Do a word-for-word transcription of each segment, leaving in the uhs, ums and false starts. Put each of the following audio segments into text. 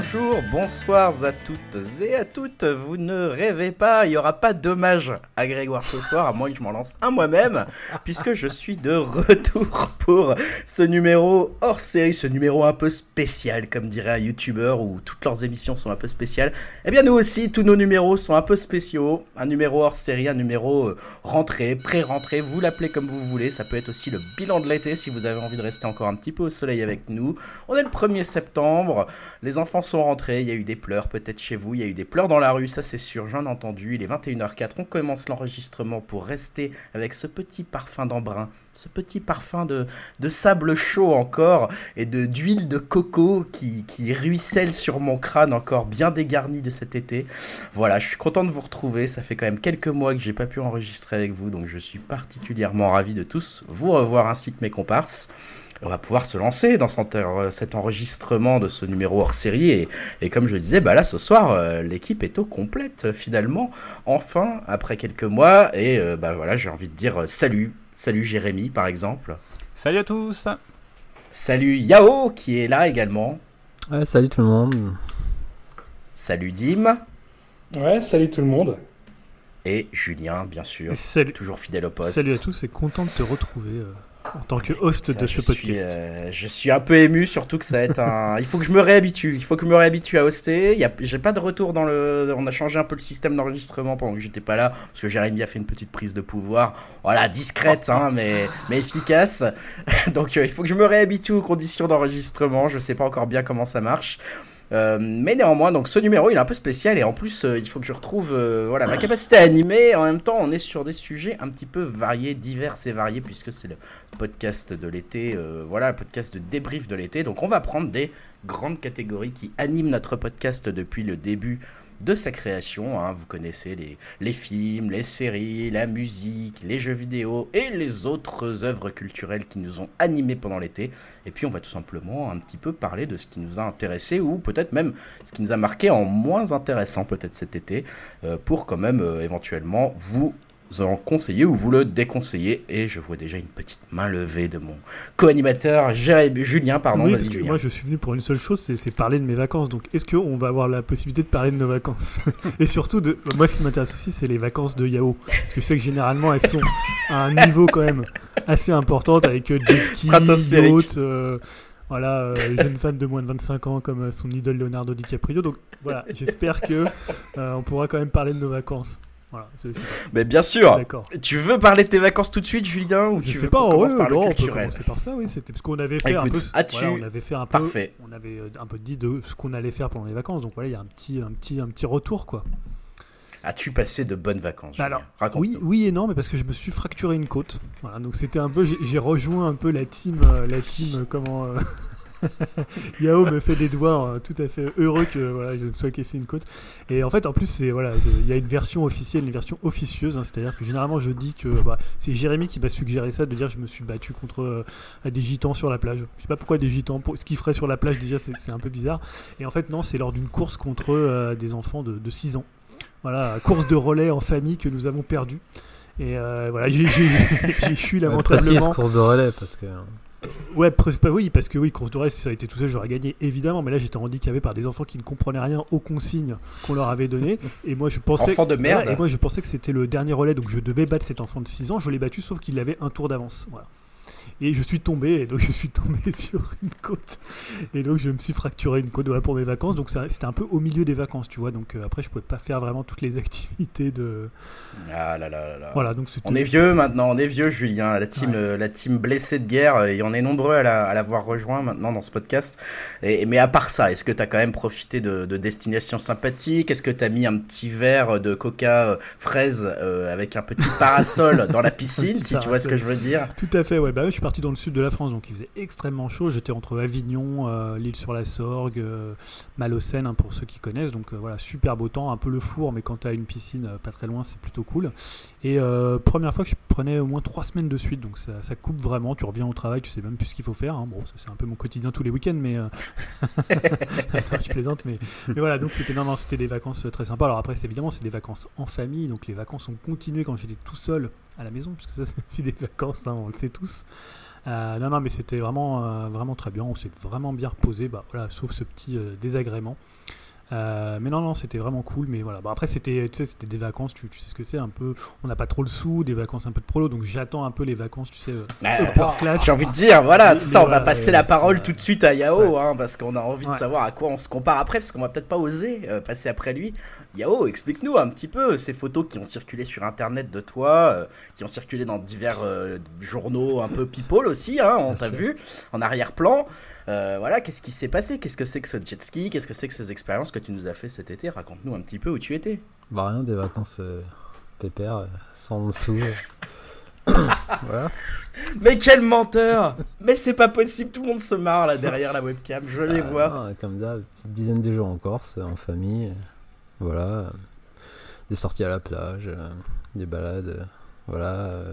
Bonjour, bonsoir à toutes et à toutes. Vous ne rêvez pas, il n'y aura pas d'hommage à Grégoire ce soir, à moins que je m'en lance un moi-même, puisque je suis de retour pour ce numéro hors série, ce numéro un peu spécial, comme dirait un youtubeur, où toutes leurs émissions sont un peu spéciales. Eh bien nous aussi, tous nos numéros sont un peu spéciaux. Un numéro hors série, un numéro rentrée, pré-rentrée, vous l'appelez comme vous voulez. Ça peut être aussi le bilan de l'été si vous avez envie de rester encore un petit peu au soleil avec nous. On est le premier septembre, les enfants sont rentrés, il y a eu des pleurs peut-être chez vous, il y a eu des pleurs dans la rue, ça c'est sûr, j'en ai entendu. Il est vingt et une heures zéro quatre, on commence l'enregistrement pour rester avec ce petit parfum d'embrun, ce petit parfum de, de sable chaud encore et de, d'huile de coco qui, qui ruisselle sur mon crâne encore bien dégarni de cet été. Voilà, je suis content de vous retrouver, ça fait quand même quelques mois que j'ai pas pu enregistrer avec vous, donc je suis particulièrement ravi de tous vous revoir ainsi que mes comparses. On va pouvoir se lancer dans cet enregistrement de ce numéro hors série et, et comme je le disais, bah là ce soir euh, l'équipe est au complète finalement, enfin après quelques mois et euh, bah voilà j'ai envie de dire euh, salut, salut Jérémy par exemple. Salut à tous. Salut Yao qui est là également. Ouais, salut tout le monde. Salut Dim. Ouais, salut tout le monde. Et Julien bien sûr, salut. Toujours fidèle au poste. Salut à tous et content de te retrouver. Euh... En tant que host ça, de ce je podcast. Suis, euh, je suis un peu ému, surtout que ça va être un... Il faut que je me réhabitue. Il faut que je me réhabitue à hoster. Il y a... J'ai pas de retour dans le... On a changé un peu le système d'enregistrement pendant que j'étais pas là, parce que Jérémy a fait une petite prise de pouvoir. Voilà, discrète, hein, mais... mais efficace. Donc euh, il faut que je me réhabitue aux conditions d'enregistrement. Je sais pas encore bien comment ça marche. Euh, mais néanmoins, donc ce numéro il est un peu spécial et en plus euh, il faut que je retrouve euh, voilà, ma capacité à animer et en même temps on est sur des sujets un petit peu variés, divers et variés puisque c'est le podcast de l'été, euh, voilà le podcast de débrief de l'été, donc on va prendre des grandes catégories qui animent notre podcast depuis le début de sa création, hein. Vous connaissez les, les films, les séries, la musique, les jeux vidéo et les autres œuvres culturelles qui nous ont animés pendant l'été. Et puis on va tout simplement un petit peu parler de ce qui nous a intéressés ou peut-être même ce qui nous a marqué en moins intéressant peut-être cet été euh, pour quand même euh, éventuellement vous en conseiller ou vous le déconseiller. Et je vois déjà une petite main levée de mon co-animateur Jérémy, Julien, pardon. Oui, vas-y, parce que Julien. moi je suis venu pour une seule chose, c'est, c'est parler de mes vacances. Donc est-ce qu'on va avoir la possibilité de parler de nos vacances? Et surtout, de... moi ce qui m'intéresse aussi, c'est les vacances de Yao. Parce que je sais que généralement elles sont à un niveau quand même assez important avec jet ski, yacht, euh... Voilà, euh, jeune femme de moins de vingt-cinq ans comme son idole Leonardo DiCaprio. Donc voilà, j'espère que euh, on pourra quand même parler de nos vacances. Voilà, c'est, c'est... Mais bien sûr. D'accord. Tu veux parler de tes vacances tout de suite, Julien, ou je tu sais veux pas, qu'on commence ouais, par non, le on peut culturel? commencer par ça, oui. C'était parce qu'on avait fait Écoute, un peu. as-tu... Voilà, on avait fait un peu. Parfait. On avait un peu dit de ce qu'on allait faire pendant les vacances. Donc voilà, il y a un petit, un petit, un petit retour, quoi. As-tu passé de bonnes vacances, Julien? Alors, raconte-nous. oui, oui et non, mais parce que je me suis fracturé une côte. Voilà, donc c'était un peu. J'ai, j'ai rejoint un peu la team, euh, la team, euh, comment. Euh... Yao me fait des doigts euh, tout à fait heureux que voilà, je me sois cassé une côte. Et en fait, en plus, c'est voilà, il y a une version officielle, une version officieuse. Hein, c'est-à-dire que généralement, je dis que bah, c'est Jérémy qui m'a suggéré ça, de dire que je me suis battu contre euh, des gitans sur la plage. Je sais pas pourquoi des gitans. Pour... Ce qu'ils feraient sur la plage, déjà, c'est, c'est un peu bizarre. Et en fait, non, c'est lors d'une course contre euh, des enfants de, de six ans. Voilà, course de relais en famille que nous avons perdu. Et euh, voilà, j'ai, j'ai, j'ai fui lamentablement. Précise course de relais parce que. Ouais, oui, parce que oui, course de relais, si ça a été tout seul, j'aurais gagné évidemment, mais là j'étais handicapé par des enfants qui ne comprenaient rien aux consignes qu'on leur avait données, et moi je pensais, enfant de merde. Voilà, et moi je pensais que c'était le dernier relais, donc je devais battre cet enfant de six ans, je l'ai battu, sauf qu'il avait un tour d'avance, voilà. Et je suis tombé, et donc je suis tombé sur une côte, et donc je me suis fracturé une côte voilà, pour mes vacances, donc ça, c'était un peu au milieu des vacances, tu vois, donc euh, après je pouvais pas faire vraiment toutes les activités de... Ah là là là là. Voilà, donc c'était... On est vieux maintenant, on est vieux Julien, la team, ouais. euh, la team blessée de guerre, et on est nombreux à, la, à l'avoir rejoint maintenant dans ce podcast, et, mais à part ça, est-ce que tu as quand même profité de, de destinations sympathiques? Est-ce que tu as mis un petit verre de coca euh, fraise euh, avec un petit parasol dans la piscine, si parasol. Tu vois ce que je veux dire? Tout à fait, ouais, bah je suis parti dans le sud de la France, donc il faisait extrêmement chaud. J'étais entre Avignon, euh, l'Île-sur-la-Sorgue, euh, Malocène, hein, pour ceux qui connaissent. Donc euh, voilà, super beau temps, un peu le four, mais quand tu as une piscine euh, pas très loin, c'est plutôt cool. Et euh, première fois que je prenais au moins trois semaines de suite, donc ça, ça coupe vraiment. Tu reviens au travail, tu sais même plus ce qu'il faut faire. Hein. Bon, ça, c'est un peu mon quotidien tous les week-ends, mais euh... non, je plaisante, mais, mais voilà. Donc c'était non, non, c'était des vacances très sympas. Alors après, c'est évidemment, c'est des vacances en famille, donc les vacances ont continué quand j'étais tout seul à la maison, puisque ça c'est aussi des vacances, hein, on le sait tous. Euh, non, non, mais c'était vraiment, euh, vraiment très bien. On s'est vraiment bien reposé, bah, voilà, sauf ce petit euh, désagrément. Euh, mais non, non, c'était vraiment cool. Mais voilà, bon, après, c'était, tu sais, c'était des vacances, tu, tu sais ce que c'est, un peu. On n'a pas trop le sou, des vacances un peu de prolo, donc j'attends un peu les vacances, tu sais, euh, Euh, upper class. J'ai envie de dire, voilà, c'est Mais ça, on voilà, va passer ouais, la c'est, parole euh, tout de suite à Yao, ouais. hein, parce qu'on a envie de Ouais. savoir à quoi on se compare après, parce qu'on va peut-être pas oser euh, passer après lui. Yao, explique-nous un petit peu ces photos qui ont circulé sur internet de toi, euh, qui ont circulé dans divers euh, journaux un peu people aussi, hein, on Bien t'a sûr. vu, en arrière-plan. Euh, voilà, qu'est-ce qui s'est passé? Qu'est-ce que c'est que ce jet ski? Qu'est-ce que c'est que ces expériences que tu nous as fait cet été? Raconte-nous un petit peu où tu étais. Bah rien, des vacances euh, pépères, euh, sans dessous. euh. Voilà. Mais quel menteur! Mais c'est pas possible, tout le monde se marre là derrière la webcam, je les Ah, vois. non, comme d'hab, une petite dizaine de jours en Corse, euh, en famille. euh, Voilà. euh, Des sorties à la plage, euh, des balades, euh, voilà. euh,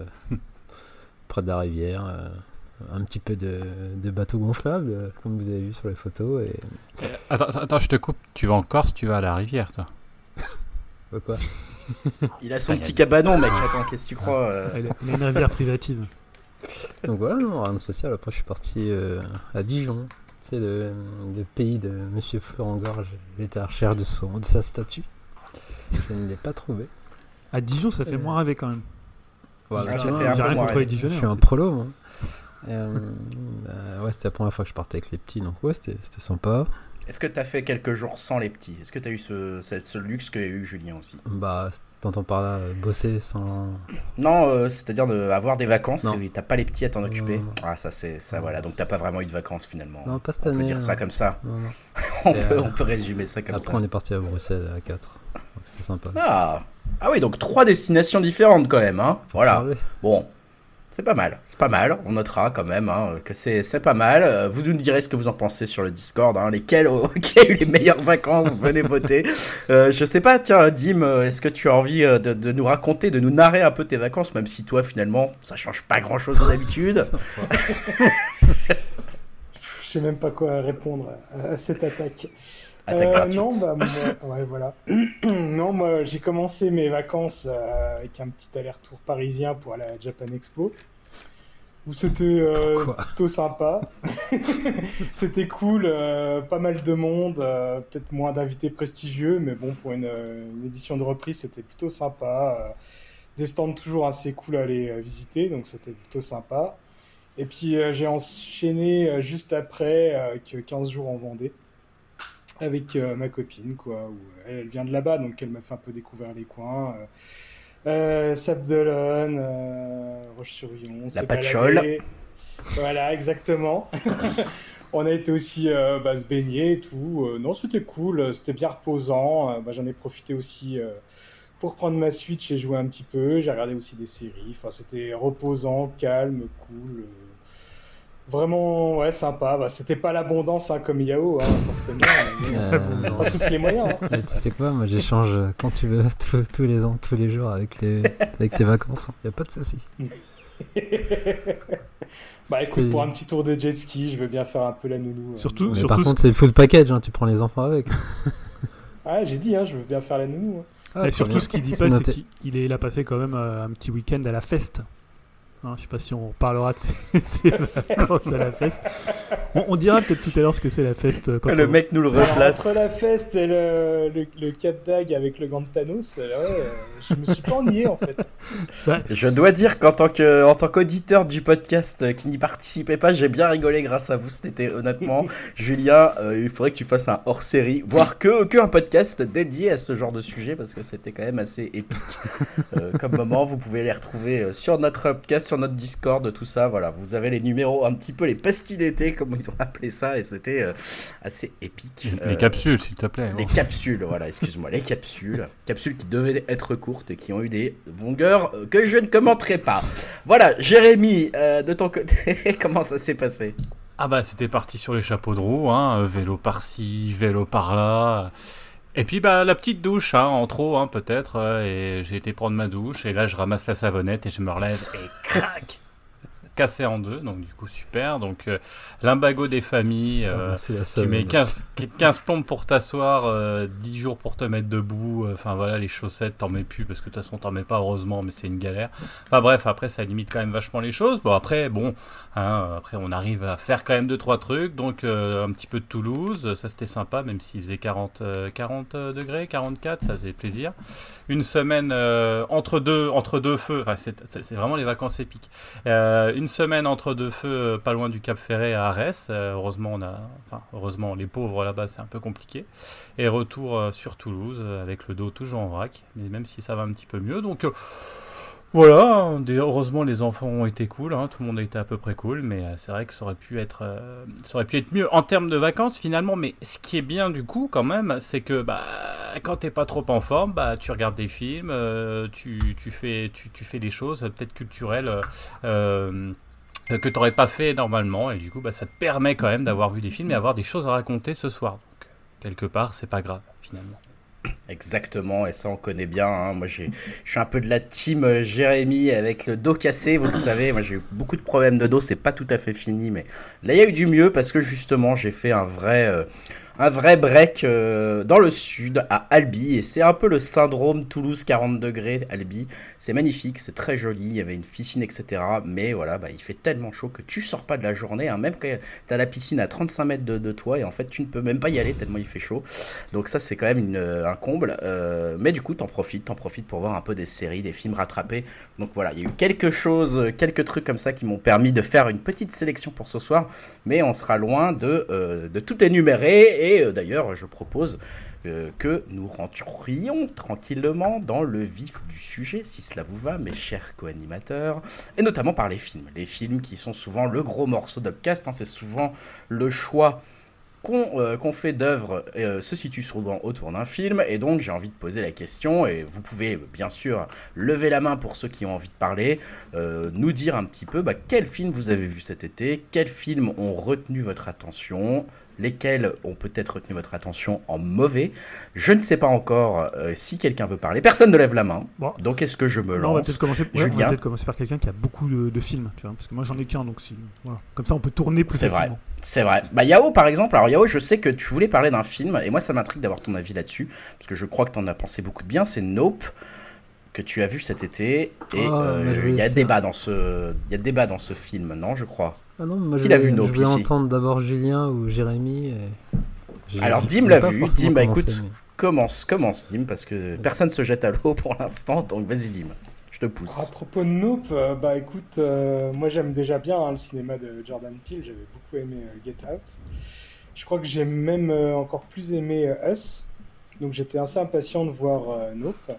près de la rivière. euh, Un petit peu de, de bateau gonflable, euh, comme vous avez vu sur les photos. Et Attends, attends, attends, je te coupe. Tu vas en Corse, tu vas à la rivière, toi. euh, quoi. Il a son Ah, petit y a- cabanon, mec, attends, qu'est-ce que tu crois euh Il a il a une rivière privative. Donc voilà, non, rien de spécial. Après, je suis parti euh, à Dijon. Tu sais, le, le pays de Monsieur Florent Gorge. J'étais à la recherche de, son, de sa statue. Je ne l'ai pas trouvé. À Dijon, ça fait Euh. moins rêver quand même. Voilà, Ah, ça non, fait un J'ai peu rien moins contre les rêver. Je Dijonnais. suis hein, un c'est- prolo, moi. Et, euh, bah, ouais, c'était la première fois que je partais avec les petits, donc ouais, c'était, c'était sympa. Est-ce que t'as fait quelques jours sans les petits? Est-ce que t'as eu ce, ce, ce luxe qu'a eu Julien aussi? Bah, t'entends par là, euh, bosser sans. Non, euh, c'est-à-dire de avoir des vacances Non. et t'as pas les petits à t'en Non, occuper. non, non. Ah, ça c'est ça, Non, voilà. Donc t'as pas vraiment eu de vacances finalement. Non, pas cette on peut année. dire ça non. comme ça. Non, non. On Et, peut, euh, on peut résumer ça comme Après, ça. on est parti à Bruxelles à quatre. Donc c'était sympa. Ah. ah oui, donc trois destinations différentes quand même, hein. Voilà. Parler. Bon, c'est pas mal, c'est pas mal. On notera quand même hein, que c'est, c'est pas mal. Euh, Vous nous direz ce que vous en pensez sur le Discord. Hein, lesquels euh, qui a eu les meilleures vacances, venez voter. Euh, je sais pas, tiens, Dim, euh, est-ce que tu as envie euh, de, de nous raconter, de nous narrer un peu tes vacances, même si toi finalement ça change pas grand-chose de d'habitude. Je sais même pas quoi répondre à à cette attaque. Attaque Euh, gratuite. non, bah, moi, ouais, voilà. non, moi, j'ai commencé mes vacances euh, avec un petit aller-retour parisien pour aller à la Japan Expo, où c'était euh, Pourquoi plutôt sympa. C'était cool, euh, pas mal de monde, euh, peut-être moins d'invités prestigieux, mais bon, pour une, euh, une édition de reprise, c'était plutôt sympa. Euh, des stands toujours assez cool à aller euh, visiter, donc c'était plutôt sympa. Et puis euh, j'ai enchaîné euh, juste après, euh, avec quinze jours en Vendée, avec euh, ma copine, quoi. Où elle, elle vient de là-bas, donc elle m'a fait un peu découvrir les coins. Euh, euh, Sable-d'Olonne, euh, Roche-sur-Yon, on s'est Patchole. baladé. Voilà, exactement. On a été aussi euh, bah, se baigner et tout. Euh, non, c'était cool, c'était bien reposant. Euh, bah, j'en ai profité aussi euh, pour prendre ma Switch et jouer un petit peu. J'ai regardé aussi des séries. Enfin, c'était reposant, calme, cool. euh, Vraiment, ouais, sympa. Bah, c'était pas l'abondance hein, comme Yao, hein, forcément. Mais, Euh, on n'a non. pas tous les moyens. Hein. Mais tu sais quoi, moi j'échange euh, quand tu veux, tous- tous les ans, tous les jours avec, les, avec tes vacances. Y a pas de souci. Bah écoute, C'est- pour un petit tour de jet ski, je veux bien faire un peu la nounou. euh. Surtout, Mais surtout par ce- contre, c'est le full package, hein, tu prends les enfants avec. Ah, j'ai dit, hein, je veux bien faire la nounou. hein. Ah, et très surtout, bien. ce qu'il dit C'est pas, c'est noté. qu'il il est, il a passé quand même euh, un petit week-end à la feste. Hein, je sais pas si on parlera de ses, ses vacances à la feste. On, on dira peut-être tout à l'heure ce que c'est la feste. euh, Quand Le on- mec nous le Alors, replace. entre la feste et le, le, le cap dag avec le gant de Thanos, euh, ouais, euh, je me suis pas ennuyé en fait. Je dois dire qu'en tant que, en tant qu'auditeur du podcast euh, qui n'y participait pas, j'ai bien rigolé grâce à vous cet été, honnêtement. Julien, euh, il faudrait que tu fasses un hors-série, voire que, que un podcast dédié à ce genre de sujet, parce que c'était quand même assez épique euh, comme moment. Vous pouvez les retrouver euh, sur notre podcast, sur notre Discord, tout ça. Voilà, vous avez les numéros, un petit peu les pastilles d'été, comme ils ont appelé ça, et c'était euh, assez épique. Les Euh, capsules, s'il te plaît. Les bon. capsules, voilà, excuse-moi, les capsules. Capsules qui devaient être courtes et qui ont eu des longueurs euh, que je ne commenterai pas. Voilà, Jérémy, euh, de ton côté, comment ça s'est passé? Ah bah c'était parti sur les chapeaux de roue, hein, euh, vélo par-ci, vélo par-là. Et puis bah la petite douche, hein, en trop hein, peut-être. euh, et j'ai été prendre ma douche et là je ramasse la savonnette et je me relève et crac. cassé en deux, donc du coup super. Donc euh, l'imbago des familles, euh, Ah, c'est la tu seule. mets quinze, quinze plombes pour t'asseoir, euh, dix jours pour te mettre debout, enfin voilà, les chaussettes t'en mets plus parce que de toute façon t'en mets pas heureusement, mais c'est une galère. Enfin bref, après ça limite quand même vachement les choses. Bon après, bon, hein, après on arrive à faire quand même deux trois trucs, donc euh, un petit peu de Toulouse, ça c'était sympa, même s'il faisait quarante, euh, quarante degrés, quarante-quatre, ça faisait plaisir. Une semaine euh, entre deux entre deux feux, enfin c'est, c'est, c'est vraiment les vacances épiques. Euh, une semaine entre deux feux, euh, pas loin du Cap Ferret à Arès. Euh, heureusement, on a, enfin heureusement, les pauvres là-bas, c'est un peu compliqué. Et retour euh, sur Toulouse euh, avec le dos toujours en vrac, mais même si ça va un petit peu mieux. Donc euh, voilà. Des- Heureusement, les enfants ont été cool. Hein, tout le monde a été à peu près cool, mais euh, c'est vrai que ça aurait pu être, euh, ça aurait pu être mieux en termes de vacances finalement. Mais ce qui est bien du coup, quand même, c'est que bah quand t'es pas trop en forme, bah tu regardes des films, euh, tu, tu fais, tu, tu fais des choses euh, peut-être culturelles. euh, euh, que tu n'aurais pas fait normalement, et du coup bah, ça te permet quand même d'avoir vu des films et avoir des choses à raconter ce soir. Donc quelque part c'est pas grave finalement. Exactement, et ça on connaît bien. Hein. Moi j'ai, je suis un peu de la team euh, Jérémy avec le dos cassé, vous le savez. Moi j'ai eu beaucoup de problèmes de dos, c'est pas tout à fait fini, mais là il y a eu du mieux parce que justement j'ai fait un vrai, euh, un vrai break euh, dans le sud à Albi, et c'est un peu le syndrome Toulouse quarante degrés. Albi, c'est magnifique, c'est très joli, il y avait une piscine, et cetera. Mais voilà, bah, il fait tellement chaud que tu sors pas de la journée, hein, même quand t'as la piscine à trente-cinq mètres de, de toi, et en fait tu ne peux même pas y aller tellement il fait chaud. Donc ça c'est quand même une, un comble, euh, mais du coup t'en profites, t'en profites pour voir un peu des séries, des films rattrapés. Donc voilà, il y a eu quelque chose, quelques trucs comme ça qui m'ont permis de faire une petite sélection pour ce soir, mais on sera loin de, euh, de tout énumérer. Et euh, d'ailleurs je propose euh, que nous rentrions tranquillement dans le vif du sujet, si cela vous va mes chers co-animateurs, et notamment par les films, les films qui sont souvent le gros morceau d'Upcast, hein, c'est souvent le choix qu'on euh, qu'on fait d'œuvres euh, se situe souvent autour d'un film, et donc j'ai envie de poser la question, et vous pouvez bien sûr lever la main pour ceux qui ont envie de parler, euh, nous dire un petit peu bah, quels films vous avez vus cet été, quels films ont retenu votre attention, lesquels ont peut-être retenu votre attention en mauvais. Je ne sais pas encore euh, si quelqu'un veut parler. Personne ne lève la main, Bon. donc est-ce que je me Non, on va lance? peut-être commencer, ouais, on va Julien. peut-être commencer par quelqu'un qui a beaucoup de, de films, tu vois, parce que moi j'en ai qu'un, donc si, voilà. Comme ça on peut tourner plus C'est vrai. facilement. C'est vrai. Bah Yao par exemple, alors Yao je sais que tu voulais parler d'un film, et moi ça m'intrigue d'avoir ton avis là-dessus, parce que je crois que tu en as pensé beaucoup de bien, c'est Nope, que tu as vu cet été, et il Oh, mais je euh, vais y a faire- débat dans ce, il y a débat dans ce film, non je crois. Ah non, moi Qui je l'a vais, vu, Nope, je vais ici entendre d'abord Julien ou Jérémy. et- J'ai- Alors, j'ai- Dim j'ai l'a pas vu. forcément Dim, bah, commencé, écoute. mais- Commence, commence Dim, parce que personne se jette à l'eau pour l'instant, donc vas-y Dim, je te Alors, à pousse. propos de Nope, euh, bah écoute, euh, moi j'aime déjà bien hein, le cinéma de Jordan Peele, j'avais beaucoup aimé euh, Get Out. Je crois que j'ai même euh, encore plus aimé euh, Us, donc j'étais assez impatient de voir euh, Nope.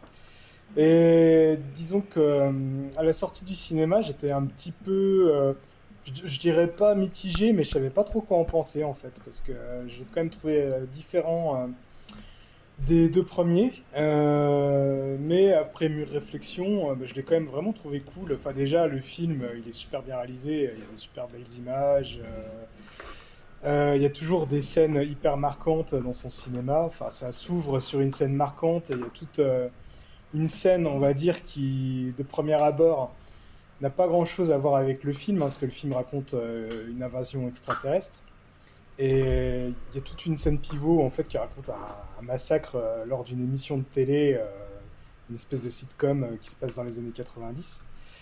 Et disons que euh, à la sortie du cinéma, j'étais un petit peu, euh, je, je dirais pas mitigé, mais je savais pas trop quoi en penser en fait, parce que euh, je l'ai quand même trouvé euh, différent. euh, des deux premiers, euh, mais après mûre réflexion, euh, bah, je l'ai quand même vraiment trouvé cool. Enfin, déjà, le film, euh, il est super bien réalisé, il y a des super belles images. euh, euh, il y a toujours des scènes hyper marquantes dans son cinéma. Enfin, ça s'ouvre sur une scène marquante et il y a toute euh, une scène, on va dire, qui, de premier abord, n'a pas grand-chose à voir avec le film, hein, parce que le film raconte euh, une invasion extraterrestre. Et il y a toute une scène pivot en fait qui raconte un, un massacre euh, lors d'une émission de télé, euh, une espèce de sitcom euh, qui se passe dans les années quatre-vingt-dix.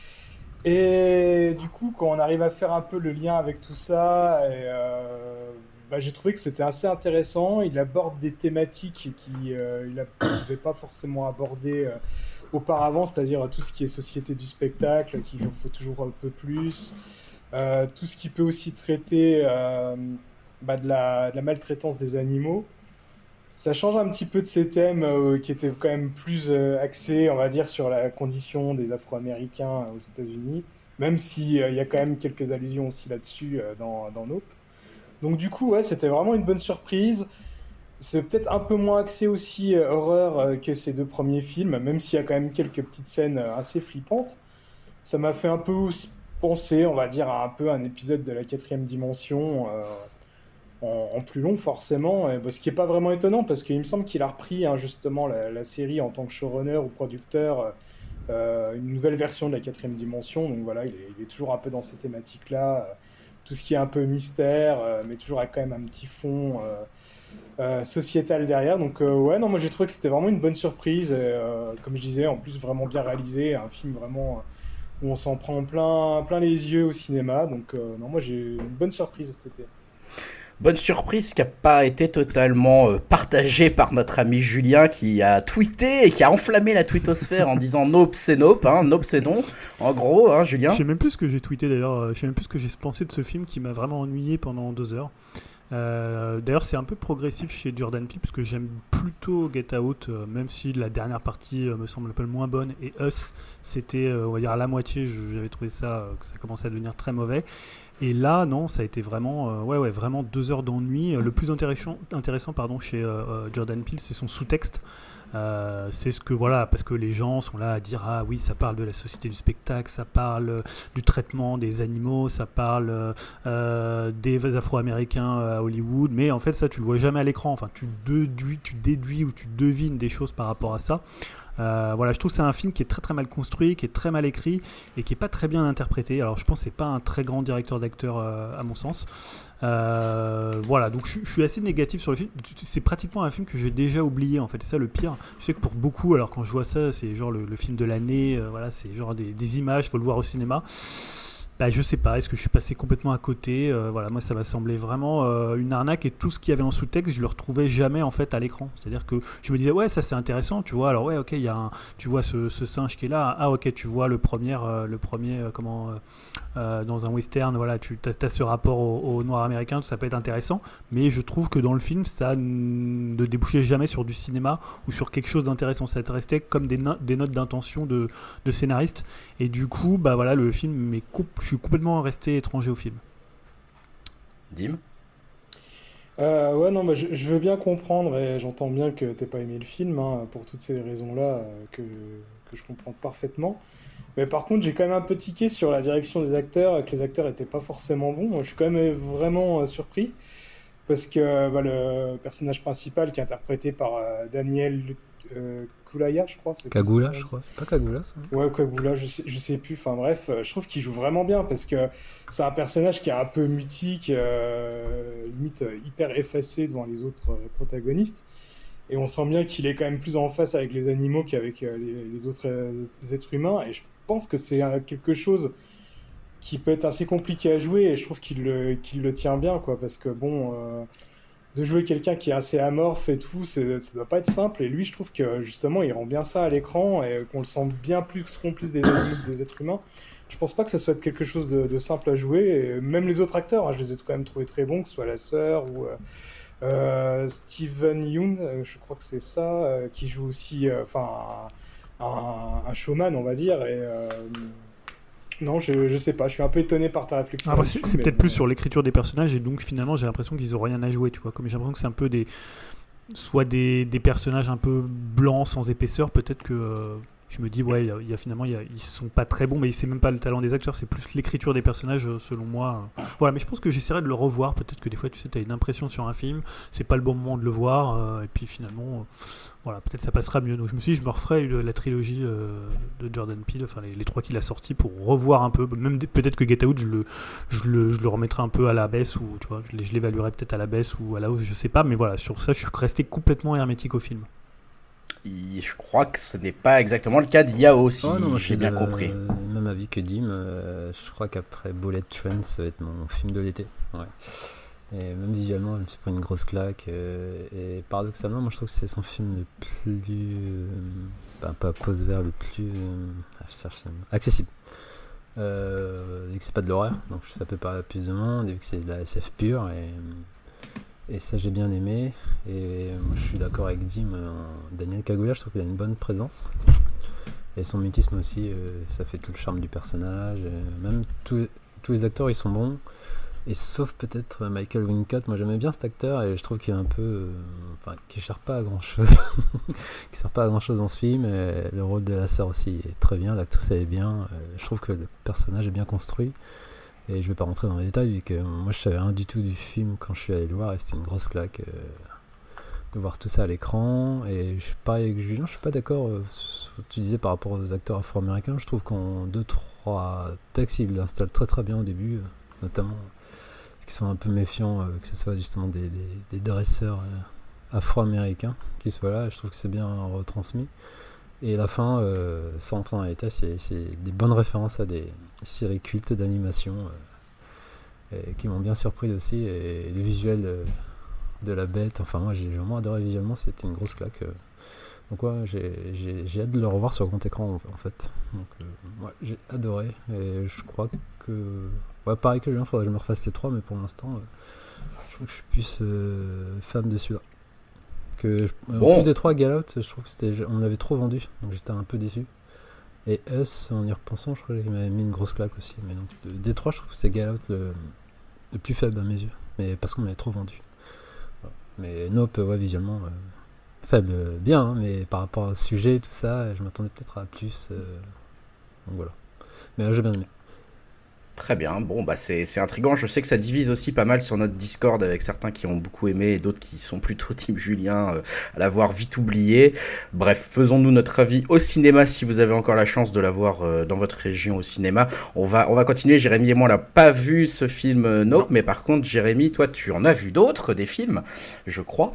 Et du coup, quand on arrive à faire un peu le lien avec tout ça, et, euh, bah, j'ai trouvé que c'était assez intéressant. Il aborde des thématiques qu'il euh, il a- il n'avait pas forcément abordées euh, auparavant, c'est-à-dire tout ce qui est société du spectacle, qu'il en faut toujours un peu plus. Euh, tout ce qui peut aussi traiter euh, bah, de la, de la maltraitance des animaux. Ça change un petit peu de ces thèmes euh, qui étaient quand même plus euh, axés, on va dire, sur la condition des Afro-Américains aux États-Unis, même s'il y a quand même quelques allusions aussi là-dessus euh, dans, dans Nope. Donc du coup, ouais, c'était vraiment une bonne surprise. C'est peut-être un peu moins axé aussi euh, horreur euh, que ces deux premiers films, même s'il y a quand même quelques petites scènes euh, assez flippantes. Ça m'a fait un peu aussi penser, on va dire, à un peu un épisode de la quatrième dimension, euh, en, en plus long forcément, et, bah, ce qui n'est pas vraiment étonnant, parce qu'il me semble qu'il a repris hein, justement la, la série en tant que showrunner ou producteur euh, euh, une nouvelle version de la quatrième dimension. Donc voilà, il est, il est toujours un peu dans ces thématiques-là. Euh, tout ce qui est un peu mystère, euh, mais toujours avec quand même un petit fond euh, euh, sociétal derrière. Donc euh, ouais, non, moi j'ai trouvé que c'était vraiment une bonne surprise. Et, euh, comme je disais, en plus vraiment bien réalisé, un film vraiment où on s'en prend plein, plein les yeux au cinéma. Donc euh, non, moi j'ai une bonne surprise cet été. Bonne surprise qui n'a pas été totalement euh, partagée par notre ami Julien qui a tweeté et qui a enflammé la twittosphère en disant nope c'est nope, hein, nope c'est non. En gros, hein, Julien. Je sais même plus ce que j'ai tweeté d'ailleurs, je sais même plus ce que j'ai pensé de ce film qui m'a vraiment ennuyé pendant deux heures. Euh, d'ailleurs, c'est un peu progressif chez Jordan Peele parce que j'aime plutôt Get Out, euh, même si la dernière partie euh, me semble un peu moins bonne. Et Us, c'était, euh, on va dire, à la moitié, je, j'avais trouvé ça, euh, que ça commençait à devenir très mauvais. Et là, non, ça a été vraiment, euh, ouais, ouais, vraiment deux heures d'ennui. Le plus intéressant, intéressant pardon, chez euh, Jordan Peele, c'est son sous-texte. Euh, c'est ce que voilà, parce que les gens sont là à dire ah oui, ça parle de la société du spectacle, ça parle du traitement des animaux, ça parle euh, des Afro-Américains à Hollywood, mais en fait ça tu le vois jamais à l'écran. Enfin, tu déduis, tu déduis ou tu devines des choses par rapport à ça. Euh, voilà, je trouve que c'est un film qui est très très mal construit, qui est très mal écrit et qui est pas très bien interprété. Alors je pense que c'est pas un très grand directeur d'acteur euh, à mon sens. Euh, voilà, donc je, je suis assez négatif sur le film. C'est pratiquement un film que j'ai déjà oublié en fait. C'est ça le pire. Je sais que pour beaucoup, alors quand je vois ça, c'est genre le, le film de l'année. Euh, voilà, c'est genre des, des images, faut le voir au cinéma. Bah, je sais pas, est-ce que je suis passé complètement à côté euh, voilà, moi ça m'a semblé vraiment euh, une arnaque et tout ce qu'il y avait en sous-texte, je le retrouvais jamais en fait à l'écran. C'est-à-dire que je me disais ouais, ça c'est intéressant, tu vois. Alors ouais, ok, il y a un, tu vois ce, ce singe qui est là. Ah ok, tu vois le premier, euh, le premier euh, comment euh, euh, dans un western, voilà, tu as ce rapport au, au noir américain, ça peut être intéressant. Mais je trouve que dans le film, ça n- ne débouchait jamais sur du cinéma ou sur quelque chose d'intéressant. Ça restait comme des, no- des notes d'intention de, de scénariste. Et du coup, bah voilà, le film m'est coupe. Je suis complètement resté étranger au film. Dim euh, Ouais, non, bah, je, je veux bien comprendre et j'entends bien que t'aies pas aimé le film, hein, pour toutes ces raisons-là euh, que, que je comprends parfaitement. Mais par contre, j'ai quand même un peu tiqué sur la direction des acteurs, que les acteurs étaient pas forcément bons. Moi, je suis quand même vraiment euh, surpris parce que bah, le personnage principal qui est interprété par euh, Daniel euh, Kaluuya, je crois. C'est Kaluuya, je crois. C'est pas Kaluuya, ça? Ouais, Kaluuya, je sais, je sais plus. Enfin bref, euh, je trouve qu'il joue vraiment bien parce que c'est un personnage qui est un peu mutique, euh, limite euh, hyper effacé devant les autres euh, protagonistes. Et on sent bien qu'il est quand même plus en face avec les animaux qu'avec euh, les, les autres euh, êtres humains. Et je pense que c'est euh, quelque chose qui peut être assez compliqué à jouer. Et je trouve qu'il le, qu'il le tient bien, quoi. Parce que bon, euh, de jouer quelqu'un qui est assez amorphe et tout, c'est, ça doit pas être simple. Et lui, je trouve que justement, il rend bien ça à l'écran et qu'on le sent bien plus complice des animaux que des êtres humains. Je pense pas que ça soit quelque chose de, de simple à jouer. Et même les autres acteurs, hein, je les ai quand même trouvés très bons, que ce soit la sœur ou euh, euh, Steven Yeun, euh, je crois que c'est ça, euh, qui joue aussi, enfin, euh, un, un showman, on va dire. Et euh, non, je, je sais pas, je suis un peu étonné par ta réflexion. Ah, bah, c'est, c'est peut-être bon, plus sur l'écriture des personnages et donc finalement j'ai l'impression qu'ils ont rien à jouer, tu vois. Comme j'ai l'impression que c'est un peu des, soit des, des personnages un peu blancs sans épaisseur, peut-être que euh, je me dis ouais, il y a, il y a finalement il y a, ils sont pas très bons, mais c'est même pas le talent des acteurs, c'est plus l'écriture des personnages selon moi. Voilà, mais je pense que j'essaierai de le revoir. Peut-être que des fois tu sais, t'as une impression sur un film, c'est pas le bon moment de le voir, euh, et puis finalement. Euh, Voilà, peut-être ça passera mieux. Donc je me suis dit, je me referai la trilogie euh, de Jordan Peele, enfin les, les trois qu'il a sortis pour revoir un peu. Même peut-être que Get Out, je le, je le, je le remettrai un peu à la baisse ou tu vois, je, je l'évaluerai peut-être à la baisse ou à la hausse, je sais pas. Mais voilà, sur ça, je suis resté complètement hermétique au film. Je crois que ce n'est pas exactement le cas d'Yao, si oh non, j'ai bien le, compris. Euh, même avis que Dim. Euh, je crois qu'après Bullet Train, ça va être mon film de l'été. Ouais. Et même visuellement, je me suis pris une grosse claque. Euh, et paradoxalement, moi je trouve que c'est son film le plus. Euh, ben, pas pose vert, le plus. Euh, je cherche le mot, accessible. Euh, vu que c'est pas de l'horreur, donc ça peut parler à plus de monde, vu que c'est de la S F pure. Et, et ça, j'ai bien aimé. Et moi je suis d'accord avec Dim. Euh, Daniel Kaluuya, je trouve qu'il a une bonne présence. Et son mutisme aussi, euh, ça fait tout le charme du personnage. Et même tous les acteurs, ils sont bons. Et sauf peut-être Michael Wincott, moi j'aimais bien cet acteur et je trouve qu'il est un peu, euh, enfin, qu'il sert pas à grand chose, qui sert pas à grand chose dans ce film. Et le rôle de la sœur aussi est très bien, l'actrice elle est bien. Euh, je trouve que le personnage est bien construit et je vais pas rentrer dans les détails vu que moi je savais rien du tout du film quand je suis allé le voir et c'était une grosse claque. Euh, de voir tout ça à l'écran. Et je suis pareil avec Julien, je suis pas d'accord euh, sur ce que tu disais par rapport aux acteurs afro-américains. Je trouve qu'en deux trois textes, ils l'installent très très bien au début, euh, notamment qui sont un peu méfiants, euh, que ce soit justement des, des, des dresseurs euh, afro-américains qui soient là. Je trouve que c'est bien retransmis. Et la fin, euh, sans entrer dans les détails, c'est, c'est des bonnes références à des séries cultes d'animation euh, et qui m'ont bien surpris aussi. Et le visuel euh, de la bête, enfin moi j'ai vraiment adoré visuellement, c'était une grosse claque. Euh. Donc ouais, j'ai, j'ai, j'ai hâte de le revoir sur grand écran en, en fait. Donc euh, ouais, j'ai adoré et je crois que... Ouais, pareil que Julien, il faudrait que je me refasse les trois, mais pour l'instant, euh, je crois que je suis plus euh, fan de celui-là. Que je, Bon. En plus des trois, Get Out, je trouve que c'était, on avait trop vendu, donc j'étais un peu déçu. Et Us, en y repensant, je crois qu'il m'avait mis une grosse claque aussi. Mais donc, de- des trois, je trouve que c'est Get Out le, le plus faible à mes yeux, mais parce qu'on m'avait trop vendu. Voilà. Mais Nope, ouais, visuellement, euh, faible, euh, bien, hein, mais par rapport au sujet et tout ça, je m'attendais peut-être à plus. euh, donc voilà. Mais euh, j'ai bien aimé. Très bien, bon bah c'est, c'est intriguant, je sais que ça divise aussi pas mal sur notre Discord avec certains qui ont beaucoup aimé et d'autres qui sont plutôt team Julien euh, à l'avoir vite oublié. Bref, faisons-nous notre avis au cinéma si vous avez encore la chance de l'avoir euh, dans votre région au cinéma. On va, on va continuer, Jérémy et moi on n'a pas vu ce film euh, Nope, Non. mais par contre Jérémy, toi tu en as vu d'autres, des films, je crois.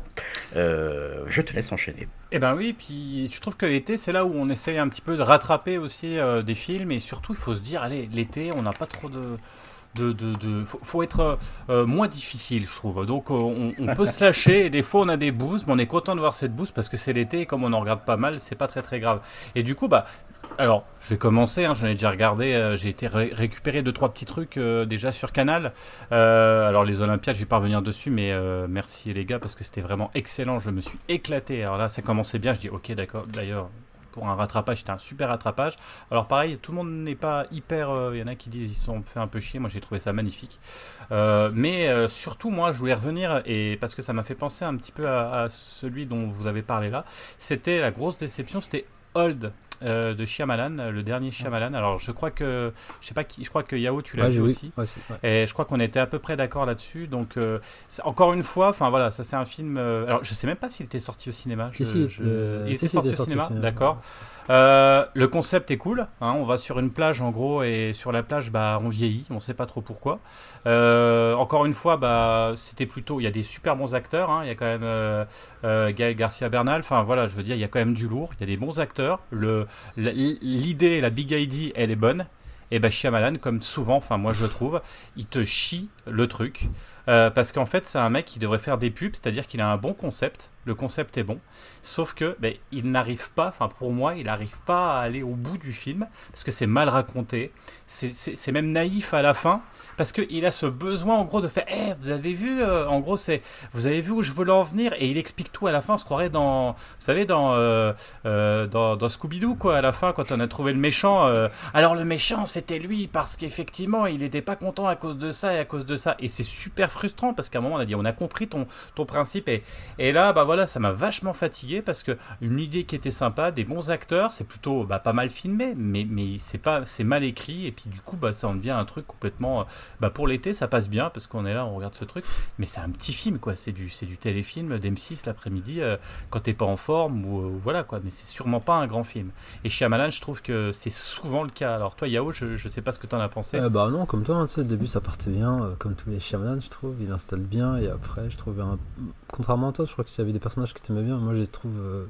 Euh, je te laisse enchaîner. Eh ben oui, puis je trouve que l'été, c'est là où on essaye un petit peu de rattraper aussi euh, des films, et surtout, il faut se dire, allez, l'été, on n'a pas trop de... de, de, de faut, faut être euh, moins difficile, je trouve. Donc, euh, on, on peut se lâcher, et des fois, on a des boosts, mais on est content de voir cette boost, parce que c'est l'été, et comme on en regarde pas mal, c'est pas très très grave. Et du coup, bah... Alors, je vais commencer, hein, j'en ai déjà regardé, euh, j'ai été ré- récupérer deux trois petits trucs euh, déjà sur Canal. Euh, alors les Olympiades, je vais pas revenir dessus, mais euh, merci les gars parce que c'était vraiment excellent, je me suis éclaté. Alors là, ça commençait bien, je dis ok d'accord, d'ailleurs pour un rattrapage, c'était un super rattrapage. Alors pareil, tout le monde n'est pas hyper, il euh, y en a qui disent ils se sont fait un peu chier, moi j'ai trouvé ça magnifique. Euh, mais euh, surtout moi je voulais revenir, et parce que ça m'a fait penser un petit peu à, à celui dont vous avez parlé là, c'était la grosse déception, c'était Old. Euh, de Shyamalan, le dernier Shyamalan. Alors je crois que je sais pas qui, je crois que Yao tu l'as Ouais, vu j'ai- oui, aussi. ouais, c'est- ouais. Et je crois qu'on était à peu près d'accord là-dessus. Donc euh, c'est- encore une fois, enfin voilà, ça c'est un film. euh, alors je sais même pas s'il était sorti au cinéma. Si, Je- si, je- euh, il si, était si, sorti il au était sorti au cinéma, cinéma, d'accord. ouais. Euh, le concept est cool, hein, on va sur une plage en gros, et sur la plage bah on vieillit, on sait pas trop pourquoi. Euh, encore une fois, bah c'était plutôt, il y a des super bons acteurs, hein, il y a quand même euh, euh, Gaël Garcia Bernal, enfin voilà, je veux dire, il y a quand même du lourd, il y a des bons acteurs. Le, la- l'idée, la big idea, elle est bonne. Et bah Shyamalan, comme souvent, enfin moi je trouve, il te chie le truc. Euh, parce qu'en fait, c'est un mec qui devrait faire des pubs, c'est-à-dire qu'il a un bon concept, le concept est bon, sauf que ben, il n'arrive pas, enfin pour moi, il n'arrive pas à aller au bout du film, parce que c'est mal raconté, c'est, c'est, c'est même naïf à la fin, parce qu'il a ce besoin en gros de faire, eh, vous avez vu, euh, en gros, c'est, vous avez vu où je voulais en venir, et il explique tout à la fin, on se croirait dans, vous savez, dans, euh, euh, dans, dans Scooby-Doo, quoi, à la fin, quand on a trouvé le méchant, euh, alors le méchant, c'était lui, parce qu'effectivement, il n'était pas content à cause de ça et à cause de ça, et c'est super frustrant parce qu'à un moment on a dit on a compris ton, ton principe, et, et là bah voilà, ça m'a vachement fatigué parce que une idée qui était sympa, des bons acteurs, c'est plutôt bah, pas mal filmé, mais, mais c'est pas c'est mal écrit, et puis du coup bah ça en devient un truc complètement bah pour l'été ça passe bien parce qu'on est là, on regarde ce truc, mais c'est un petit film quoi, c'est du, c'est du téléfilm d'M six l'après-midi euh, quand t'es pas en forme ou euh, voilà quoi, mais c'est sûrement pas un grand film. Et Shyamalan, je trouve que c'est souvent le cas. Alors toi Yao, je, je sais pas ce que t'en as pensé. Euh, bah non, comme toi, hein, tu sais, au début ça partait bien, euh, comme tous les Shyamalan, je trouve, il installe bien, et après je trouve, un... contrairement à toi, je crois qu'il y avait des personnages que t'aimais bien, moi je les trouve euh,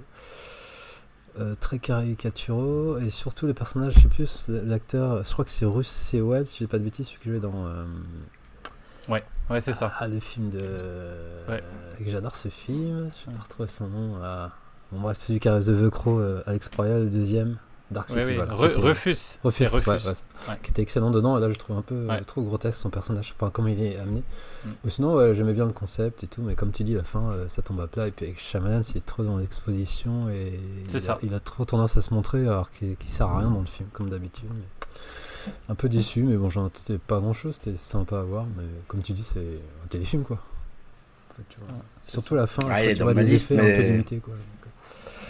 euh, très caricaturaux, et surtout les personnages, je sais plus, l'acteur, je crois que c'est Russ Sewell, si j'ai pas de bêtises, celui qui jouait dans... Euh... Ouais, ouais c'est ça. Ah, le film de... Ouais. Euh, j'adore ce film, je vais pas retrouver son nom, là. Bon bref, celui qui a The The Crow, euh, Alex Proyas, le deuxième. Dark City, Oui, oui. voilà, Re- qui était- Rufus. Rufus, C'est Rufus. ouais, ouais, Ouais. qui était excellent dedans, et là je trouve un peu euh, Ouais. trop grotesque son personnage, enfin comment il est amené. Mm. Ou sinon ouais, j'aimais bien le concept et tout, mais comme tu dis, la fin euh, ça tombe à plat, et puis avec Shyamalan c'est trop dans l'exposition, et C'est il, ça. A, il a trop tendance à se montrer alors qu'il, qu'il sert à rien dans le film comme d'habitude. Mais... un peu déçu, mais bon, j'en attendais pas grand chose, c'était sympa à voir, mais comme tu dis, c'est un téléfilm quoi. En fait, tu vois. Ouais, c'est Surtout la fin, Ah, après, il est tu dans vois ma des liste, effets mais- un peu limités quoi. Donc, euh,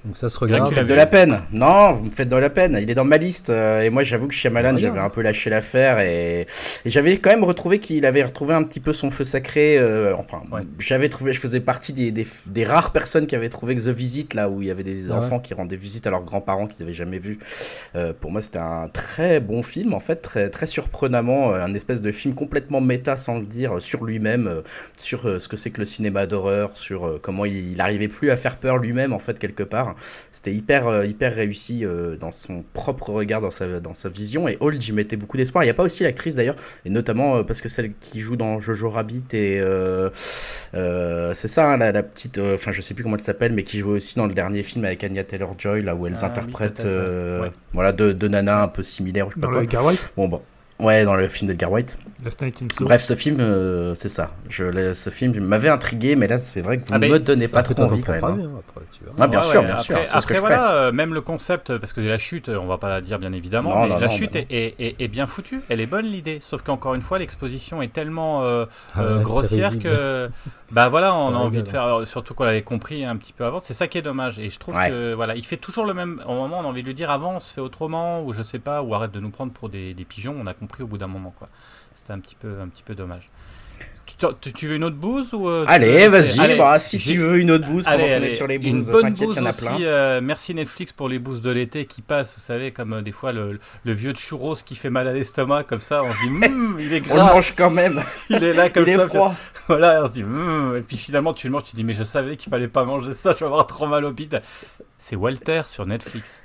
Donc ça se Vous regarde. me faites de la peine. Non, vous me faites de la peine. Il est dans ma liste. euh, et moi, j'avoue que Shyamalan, Ouais, j'avais ouais. un peu lâché l'affaire. Et, et j'avais quand même retrouvé qu'il avait retrouvé un petit peu son feu sacré. euh, enfin, Ouais. j'avais trouvé, je faisais partie des, des, des rares personnes qui avaient trouvé que The Visit, là où il y avait des Ah ouais. enfants qui rendaient visite à leurs grands-parents qu'ils n'avaient jamais vus. Euh, pour moi, c'était un très bon film, en fait, très, très surprenamment. euh, Un espèce de film complètement méta, sans le dire, euh, sur lui-même, euh, sur euh, ce que c'est que le cinéma d'horreur, sur euh, comment il, il arrivait plus à faire peur lui-même, en fait, quelque part. C'était hyper, euh, hyper réussi euh, dans son propre regard, dans sa, dans sa vision. Et Old, j'y mettais beaucoup d'espoir. Il n'y a pas aussi l'actrice d'ailleurs, et notamment euh, parce que celle qui joue dans Jojo Rabbit et euh, euh, c'est ça, hein, la, la petite, enfin euh, je sais plus comment elle s'appelle, mais qui jouait aussi dans le dernier film avec Anya Taylor-Joy, là où elles Ah, interprètent, oui, peut-être, euh, ouais. voilà, deux de nanas un peu similaires, ou je sais pas Dans quoi. le Edgar White, Bon, bon. Ouais, dans le film d'Edgar White. Last Night in Soho. Bref, ce film, euh, c'est ça. Je, le- ce film m'avait intrigué, mais là, c'est vrai que vous Ah, ne mais- me donnez pas Après, trop toi, envie t'en quand prends même. pas hein. bien, après, tu vois. Ah, bien Ouais, sûr, ouais, bien après, sûr, c'est ce que après, je voilà, euh, même le concept, parce que la chute, on va pas la dire bien évidemment, Non, mais non, la non, chute bah est, est- est- est bien foutue, elle est bonne l'idée, sauf qu'encore une fois, l'exposition est tellement euh, Ah euh, ouais, c'est grossière risible. que, bah voilà, on Ça a envie rigole. de faire, alors, surtout qu'on l'avait compris un petit peu avant, c'est ça qui est dommage, et je trouve Ouais. que, voilà, il fait toujours le même, au moment on a envie de lui dire avance, fais autrement, ou je sais pas, ou arrête de nous prendre pour des, des pigeons, on a compris au bout d'un moment, quoi. C'était un petit peu, un petit peu dommage. Tu, tu- tu veux une autre bouse ou euh, tu Allez, veux- vas-y, Allez, bah, si j'ai- tu veux une autre bouse, pendant Allez, qu'on est allez, sur les une bouses, bonne t'inquiète, bouse il y en a aussi. plein. euh, merci Netflix pour les bouses de l'été qui passent. Vous savez, comme euh, des fois le, le vieux churros qui fait mal à l'estomac, comme ça, on se dit, Mmm, il est On le gras, mange quand même, il est là comme il est ça. froid. Voilà, on se dit, Mmm. Et puis finalement, tu le manges, tu te dis, mais je savais qu'il fallait pas manger ça, je vais avoir trop mal au bide. C'est Walter sur Netflix.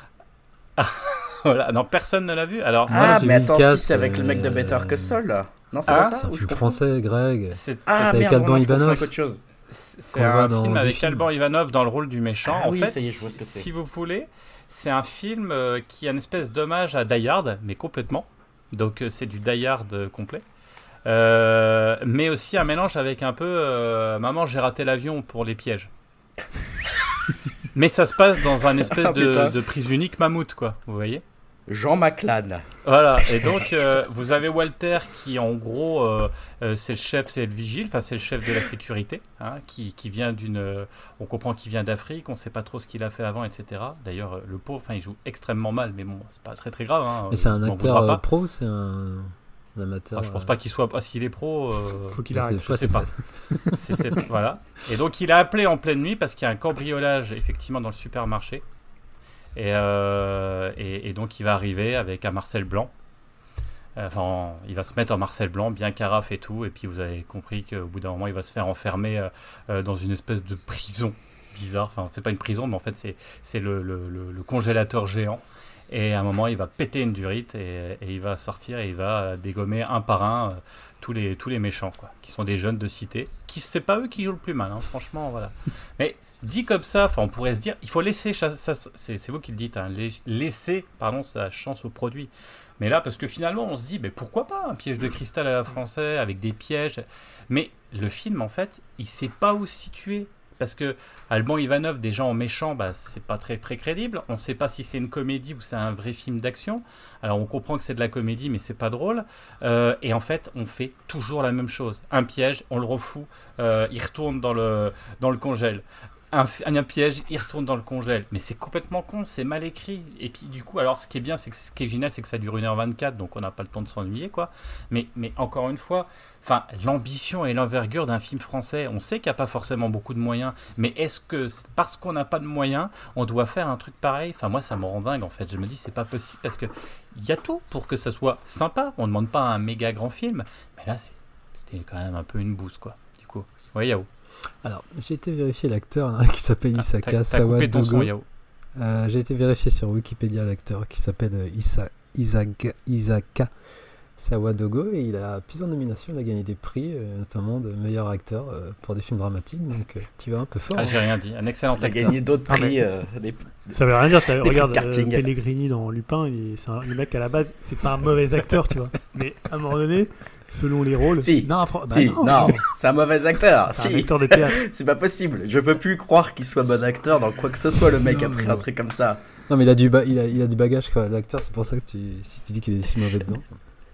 Ah, voilà, non, personne ne l'a vu. Alors, ça, Ah, j'ai mais vu le attends, cast, si c'est avec le mec de euh, Better Call Saul, là. Non, c'est Ah, pas C'est ça un ou je film confonds français, Greg. c'est Ah, avec merde, Alban non, je confonds Ivanov. avec autre chose. C'est qu'on voit un dans film des avec films. Alban Ivanov dans le rôle du méchant. Ah en oui, fait, ça y est, je vois ce que c'est. si vous voulez, c'est un film euh, qui a une espèce d'hommage à Die Hard, mais complètement. Donc euh, c'est du Die Hard euh, complet. Euh, mais aussi un mélange avec un peu euh, Maman, j'ai raté l'avion pour les pièges. Mais ça se passe dans un espèce Ah, putain. de, de prise unique mammouth, quoi. Vous voyez ? Jean McLean. Voilà, et donc euh, vous avez Walter qui en gros euh, euh, c'est le chef, c'est le vigile, enfin c'est le chef de la sécurité, hein, qui, qui vient d'une, euh, on comprend qu'il vient d'Afrique, on sait pas trop ce qu'il a fait avant, et cetera. D'ailleurs euh, le pauvre, enfin il joue extrêmement mal, mais bon c'est pas très très grave. Hein, Mais c'est un on m'en acteur voudra euh, pas. pro, c'est un, un amateur. Ah, je pense pas qu'il soit, ah, s'il est pro, euh, Faut qu'il Je arrête. sais je sais c'est pas. c'est, c'est- voilà. Et donc il a appelé en pleine nuit parce qu'il y a un cambriolage effectivement dans le supermarché. Et, euh, et, et donc il va arriver avec un Marcel Blanc. Enfin, il va se mettre en Marcel Blanc, bien carafe et tout. Et puis vous avez compris qu'au bout d'un moment, il va se faire enfermer euh, euh, dans une espèce de prison bizarre. Enfin, c'est pas une prison, mais en fait, c'est, c'est le, le, le, le congélateur géant. Et à un moment, il va péter une durite et, et il va sortir et il va euh, dégommer un par un euh, tous, les, tous les méchants, quoi, qui sont des jeunes de cité. Qui, c'est pas eux qui jouent le plus mal, hein, franchement, voilà. Mais dit comme ça, enfin, on pourrait se dire, il faut laisser, cha- ça, c'est, c'est vous qui le dites, hein, lais- laisser pardon, sa chance au produit. Mais là, parce que finalement, on se dit, mais pourquoi pas un piège de cristal à la française avec des pièges. Mais le film, en fait, il sait pas où se situer. Parce que Alban Ivanov, déjà en méchant, bah, c'est pas très très crédible. On sait pas si c'est une comédie ou c'est un vrai film d'action. Alors on comprend que c'est de la comédie, mais c'est pas drôle. Euh, et en fait, on fait toujours la même chose. Un piège, on le refout, euh, il retourne dans le dans le congèle. Un, fi- un piège, il retourne dans le congèle. Mais c'est complètement con, c'est mal écrit. Et puis du coup, alors ce qui est bien, c'est que ce qui est génial, c'est que ça dure une heure vingt-quatre, donc on n'a pas le temps de s'ennuyer, quoi. Mais, mais encore une fois, enfin, l'ambition et l'envergure d'un film français, on sait qu'il n'y a pas forcément beaucoup de moyens, mais est-ce que c'est parce qu'on n'a pas de moyens, on doit faire un truc pareil? Enfin, moi, ça me rend dingue, en fait. Je me dis, c'est pas possible, parce que il y a tout pour que ça soit sympa. On ne demande pas un méga grand film, mais là, c'est, c'était quand même un peu une bouse, quoi. Du coup, ouais, Yao. Alors, j'ai été vérifier l'acteur hein, qui s'appelle Ah, Isaka t'as, t'as coupé ton son, Sawadogo. Yao. Euh, j'ai été vérifier sur Wikipédia l'acteur qui s'appelle euh, Isa, Isaka, Isaka Sawadogo et il a plusieurs nominations, il a gagné des prix, euh, notamment de meilleur acteur euh, pour des films dramatiques, donc euh, tu vas un peu fort. Ah, hein. j'ai rien dit. Un excellent Il a acteur. gagné d'autres Ah, prix. mais- euh, des- Ça veut rien dire. t'as- Des Regarde, prix de euh, karting. Pellegrini dans Lupin, il, c'est un, le mec à la base, c'est pas un mauvais acteur, tu vois. Mais à un moment donné, selon les rôles. Si. Non, fran- bah si, non, non, c'est un mauvais acteur. c'est un Si, acteur de théâtre. c'est pas possible. Je peux plus croire qu'il soit bon acteur dans quoi que ce soit, le mec, Non, après non. un truc comme ça. Non mais il a du, ba- il a, il a du bagage quoi, l'acteur, c'est pour ça que tu, si tu dis qu'il est si mauvais dedans.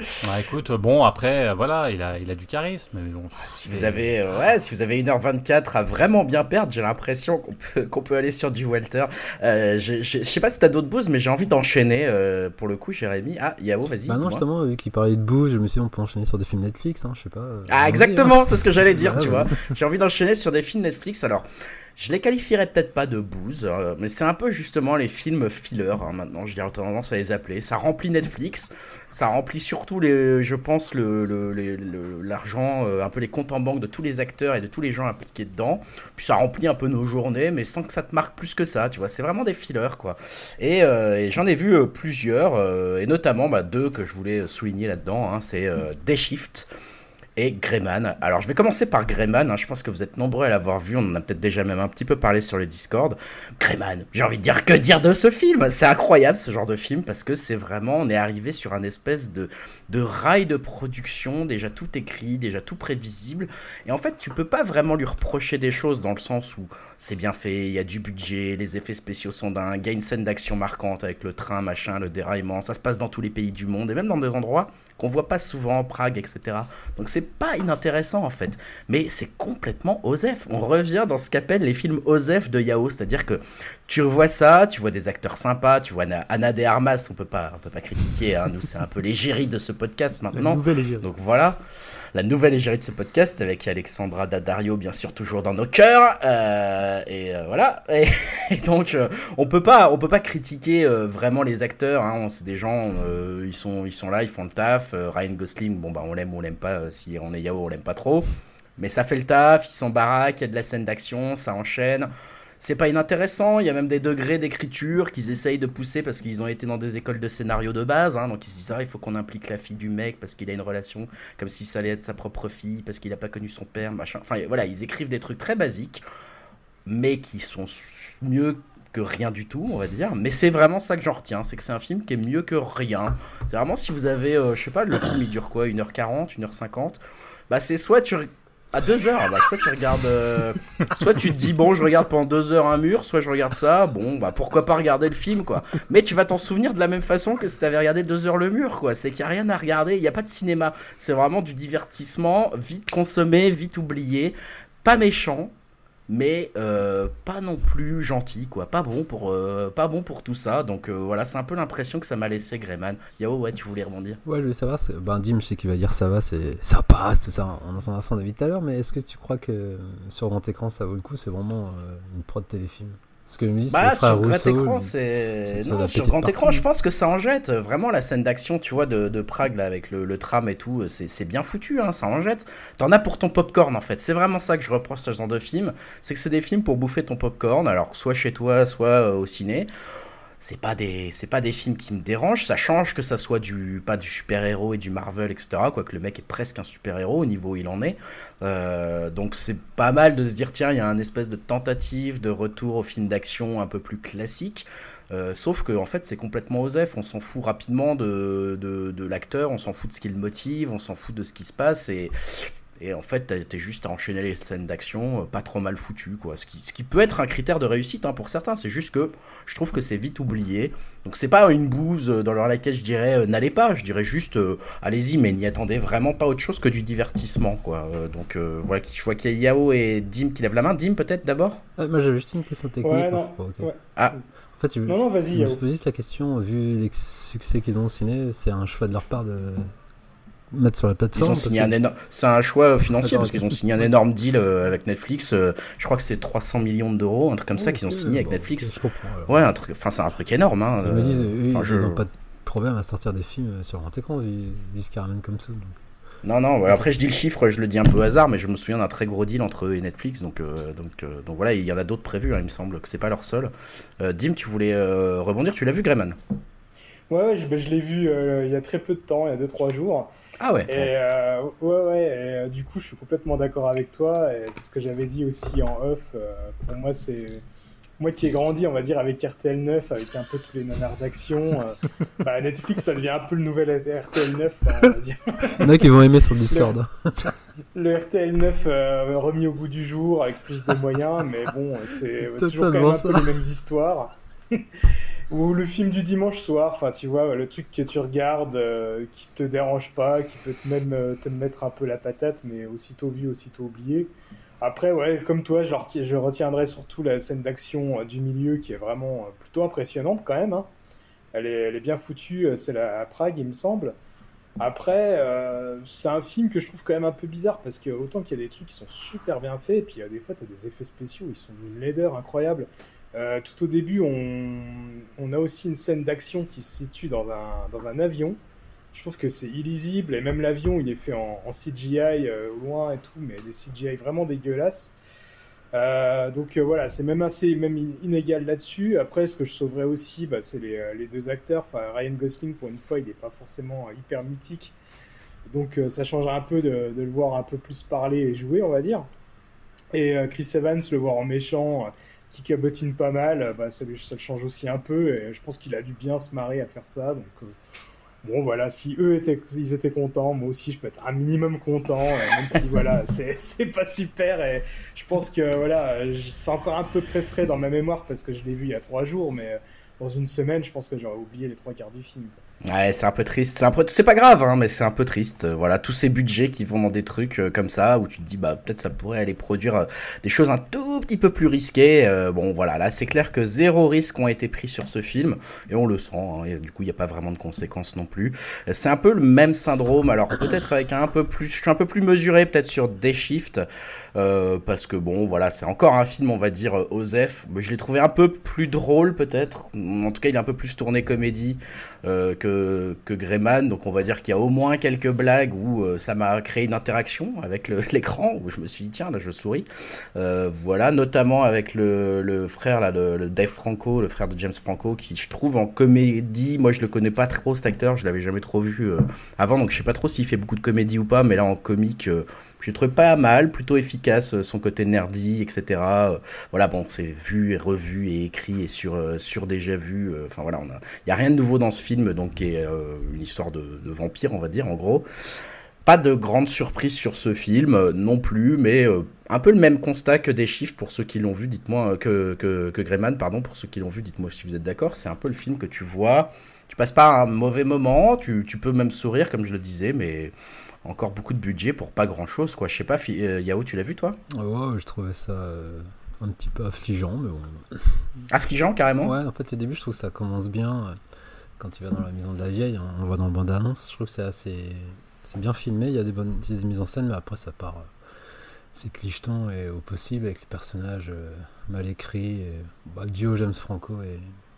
Bah, écoute, bon, après, euh, voilà, il a, il a du charisme. Mais bon, Si c'est- vous avez, euh, ouais, si vous avez une heure vingt-quatre à vraiment bien perdre, j'ai l'impression qu'on peut, qu'on peut aller sur du welter. Euh, j'ai- j'ai- je sais pas si t'as d'autres boosts, mais j'ai envie d'enchaîner euh, pour le coup, Jérémy. Ah, Yao, vas-y. Bah non, dis-moi. justement, vu qu'il parlait de bouffe, je me suis dit on peut enchaîner sur des films Netflix, hein, je sais pas. euh, Ah, allons-y, exactement, hein. c'est ce que j'allais dire, Ouais, tu ouais. vois. J'ai envie d'enchaîner sur des films Netflix. Alors, je les qualifierais peut-être pas de booze, euh, mais c'est un peu justement les films filler, hein, maintenant, je dirais tendance à les appeler. Ça remplit Netflix, ça remplit surtout, les, je pense, le, le- les- le- l'argent, euh, un peu les comptes en banque de tous les acteurs et de tous les gens impliqués dedans. Puis ça remplit un peu nos journées, mais sans que ça te marque plus que ça, tu vois. C'est vraiment des fillers, quoi. Et, euh, et j'en ai vu euh, plusieurs, euh, et notamment bah, deux que je voulais souligner là-dedans. Hein, c'est euh, Day Shift et Greyman. Alors je vais commencer par Greyman, hein, je pense que vous êtes nombreux à l'avoir vu, on en a peut-être déjà même un petit peu parlé sur le Discord. Greyman, j'ai envie de dire, que dire de ce film? C'est incroyable ce genre de film, parce que c'est vraiment, on est arrivé sur un espèce de, de rail de production, déjà tout écrit, déjà tout prévisible, et en fait tu peux pas vraiment lui reprocher des choses dans le sens où c'est bien fait, il y a du budget, les effets spéciaux sont dingues, il y a une scène d'action marquante avec le train, machin, le déraillement, ça se passe dans tous les pays du monde, et même dans des endroits qu'on voit pas souvent, Prague, et cetera. Donc c'est pas inintéressant en fait, mais c'est complètement osef. On revient dans ce qu'appellent les films osef de Yao, c'est-à-dire que tu vois ça, tu vois des acteurs sympas, tu vois Anna, Anna de Armas, on peut pas, on peut pas critiquer, hein, nous c'est un peu l'égérie de ce podcast La maintenant. nouvelle égérie. Donc voilà, la nouvelle égérie de ce podcast avec Alexandra Daddario bien sûr toujours dans nos cœurs. Euh, et euh, voilà. Et, et donc euh, on peut pas, on peut pas critiquer euh, vraiment les acteurs. Hein, c'est des gens, euh, ils sont, ils sont là, ils font le taf. Euh, Ryan Gosling, bon bah on l'aime ou on l'aime pas. Euh, si on est Yao, on l'aime pas trop. Mais ça fait le taf, ils s'en baraquent, il y a de la scène d'action, ça enchaîne. C'est pas inintéressant, il y a même des degrés d'écriture qu'ils essayent de pousser parce qu'ils ont été dans des écoles de scénario de base, hein, donc ils se disent ah il faut qu'on implique la fille du mec parce qu'il a une relation comme si ça allait être sa propre fille, parce qu'il a pas connu son père, machin. Enfin voilà, ils écrivent des trucs très basiques, mais qui sont mieux que rien du tout, on va dire. Mais c'est vraiment ça que j'en retiens, c'est que c'est un film qui est mieux que rien. C'est vraiment si vous avez, euh, je sais pas, le film il dure quoi, une heure quarante, une heure cinquante, bah c'est soit tu... À deux heures, bah soit tu regardes, euh, soit tu te dis bon je regarde pendant deux heures un mur, soit je regarde ça, bon bah pourquoi pas regarder le film quoi. Mais tu vas t'en souvenir de la même façon que si t'avais regardé deux heures le mur quoi. C'est qu'il y a rien à regarder, il y a pas de cinéma, c'est vraiment du divertissement, vite consommé, vite oublié, pas méchant, mais euh, pas non plus gentil quoi, pas bon pour, euh, pas bon pour tout ça. Donc euh, voilà, c'est un peu l'impression que ça m'a laissé Greyman. Yao, ouais, tu voulais rebondir? Ouais, je voulais savoir, c'est- ben Dim, je sais qu'il va dire ça va, c'est ça passe, tout ça, on en a son avis tout à l'heure, mais est-ce que tu crois que sur grand écran ça vaut le coup? C'est vraiment euh, une prod téléfilm? Parce que je me dis, c'est Bah les frères sur grand Rousseau, écran ça- c'est ça non doit sur péter grand de écran partout. je pense que ça en jette vraiment la scène d'action tu vois de, de Prague là avec le, le tram et tout, c'est c'est bien foutu hein, ça en jette, t'en as pour ton popcorn en fait, c'est vraiment ça que je reproche à ce genre de film, c'est que c'est des films pour bouffer ton popcorn, alors soit chez toi soit euh, au ciné. C'est pas des c'est pas des films qui me dérangent, ça change que ça soit du pas du super-héros et du Marvel etc, quoique le mec est presque un super-héros au niveau où il en est. Euh, donc c'est pas mal de se dire tiens il y a un espèce de tentative de retour au film d'action un peu plus classique. Euh, sauf que en fait c'est complètement osef, on s'en fout rapidement de, de, de l'acteur, on s'en fout de ce qui le motive, on s'en fout de ce qui se passe et et en fait, t'es juste à enchaîner les scènes d'action, euh, pas trop mal foutues, quoi. Ce qui, ce qui peut être un critère de réussite hein, pour certains, c'est juste que je trouve que c'est vite oublié. Donc c'est pas une bouse dans laquelle je dirais euh, n'allez pas, je dirais juste euh, allez-y, mais n'y attendez vraiment pas autre chose que du divertissement, quoi. Euh, donc euh, voilà, je vois qu'il y a Yao et Dim qui lèvent la main. Dim peut-être d'abord? Ah, moi j'avais juste une question technique. Ouais, hein, non. faut- ok. Ouais. Ah. En fait, tu... Non, non, vas-y, je me Yao. pose juste la question, vu les succès qu'ils ont au ciné, c'est un choix de leur part de mettre sur la Ils plateforme. ont parce signé que- un énorme... C'est un choix financier D'accord, parce ok. qu'ils ont signé un énorme deal euh, avec Netflix. euh, je crois que c'est trois cents millions d'euros, un truc comme ça Ok, qu'ils ont signé avec bon, Netflix. ok, je comprends, alors. Ouais, un truc. Enfin, c'est un truc énorme. Hein, Je me dis, euh, eux, enfin, ils je- n'ont pas de problème à sortir des films sur grand écran, vu, vu ce qu'ils ramènent comme ça. Donc. Non, non, ouais, après je dis le chiffre, je le dis un peu au hasard, mais je me souviens d'un très gros deal entre eux et Netflix, donc, euh, donc, euh, donc voilà, il y en a d'autres prévus, hein, il me semble que c'est pas leur seul. Euh, Dim, tu voulais euh, rebondir, tu l'as vu Greyman? Ouais, ouais, je, ben, je l'ai vu euh, il y a très peu de temps, il y a deux trois jours. Ah ouais. Et euh, ouais, ouais, et, euh, du coup, je suis complètement d'accord avec toi. Et c'est ce que j'avais dit aussi en off. euh, pour moi, c'est. Moi qui ai grandi, on va dire, avec R T L neuf, avec un peu tous les nanars d'action, euh, bah, Netflix, ça devient un peu le nouvel R T L neuf, quoi, on va dire. Il y en a qui vont aimer sur le Discord. hein. Le R T L neuf euh, remis au goût du jour, avec plus de moyens, mais bon, c'est toujours quand même Totalement un peu ça. les mêmes histoires. Ou le film du dimanche soir, enfin tu vois, le truc que tu regardes, euh, qui te dérange pas, qui peut te même euh, te mettre un peu la patate, mais aussitôt vu, aussitôt oublié. Après, ouais, comme toi, je, reti- je retiendrai surtout la scène d'action euh, du milieu qui est vraiment euh, plutôt impressionnante quand même, hein. Elle est, elle est bien foutue, euh, c'est la, à Prague, il me semble. Après, euh, c'est un film que je trouve quand même un peu bizarre parce que autant qu'il y a des trucs qui sont super bien faits, et puis il y a des fois, tu as des effets spéciaux, ils sont d'une laideur incroyable. Euh, tout au début, on, on a aussi une scène d'action qui se situe dans un, dans un avion. Je trouve que c'est illisible, et même l'avion, il est fait en, en C G I euh, au loin et tout, mais des C G I vraiment dégueulasses. Euh, donc euh, voilà, c'est même assez même in- inégal là-dessus. Après, ce que je sauverais aussi, bah, c'est les, euh, les deux acteurs. Enfin, Ryan Gosling, pour une fois, il n'est pas forcément euh, hyper mythique. Donc euh, ça change un peu de, de le voir un peu plus parler et jouer, on va dire. Et euh, Chris Evans, le voir en méchant, euh, qui cabotine pas mal, euh, bah, ça, lui- ça le change aussi un peu. Et je pense qu'il a dû bien se marrer à faire ça. Donc euh, bon, voilà, si eux étaient, ils étaient contents, moi aussi je peux être un minimum content, euh, même si voilà, c'est, c'est pas super. Et je pense que voilà, je- c'est encore un peu très frais dans ma mémoire parce que je l'ai vu il y a trois jours, mais euh, dans une semaine, je pense que j'aurais oublié les trois quarts du film, quoi. Ouais, c'est un peu triste. C'est un peu, c'est pas grave, hein, mais c'est un peu triste. Euh, Voilà, tous ces budgets qui vont dans des trucs euh, comme ça où tu te dis bah peut-être ça pourrait aller produire euh, des choses un tout petit peu plus risquées. Euh, bon, voilà, là c'est clair que zéro risque ont été pris sur ce film et on le sent. Hein, et du coup, il y a pas vraiment de conséquences non plus. Euh, C'est un peu le même syndrome. Alors peut-être avec un peu plus, je suis un peu plus mesuré peut-être sur Day Shift euh, parce que bon, voilà, c'est encore un film, on va dire euh, Osef. Mais je l'ai trouvé un peu plus drôle peut-être. En tout cas, il est un peu plus tourné comédie euh, que, que Greyman, donc on va dire qu'il y a au moins quelques blagues où euh, ça m'a créé une interaction avec le- l'écran, où je me suis dit tiens là je souris, euh, voilà, notamment avec le, le frère là, le, le Dave Franco, le frère de James Franco, qui je trouve en comédie, moi je le connais pas trop cet acteur, je l'avais jamais trop vu euh, avant, donc je sais pas trop s'il fait beaucoup de comédie ou pas, mais là en comique euh, j'ai trouvé pas mal, plutôt efficace, euh, son côté nerdy, et cetera. Euh, voilà, bon, c'est vu et revu et écrit et sur, euh, sur déjà vu. euh, Enfin voilà, on a, il y a rien de nouveau dans ce film, donc qui est euh, une histoire de, de vampire, on va dire, en gros. Pas de grande surprise sur ce film euh, non plus, mais euh, un peu le même constat que Des Chiffres pour ceux qui l'ont vu, dites-moi, euh, que, que, que Greyman, pardon, pour ceux qui l'ont vu, dites-moi si vous êtes d'accord. C'est un peu le film que tu vois, tu passes pas un mauvais moment, tu, tu peux même sourire, comme je le disais, mais encore beaucoup de budget pour pas grand-chose, quoi. Je sais pas, Fi- euh, Yao, tu l'as vu, toi? Ouais, ouais, je trouvais ça euh, un petit peu affligeant, mais bon. Affligeant, carrément? Ouais, en fait, au début, je trouve que ça commence bien. euh, Quand tu vas dans la maison de la vieille, hein, on le voit dans le bande-annonce, je trouve que c'est assez. C'est bien filmé, il y a des bonnes des mises en scène, mais après, ça part. euh, C'est clicheton et au possible, avec les personnages euh, mal écrits. Et, bah, le duo James Franco et,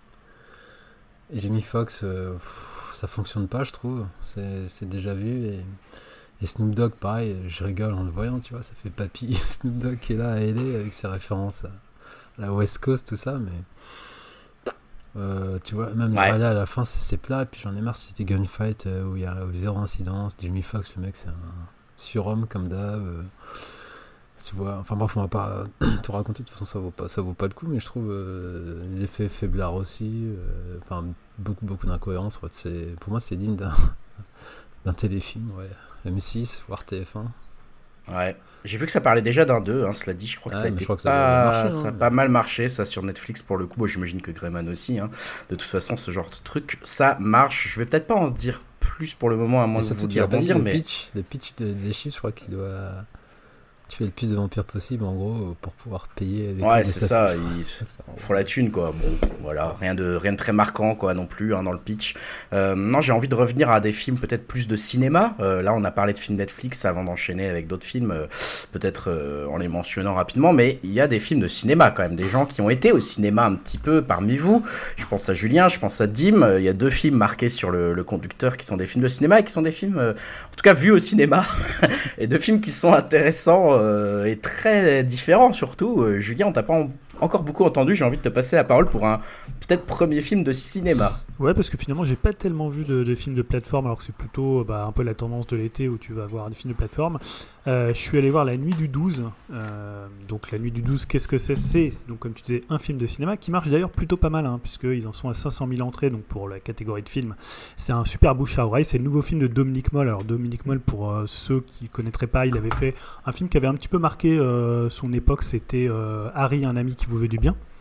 et Jamie Foxx, euh, pff, ça fonctionne pas, je trouve. C'est c'est déjà vu. Et, et Snoop Dogg, pareil, je rigole en le voyant, tu vois, ça fait papy. Snoop Dogg qui est là à aider avec ses références à la West Coast, tout ça, mais. Euh, tu vois, même Ouais. là, à la fin, c'est c'est plat. Et puis j'en ai marre, c'était gunfight euh, où il y a où zéro incidence. Jamie Foxx, le mec, c'est un surhomme comme d'hab. euh, tu vois, enfin bref, on va pas tout raconter. De toute façon, ça vaut pas, ça vaut pas le coup. Mais je trouve euh, les effets faiblards aussi. euh, Enfin, beaucoup, beaucoup d'incohérences. Ouais, c'est, pour moi, c'est digne d'un, d'un téléfilm. Ouais, M six, voire T F un. Ouais. J'ai vu que ça parlait déjà d'un deux, hein, cela dit, je crois que Ouais, ça a mais été je crois que ça pas... a marché, hein. ça a pas mal marché, ça, sur Netflix, pour le coup. Moi, j'imagine que Greyman aussi, hein. De toute façon, ce genre de truc, ça marche. Je vais peut-être pas en dire plus pour le moment, à moins Et de surtout, vous tu dire l'as pas d'en dit, dire, le mais... pitch, le pitch de- des chiffres, je crois qu'il doit tuer le plus de vampires possible, en gros, pour pouvoir payer. Les Ouais, coûts de c'est sa ça, fille. il Ça, ça, faut la thune, quoi. Bon, voilà, rien de, rien de très marquant, quoi, non plus, hein, dans le pitch. Euh, non, j'ai envie de revenir à des films peut-être plus de cinéma. Euh, là, on a parlé de films Netflix avant d'enchaîner avec d'autres films, euh, peut-être euh, en les mentionnant rapidement, mais il y a des films de cinéma, quand même, des gens qui ont été au cinéma un petit peu parmi vous. Je pense à Julien, je pense à Dim. Euh, Il y a deux films marqués sur le, le conducteur qui sont des films de cinéma et qui sont des films, euh, en tout cas, vus au cinéma. Et deux films qui sont intéressants euh, et très différents, surtout. Euh, Julien, on t'a pas en- encore beaucoup entendu, j'ai envie de te passer la parole pour un peut-être premier film de cinéma. Ouais, parce que finalement, j'ai pas tellement vu de, de films de plateforme, alors que c'est plutôt bah, un peu la tendance de l'été où tu vas voir des films de plateforme. Euh, je suis allé voir La Nuit du douze. Euh, donc, La Nuit du douze, qu'est-ce que c'est? C'est, donc, comme tu disais, un film de cinéma qui marche d'ailleurs plutôt pas mal, hein, puisqu'ils en sont à cinq cent mille entrées, donc pour la catégorie de film. C'est un super bouche à oreille. C'est le nouveau film de Dominique Moll. Alors, Dominique Moll, pour euh, ceux qui ne connaîtraient pas, il avait fait un film qui avait un petit peu marqué euh, son époque. C'était euh, Harry, un ami qui vous veut du bien.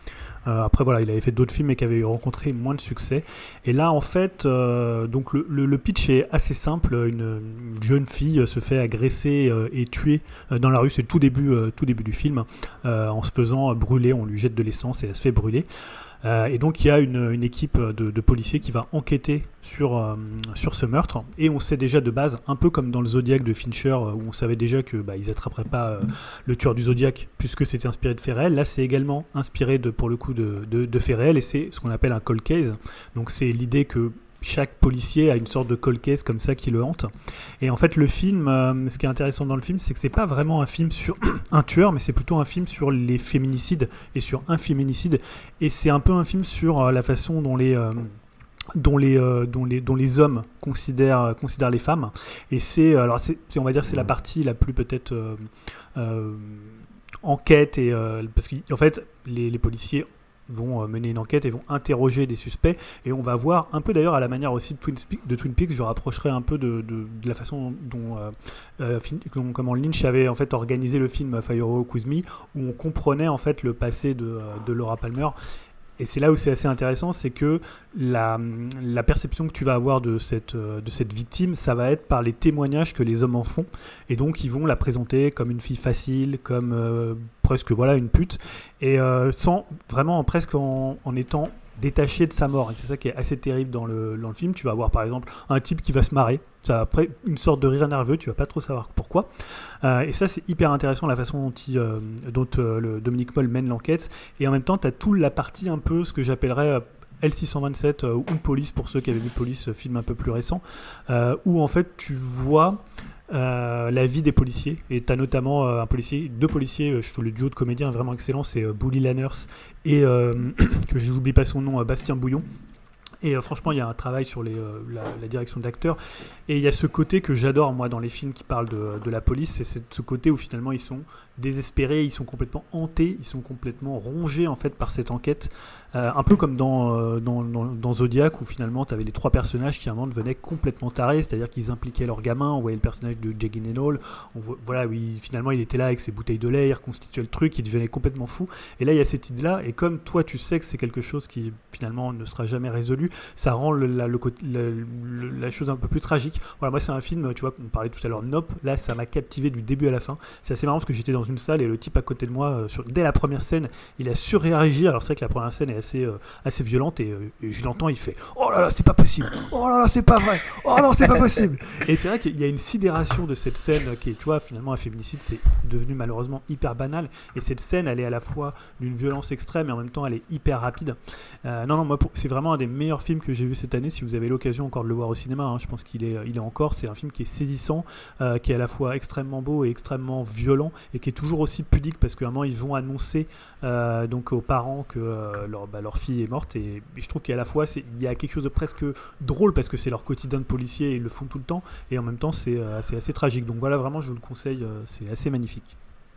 Euh, après voilà, il avait fait d'autres films mais qui avaient rencontré moins de succès. Et là en fait, euh, donc le, le, le pitch est assez simple. Une, une jeune fille se fait agresser euh, et tuer euh, dans la rue. C'est le tout début, euh, tout début du film, euh, en se faisant brûler. On lui jette de l'essence et elle se fait brûler. Euh, et donc il y a une, une équipe de, de policiers qui va enquêter sur, euh, sur ce meurtre, et on sait déjà de base, un peu comme dans le Zodiac de Fincher, où on savait déjà que bah, ils attraperaient pas euh, le tueur du Zodiac puisque c'était inspiré de faits réels. Là c'est également inspiré de, pour le coup de, de, de faits réels, et c'est ce qu'on appelle un cold case. Donc c'est l'idée que chaque policier a une sorte de cold case comme ça qui le hante. Et en fait le film, euh, ce qui est intéressant dans le film, c'est que c'est pas vraiment un film sur un tueur, mais c'est plutôt un film sur les féminicides et sur un féminicide. Et c'est un peu un film sur euh, la façon dont les euh, dont les, euh, dont les dont les hommes considèrent considèrent les femmes. Et c'est alors c'est, c'est on va dire c'est la partie la plus peut-être euh, euh, enquête, et euh, parce qu'en fait les, les policiers vont mener une enquête et vont interroger des suspects, et on va voir un peu d'ailleurs à la manière aussi de Twin Peaks, de Twin Peaks je rapprocherai un peu de, de, de la façon dont, euh, euh, dont comment Lynch avait en fait organisé le film Firewalk With Me, où on comprenait en fait le passé de, de Laura Palmer. Et c'est là où c'est assez intéressant, c'est que la, la perception que tu vas avoir de cette, de cette victime, ça va être par les témoignages que les hommes en font. Et donc, ils vont la présenter comme une fille facile, comme euh, presque voilà, une pute, et euh, sans vraiment presque en, en étant détaché de sa mort. Et c'est ça qui est assez terrible dans le, dans le film. Tu vas avoir par exemple un type qui va se marrer, ça après une sorte de rire nerveux, tu vas pas trop savoir pourquoi. Euh, et ça c'est hyper intéressant, la façon dont, il, euh, dont euh, le Dominique Moll mène l'enquête. Et en même temps tu as toute la partie un peu ce que j'appellerais euh, L six cent vingt-sept euh, ou Police, pour ceux qui avaient vu Police, euh, film un peu plus récent, euh, où en fait tu vois Euh, la vie des policiers, et tu as notamment euh, un policier, deux policiers, euh, je trouve le duo de comédiens vraiment excellent, c'est euh, Bully Lanners et euh, que j'oublie pas son nom, euh, Bastien Bouillon. Et euh, franchement, il y a un travail sur les, euh, la, la direction d'acteurs. Et il y a ce côté que j'adore, moi, dans les films qui parlent de, de la police, c'est ce côté où finalement ils sont désespérés, ils sont complètement hantés, ils sont complètement rongés en fait par cette enquête. Euh, un peu comme dans, euh, dans, dans, dans Zodiac, où finalement tu avais les trois personnages qui à un moment devenaient complètement tarés, c'est-à-dire qu'ils impliquaient leurs gamins. On voyait le personnage de Jake Gyllenhaal, on voit, voilà, oui, finalement il était là avec ses bouteilles de lait, il reconstituait le truc, il devenait complètement fou. Et là il y a cette idée-là, et comme toi tu sais que c'est quelque chose qui finalement ne sera jamais résolu, ça rend le, la, le, le, le, la chose un peu plus tragique. Voilà, moi c'est un film, tu vois, on parlait tout à l'heure de Nope, là ça m'a captivé du début à la fin. C'est assez marrant parce que j'étais dans une salle et le type à côté de moi, euh, sur, dès la première scène, il a surréagi. Alors c'est vrai que la première scène est assez, euh, assez violente, et, euh, et je l'entends, il fait « Oh là là, c'est pas possible! Oh là là, c'est pas vrai! Oh non, c'est pas possible !» Et c'est vrai qu'il y a une sidération de cette scène qui est, tu vois, finalement un féminicide, c'est devenu malheureusement hyper banal, et cette scène, elle est à la fois d'une violence extrême et en même temps elle est hyper rapide. Euh, non, non, moi, pour, c'est vraiment un des meilleurs films que j'ai vu cette année. Si vous avez l'occasion encore de le voir au cinéma, hein, je pense qu'il est, il est encore, c'est un film qui est saisissant, euh, qui est à la fois extrêmement beau et extrêmement violent, et qui est toujours aussi pudique, parce qu'à un moment ils vont annoncer euh, donc aux parents que euh, leur, bah, leur fille est morte, et, et je trouve qu'à la fois c'est, il y a quelque chose de presque drôle parce que c'est leur quotidien de policier et ils le font tout le temps, et en même temps c'est, euh, c'est assez tragique. Donc voilà, vraiment je vous le conseille, euh, c'est assez magnifique.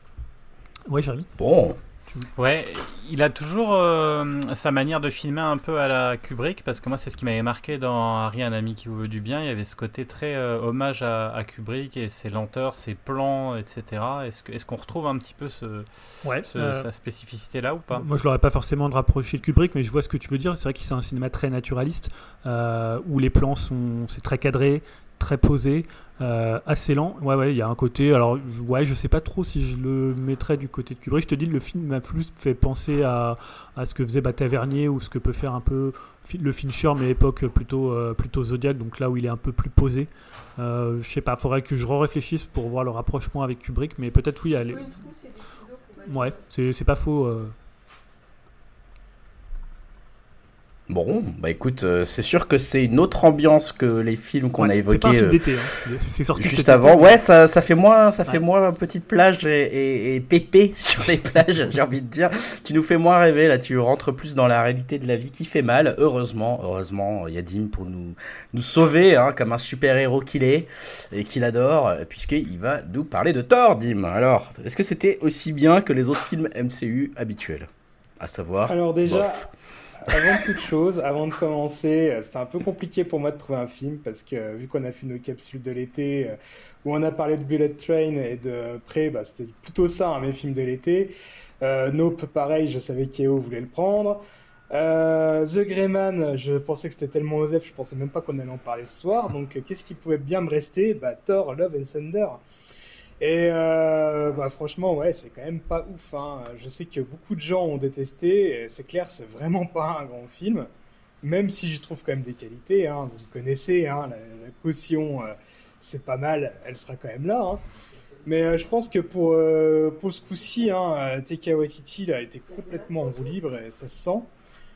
Ouais, Jérémy. Bon. Ouais, il a toujours euh, sa manière de filmer un peu à la Kubrick, parce que moi c'est ce qui m'avait marqué dans Harry, un ami qui vous veut du bien. Il y avait ce côté très euh, hommage à, à Kubrick et ses lenteurs, ses plans, et cetera. Est-ce, que, est-ce qu'on retrouve un petit peu ce, ouais, ce, euh, sa spécificité là ou pas ? Moi je l'aurais pas forcément de rapprocher de Kubrick, mais je vois ce que tu veux dire. C'est vrai que c'est un cinéma très naturaliste, euh, où les plans sont c'est très cadré, très posé. Euh, assez lent, ouais ouais, il y a un côté, alors ouais, je sais pas trop si je le mettrais du côté de Kubrick. Je te dis, le film m'a plus fait penser à, à ce que faisait bah, Tavernier, ou ce que peut faire un peu le Fincher, mais à l'époque plutôt, euh, plutôt Zodiac, donc là où il est un peu plus posé. Euh, je sais pas, faudrait que je réfléchisse pour voir le rapprochement avec Kubrick, mais peut-être oui. Elle... Ouais, c'est, c'est pas faux. Euh... Bon, bah écoute, euh, c'est sûr que c'est une autre ambiance que les films qu'on ouais, a évoqués. C'est pas un film euh, d'été, hein. C'est sorti juste avant. été, ouais, ça, ça fait moins, ça fait ouais. moins petite plage et, et, et pépé sur les plages. J'ai envie de dire, tu nous fais moins rêver là. Tu rentres plus dans la réalité de la vie qui fait mal. Heureusement, heureusement, il y a Dim pour nous nous sauver, hein, comme un super héros qu'il est et qu'il adore, puisqu'il va nous parler de Thor, Dim. Alors, est-ce que c'était aussi bien que les autres films M C U habituels, à savoir Alors déjà. bof. avant toute chose, avant de commencer, euh, c'était un peu compliqué pour moi de trouver un film parce que euh, vu qu'on a fait nos capsules de l'été euh, où on a parlé de Bullet Train et de Prey, bah, c'était plutôt ça, hein, mes films de l'été. Euh, Nope, pareil, je savais qu'E O voulait le prendre. Euh, The Grey Man, je pensais que c'était tellement osef, je pensais même pas qu'on allait en parler ce soir. Donc, euh, qu'est-ce qui pouvait bien me rester? Bah, Thor, Love and Thunder. Et euh, bah, franchement, ouais, c'est quand même pas ouf, hein. Je sais que beaucoup de gens ont détesté. Et c'est clair, c'est vraiment pas un grand film. Même si je trouve quand même des qualités, hein. Vous le connaissez, hein, la, la caution, euh, c'est pas mal, elle sera quand même là, hein. Mais euh, je pense que pour, euh, pour ce coup-ci, hein, euh, Taika Waititi il a été complètement en roue libre et ça se sent.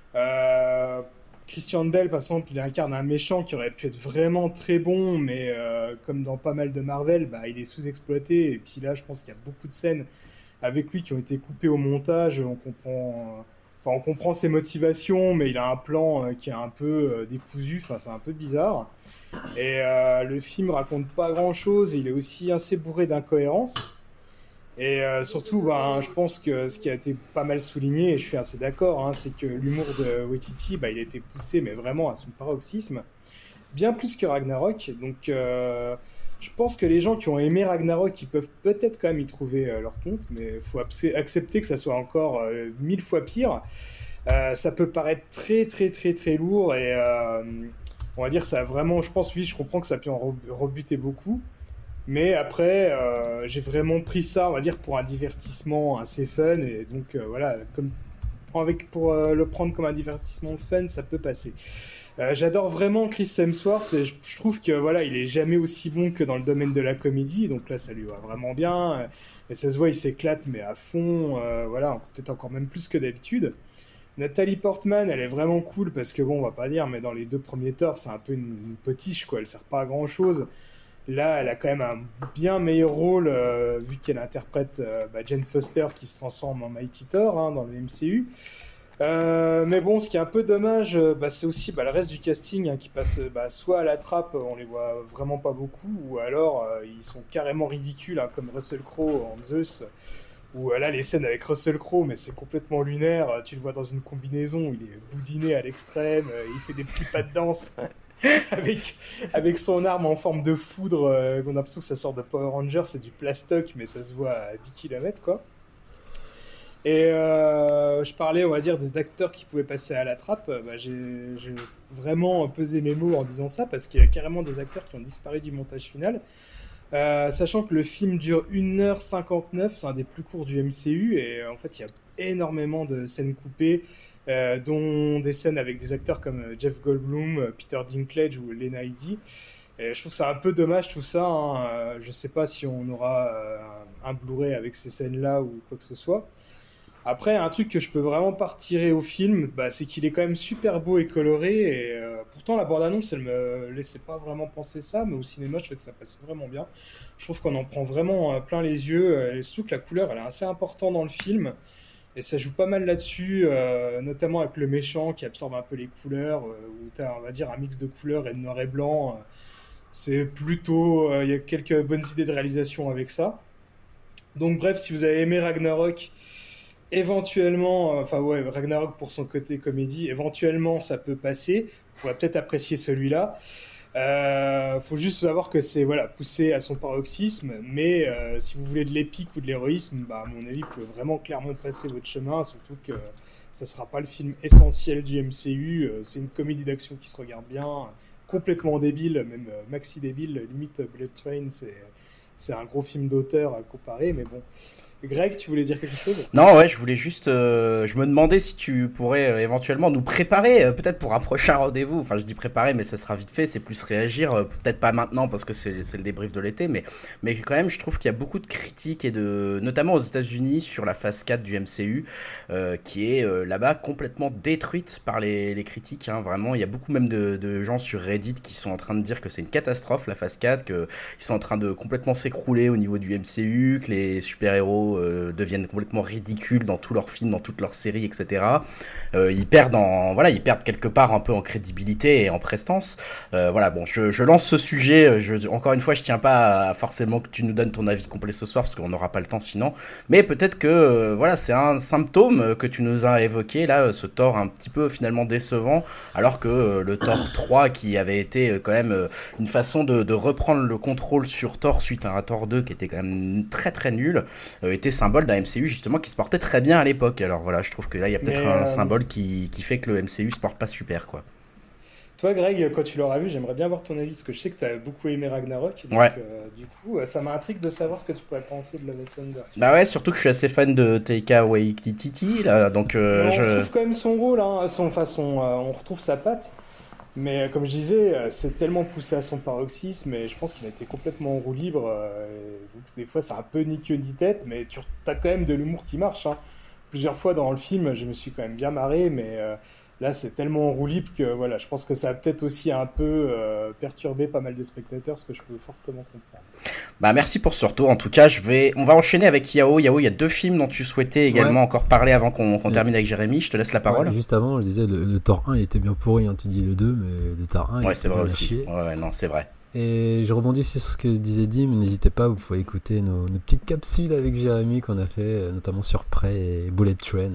Euh, Christian Bale, par exemple, il incarne un méchant qui aurait pu être vraiment très bon, mais euh, comme dans pas mal de Marvel, bah, il est sous-exploité. Et puis là, je pense qu'il y a beaucoup de scènes avec lui qui ont été coupées au montage. On comprend, enfin, on comprend ses motivations, mais il a un plan euh, qui est un peu euh, décousu. Enfin, c'est un peu bizarre. Et euh, le film raconte pas grand-chose. Il est aussi assez bourré d'incohérences. Et euh, surtout, ben, je pense que ce qui a été pas mal souligné, et je suis assez d'accord, hein, c'est que l'humour de Waititi, ben, il a été poussé, mais vraiment à son paroxysme, bien plus que Ragnarok. Donc, euh, je pense que les gens qui ont aimé Ragnarok, ils peuvent peut-être quand même y trouver euh, leur compte, mais il faut abs- accepter que ça soit encore euh, mille fois pire. Euh, ça peut paraître très, très, très, très lourd, et euh, on va dire ça a vraiment, je pense, oui, je comprends que ça a pu en re- rebuter beaucoup. Mais après, euh, j'ai vraiment pris ça, on va dire, pour un divertissement assez fun. Et donc, euh, voilà, comme, avec, pour euh, le prendre comme un divertissement fun, ça peut passer. Euh, j'adore vraiment Chris Hemsworth. Et je, je trouve que voilà, il est jamais aussi bon que dans le domaine de la comédie. Donc là, ça lui va vraiment bien. Et ça se voit, il s'éclate, mais à fond. Euh, voilà, peut-être encore même plus que d'habitude. Nathalie Portman, elle est vraiment cool parce que, bon, on va pas dire, mais dans les deux premiers Thor, c'est un peu une, une potiche, quoi. Elle sert pas à grand-chose. Là, elle a quand même un bien meilleur rôle, euh, vu qu'elle interprète euh, bah, Jane Foster qui se transforme en Mighty Thor, hein, dans le M C U. Euh, mais bon, ce qui est un peu dommage, euh, bah, c'est aussi bah, le reste du casting, hein, qui passe bah, soit à la trappe, on les voit vraiment pas beaucoup, ou alors euh, ils sont carrément ridicules, hein, comme Russell Crowe en Zeus, où euh, là, les scènes avec Russell Crowe, mais c'est complètement lunaire. Tu le vois dans une combinaison, il est boudiné à l'extrême, euh, il fait des petits pas de danse. avec, avec son arme en forme de foudre, euh, on a l'impression que ça sort de Power Rangers, c'est du plastoc, mais ça se voit à dix kilomètres, quoi. Et euh, je parlais, on va dire, des acteurs qui pouvaient passer à la trappe. Bah, j'ai, j'ai vraiment pesé mes mots en disant ça, parce qu'il y a carrément des acteurs qui ont disparu du montage final. Euh, sachant que le film dure une heure cinquante-neuf, c'est un des plus courts du M C U, et en fait, il y a énormément de scènes coupées. Euh, dont des scènes avec des acteurs comme Jeff Goldblum, Peter Dinklage ou Lena Headey. Et je trouve que c'est un peu dommage tout ça, hein. Euh, je sais pas si on aura euh, un Blu-ray avec ces scènes-là ou quoi que ce soit. Après, un truc que je peux vraiment pas retirer au film, bah, c'est qu'il est quand même super beau et coloré. Et euh, pourtant, la bande-annonce, elle me laissait pas vraiment penser ça, mais au cinéma, je trouvais que ça passait vraiment bien. Je trouve qu'on en prend vraiment euh, plein les yeux. Et surtout que la couleur, elle est assez importante dans le film. Et ça joue pas mal là-dessus, euh, notamment avec le méchant qui absorbe un peu les couleurs, euh, où tu as, on va dire, un mix de couleurs et de noir et blanc. Euh, c'est plutôt... Il euh, y a quelques bonnes idées de réalisation avec ça. Donc bref, si vous avez aimé Ragnarok, éventuellement... Enfin euh, ouais, Ragnarok pour son côté comédie, éventuellement ça peut passer. Vous pourrez peut-être apprécier celui-là. Euh, faut juste savoir que c'est voilà, poussé à son paroxysme, mais euh, si vous voulez de l'épique ou de l'héroïsme, bah, à mon avis, vous pouvez vraiment clairement passer votre chemin, surtout que ça sera pas le film essentiel du M C U. Euh, c'est une comédie d'action qui se regarde bien, complètement débile, même euh, maxi débile, limite Bullet Train, c'est, c'est un gros film d'auteur à comparer, mais bon. Greg, tu voulais dire quelque chose ? Non, ouais, je voulais juste... Euh, je me demandais si tu pourrais euh, éventuellement nous préparer, euh, peut-être pour un prochain rendez-vous. Enfin, je dis préparer, mais ça sera vite fait, c'est plus réagir. Euh, peut-être pas maintenant, parce que c'est, c'est le débrief de l'été, mais, mais quand même, je trouve qu'il y a beaucoup de critiques, et de, notamment aux États-Unis, sur la phase quatre du M C U, euh, qui est euh, là-bas complètement détruite par les, les critiques. Hein, vraiment, il y a beaucoup même de, de gens sur Reddit qui sont en train de dire que c'est une catastrophe, la phase quatre, qu'ils sont en train de complètement s'écrouler au niveau du M C U, que les super-héros super-héros euh, deviennent complètement ridicules dans tous leurs films, dans toutes leurs séries, et cetera. Euh, ils perdent en, voilà, ils perdent quelque part un peu en crédibilité et en prestance. Euh, voilà, bon, je, je lance ce sujet. Je, encore une fois, je tiens pas à forcément que tu nous donnes ton avis complet ce soir parce qu'on n'aura pas le temps sinon. Mais peut-être que euh, voilà, c'est un symptôme que tu nous as évoqué là, ce Thor un petit peu finalement décevant, alors que euh, le Thor trois qui avait été euh, quand même euh, une façon de, de reprendre le contrôle sur Thor suite à un Thor deux qui était quand même très très nul, euh, était symbole d'un M C U justement qui se portait très bien à l'époque. Alors voilà, je trouve que là il y a peut-être Mais un euh... symbole qui, qui fait que le M C U se porte pas super quoi. Toi Greg, quand tu l'auras vu, j'aimerais bien avoir ton avis parce que je sais que tu as beaucoup aimé Ragnarok. Donc, ouais. euh, du coup, ça m'intrigue de savoir ce que tu pourrais penser de Love and Thunder. Bah ouais, surtout que je suis assez fan de Taika Waititi là, donc euh, on je... retrouve quand même son rôle, hein, son façon, euh, on retrouve sa patte. Mais euh, comme je disais, euh, c'est tellement poussé à son paroxysme et je pense qu'il a été complètement en roue libre. Euh, et donc des fois, c'est un peu ni queue ni tête, mais tu as quand même de l'humour qui marche. Hein. Plusieurs fois dans le film, je me suis quand même bien marré, mais euh, là, c'est tellement en roue libre que voilà, je pense que ça a peut-être aussi un peu euh, perturbé pas mal de spectateurs, ce que je peux fortement comprendre. Bah merci pour ce retour. En tout cas, je vais, on va enchaîner avec Yao. Yao, il y a deux films dont tu souhaitais également ouais. encore parler avant qu'on, qu'on termine avec Jérémy. Je te laisse la parole. Ouais, juste avant, je disais le, le Thor un il était bien pourri. Hein, tu dis le deux, mais le Thor un il ouais, était c'est vrai bien aussi. chier. Ouais, ouais, non, c'est vrai. Et je rebondis sur ce que disait Dim. N'hésitez pas, vous pouvez écouter nos, nos petites capsules avec Jérémy qu'on a fait, notamment sur Prey et Bullet Train,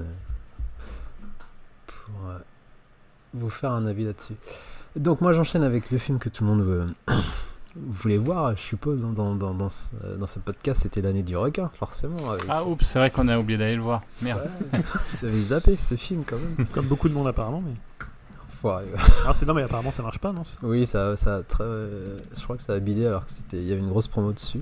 pour euh, vous faire un avis là-dessus. Donc moi, j'enchaîne avec le film que tout le monde veut. Vous voulez voir, je suppose, dans, dans, dans, ce, dans ce podcast, c'était l'année du requin, forcément. Avec... Ah, oups, c'est vrai qu'on a oublié d'aller le voir. Merde. Ouais, vous avez zappé ce film, quand même. Comme beaucoup de monde, apparemment, mais... Ouais. Ah, c'est... Non, mais apparemment, ça marche pas, non? Oui, ça, ça a très... je crois que ça a bidé alors qu'il y avait une grosse promo dessus.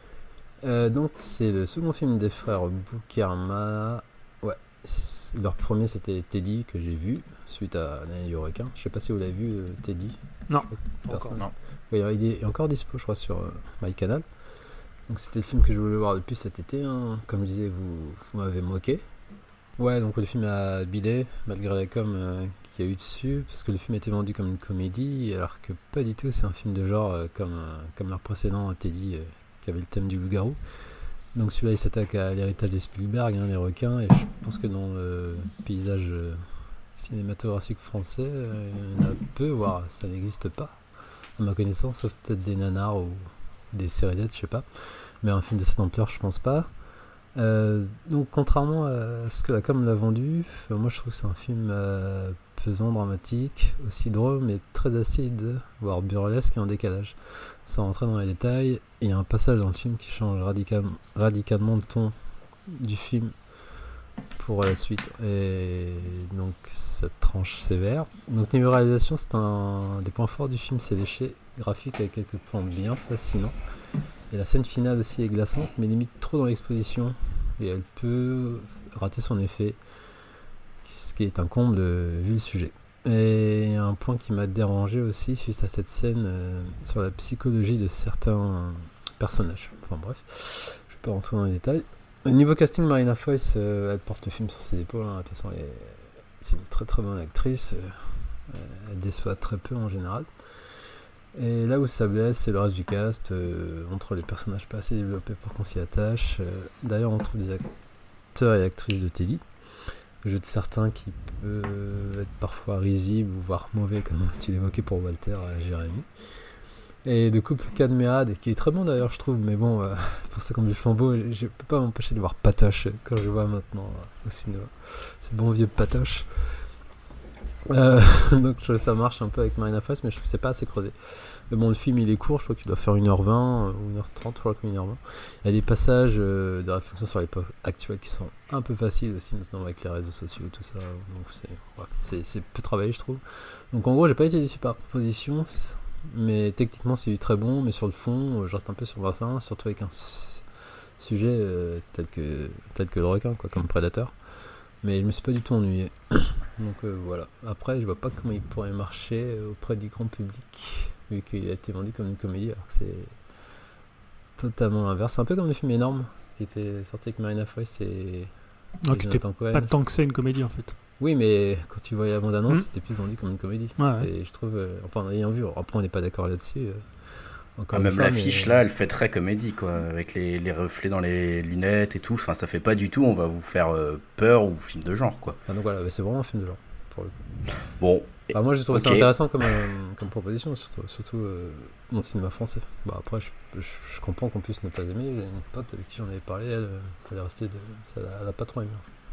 Euh, donc, c'est le second film des frères Boukerma. Ouais. Leur premier, c'était Teddy, que j'ai vu, suite à l'année du requin. Je sais pas si vous l'avez vu, Teddy. Non, personne. Encore, non. Oui, il est encore dispo, je crois, sur euh, MyCanal. Donc c'était le film que je voulais voir depuis cet été. Hein. Comme je disais, vous, vous m'avez moqué. Ouais, donc le film a bidé, malgré la com euh, qu'il y a eu dessus, parce que le film était vendu comme une comédie, alors que pas du tout, c'est un film de genre euh, comme, euh, comme leur précédent, Teddy, euh, qui avait le thème du loup-garou. Donc celui-là, il s'attaque à l'héritage de Spielberg, hein, les requins, et je pense que dans le paysage euh, cinématographique français, euh, il y en a peu, voire ça n'existe pas. À ma connaissance, sauf peut-être des nanars ou des séries Z, je sais pas. Mais un film de cette ampleur, je pense pas. Euh, donc, contrairement à ce que la com l'a vendu, euh, moi je trouve que c'est un film euh, pesant, dramatique, aussi drôle, mais très acide, voire burlesque et en décalage. Sans rentrer dans les détails, il y a un passage dans le film qui change radical, radicalement le ton du film pour la suite, et donc ça tranche sévère. Donc niveau réalisation, c'est un des points forts du film, c'est l'échec graphique avec quelques points bien fascinants, et la scène finale aussi est glaçante mais limite trop dans l'exposition et elle peut rater son effet, ce qui est un comble vu le sujet. Et un point qui m'a dérangé aussi suite à cette scène euh, sur la psychologie de certains personnages. Enfin bref, je peux rentrer dans les détails. Au niveau casting, Marina Foïs, euh, elle porte le film sur ses épaules. Hein. De toute façon, elle est... c'est une très très bonne actrice. Euh, elle déçoit très peu en général. Et là où ça blesse, c'est le reste du cast. Euh, on trouve les personnages pas assez développés pour qu'on s'y attache. Euh, d'ailleurs, on trouve des acteurs et actrices de Teddy. Le jeu de certains qui peut être parfois risible ou voire mauvais, comme tu l'évoquais pour Walter euh, Jérémy. Et de couple Cadméade, qui est très bon d'ailleurs, je trouve, mais bon, euh, pour ça comme du flambeau, je, je peux pas m'empêcher de voir Patoche quand je vois maintenant euh, au cinéma. C'est bon vieux Patoche. Euh, donc je, ça marche un peu avec Marina Foïs, mais je trouve que c'est pas assez creusé. Mais bon, le film il est court, je crois qu'il doit faire une heure vingt ou une heure trente, je crois qu'il une heure vingt. Il y a des passages euh, de réflexion sur l'époque actuelle qui sont un peu faciles aussi, notamment avec les réseaux sociaux et tout ça. Donc c'est, ouais, c'est, c'est peu travaillé, je trouve. Donc en gros, j'ai pas été déçu par la proposition. Mais techniquement c'est du très bon, mais sur le fond je reste un peu sur ma faim, surtout avec un su- sujet euh, tel que tel que le requin, quoi, comme Predator. Mais je me suis pas du tout ennuyé. Donc euh, voilà. Après je vois pas comment il pourrait marcher auprès du grand public, vu qu'il a été vendu comme une comédie, alors que c'est totalement l'inverse. C'est un peu comme le film Énorme qui était sorti avec Marina Foïs et donc c'était pas tant que c'est une comédie en fait. Oui, mais quand tu voyais la bande-annonce, mmh. c'était plus vendu comme une comédie. Ouais, ouais. Et je trouve, euh, enfin en ayant vu, après on n'est pas d'accord là-dessus, euh, Encore Ah, une même fois, l'affiche mais- là, elle fait très comédie quoi, avec les, les reflets dans les lunettes et tout. Enfin, ça fait pas du tout. On va vous faire euh, peur ou film de genre quoi. Enfin, donc voilà, bah, c'est vraiment un film de genre. Pour le coup. Bon, Enfin, moi j'ai trouvé Ok. ça intéressant comme, euh, comme proposition, surtout, surtout euh, dans le cinéma français. Bah, après, je, je, je comprends qu'on puisse ne pas aimer. J'ai une pote avec qui j'en avais parlé, elle, euh, elle est restée de. Ça, elle a pas trop aimé.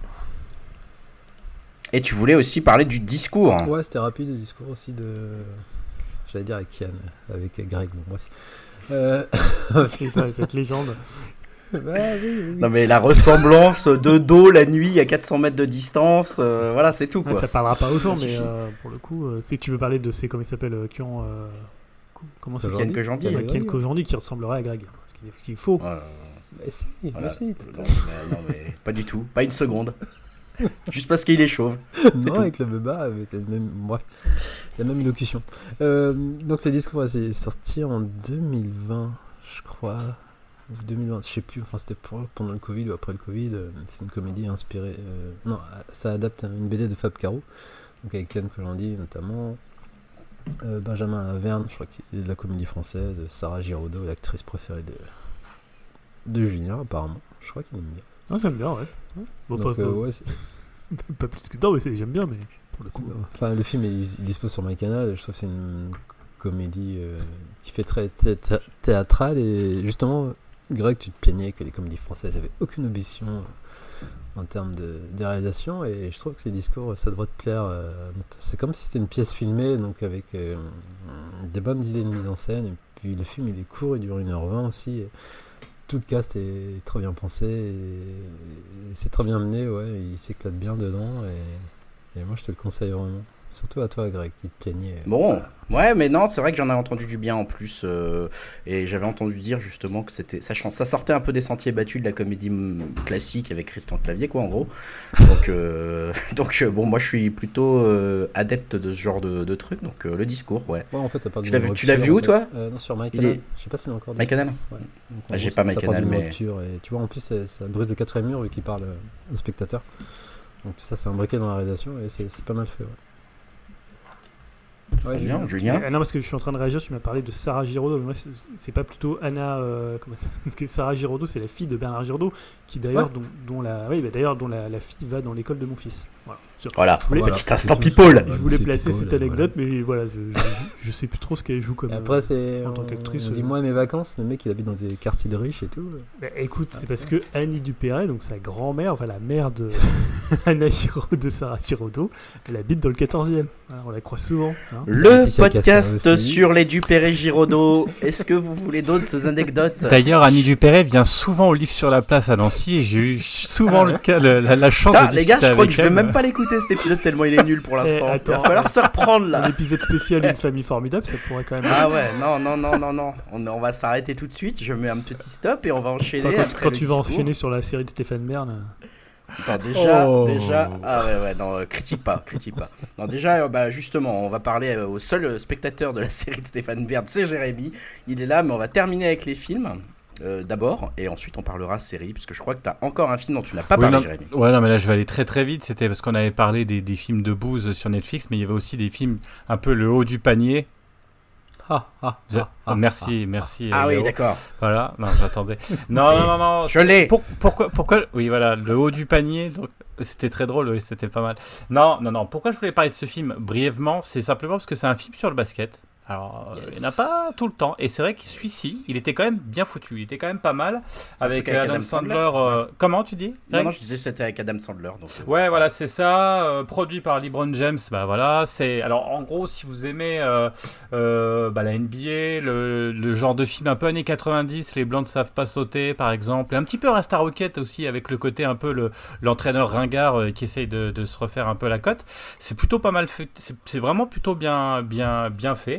et tu voulais aussi parler du discours. Ouais, c'était rapide le discours aussi de. J'allais dire avec Yann, avec Greg, bon bref. Euh... C'est ça, cette légende. bah, oui, oui, oui. Non mais la ressemblance de dos la nuit à quatre cents mètres de distance, euh, voilà, c'est tout Ouais, quoi. ça parlera pas aux Ça gens, mais suffit. euh, pour le coup, euh, c'est que tu veux parler de ces, comment ils s'appellent, euh, qui ont. euh, co- comment ça Aujourd'hui. Ken que j'en dis. Ken s'appelle Ken Kojandi qui ressemblerait à Greg. Ce qui est, ce qui est faux. Voilà. Mais si, Voilà. mais si. Non, mais, non, mais pas du tout, pas une seconde. Juste parce qu'il est chauve. C'est Non, tout. avec le baba, mais c'est le même. Bref, la même locution. Euh, donc, le discours, ouais, c'est sorti en deux mille vingt, je crois. Ou deux mille vingt, je sais plus. Enfin, c'était pour- pendant le Covid ou après le Covid. euh, C'est une comédie inspirée. euh, Non, ça adapte une B D de Fab Caro. Donc, avec Ken Kojandi notamment. euh, Benjamin Laverne, je crois qu'il est de la comédie française. Sarah Giraudot, l'actrice préférée de. de Julien, apparemment. Je crois qu'il aime bien. Ah, j'aime bien, ouais. Ouais. Bon, Donc, pas, euh, pas- ouais, c'est- pas plus que. Non, mais c'est- j'aime bien, mais pour le coup. euh, Enfin, le film est dis- dispo sur MyCanal. Je trouve que c'est une comédie euh, qui fait très thé- thé- théâtrale. Et justement, Greg, tu te plaignais que les comédies françaises n'avaient aucune ambition euh, en termes de, de réalisation. Et je trouve que les discours, ça devrait te plaire. euh, c'est comme si c'était une pièce filmée, donc avec euh, des bonnes idées de mise en scène. Et puis le film, il est court, il dure une heure vingt aussi. Et tout le cast est très bien pensé. Et, et c'est très bien mené, ouais. Il s'éclate bien dedans. Et, et moi, je te le conseille vraiment. Surtout à toi, Greg, qui te plaignait. Bon, ouais, mais non, c'est vrai que j'en ai entendu du bien en plus. euh, et j'avais entendu dire justement que c'était. Ça, chan- ça sortait un peu des sentiers battus de la comédie mm, classique avec Christian Clavier, quoi, en gros. Donc, euh, donc euh, bon, moi je suis plutôt euh, adepte de ce genre de, de truc. Donc, euh, le discours, ouais. Ouais, en fait, ça parle Tu d'une l'as vu- tu rupture, l'as vu où, en fait. toi euh, Non, sur Il MyCanal. est- Je sais pas s'il est encore My Canal. Ouais. Donc, en Ah, j'ai gros, pas ça- ça MyCanal, parle d'une mais- rupture, et tu vois, en plus, c'est- ça brise le quatrième mur vu qu'il parle euh, au spectateur. Donc, tout ça, c'est imbriqué dans la réalisation et c'est c'est pas mal fait. Ouais. Ouais, Julien, Julien. Julien. Ah non, parce que je suis en train de réagir, tu m'as parlé de Sarah Giraudot, mais moi c'est- c'est pas plutôt Anna. euh, comment ça- Parce que Sarah Giraudot, c'est la fille de Bernard Giraudot, qui d'ailleurs, Ouais. dont, dont la, oui, bah, d'ailleurs, dont la, la fille va dans l'école de mon fils. Voilà. Sur- Voilà, voulais- Voilà. petit instant C'est tout. people. Je voulais Monsieur placer People, cette euh, anecdote, mais voilà, je, je, je sais plus trop ce qu'elle joue comme. Et après, euh, c'est. en tant on- qu'actrice, On dit, euh, moi, mes vacances, le mec, il habite dans des quartiers de riches et tout. bah, écoute, c'est parce que Annie Dupéret, donc sa grand-mère, enfin la mère de Anna Giraudot, de Sarah Giraudot, elle habite dans le quatorzième. Voilà, on la croise souvent. hein. Le Laetitia podcast Casta aussi. sur les Dupéré Giraudot. Est-ce que vous voulez d'autres anecdotes? D'ailleurs, Annie Dupéret vient souvent au livre sur la place à Nancy et j'ai eu souvent le cas, le- la, la chance Putain, de les gars, discuter je crois avec que je vais elle. même pas l'écouter cet épisode tellement il est nul pour l'instant. Eh, Il va attends. falloir se reprendre là. Un épisode spécial Une famille formidable, ça pourrait quand même. Ah ouais, non, non, non, non, non. On, on va s'arrêter tout de suite. Je mets un petit stop et on va enchaîner. Attends, quand, après quand le tu vas discours. enchaîner sur la série de Stéphane Bern. Attends, déjà, Oh. déjà. Ah ouais, ouais, non, euh, critique pas, critique pas. Non, déjà, euh, bah, justement, on va parler euh, au seul euh, spectateur de la série de Stéphane Bern, c'est Jérémy. Il est là, mais on va terminer avec les films. euh, d'abord, et ensuite on parlera série, puisque je crois que tu as encore un film dont tu n'as pas Oui, parlé, non, Jérémy. ouais, non, mais là je vais aller très très vite. C'était parce qu'on avait parlé des, des films de bouse sur Netflix, mais il y avait aussi des films un peu le haut du panier. Ah, ah, Vous- ah, ah, merci, merci. Ah euh, oui, Léo. d'accord. Voilà, non, j'attendais. Non, non, non, non. Je l'ai. Pour- pourquoi, pourquoi Oui, voilà, le haut du panier. Donc, c'était très drôle, oui, c'était pas mal. Non, non, non. Pourquoi je voulais parler de ce film brièvement? C'est simplement parce que c'est un film sur le basket. Alors, euh, Yes. il n'y en a pas tout le temps. Et c'est vrai que celui-ci, il était quand même bien foutu. Il était quand même pas mal. C'est un Avec truc avec Adam, Adam Sandler. Sandler. euh, Comment tu dis Non, Greg non, je disais que c'était avec Adam Sandler. Donc, euh, Ouais, voilà, c'est ça. euh, produit par LeBron James. Bah voilà, c'est. Alors, en gros, si vous aimez euh, euh, bah, la N B A, le, le genre de film un peu années quatre-vingt-dix, les blancs ne savent pas sauter, par exemple, et un petit peu Rasta Rocket aussi, avec le côté un peu le l'entraîneur ringard euh, qui essaye de, de se refaire un peu la cote. C'est plutôt pas mal fait. C'est, c'est vraiment plutôt bien, bien, bien fait.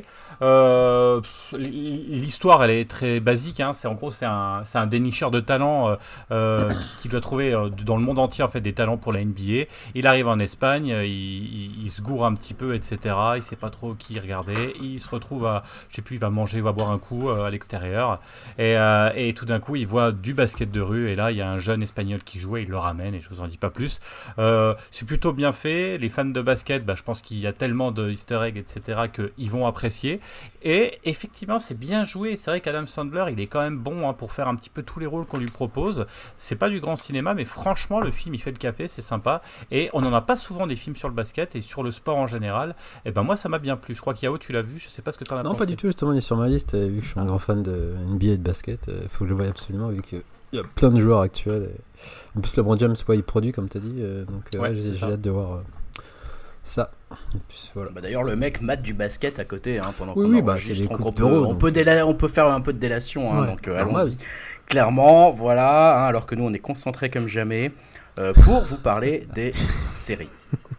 Euh, l'histoire, elle est très basique. Hein. C'est en gros, c'est un, c'est un dénicheur de talents euh, euh, qui, qui doit trouver euh, dans le monde entier en fait des talents pour la N B A. Il arrive en Espagne, il, il, il se gourre un petit peu, et cetera. Il sait pas trop qui regarder. Il se retrouve à, je sais plus, il va manger, il va boire un coup euh, à l'extérieur. Et, euh, et tout d'un coup, il voit du basket de rue. Et là, il y a un jeune espagnol qui joue et il le ramène. Et je vous en dis pas plus. Euh, c'est plutôt bien fait. Les fans de basket, bah, je pense qu'il y a tellement de Easter eggs, et cetera, qu'ils vont apprécier. Et effectivement, c'est bien joué. C'est vrai qu'Adam Sandler, il est quand même bon hein, pour faire un petit peu tous les rôles qu'on lui propose. C'est pas du grand cinéma, mais franchement, le film, il fait le café, c'est sympa. Et on n'en a pas souvent des films sur le basket et sur le sport en général. Et ben moi, ça m'a bien plu. Je crois qu'Yao, tu l'as vu. Je sais pas ce que t'en as Non, pensé. pas du tout. Justement, il est sur ma liste. Vu que je suis un grand fan de N B A et de basket, il faut que je le voie absolument, vu qu'il y a plein de joueurs actuels. Et... En plus, LeBron James, ouais, il produit, comme tu as dit. Euh, donc, euh, Ouais, ouais, j'ai, c'est j'ai ça. hâte de voir euh, ça. Et puis, voilà. Bah, d'ailleurs, le mec mate du basket à côté hein, pendant Oui, qu'on oui, bah, enregistre. c'est les donc coupes on, peut, d'euros, on, donc. peut déla- on peut faire un peu de délation. Hein, Ouais. donc euh, Normal. allons-y. Clairement, voilà. Hein, alors que nous, on est concentrés comme jamais euh, pour vous parler des séries.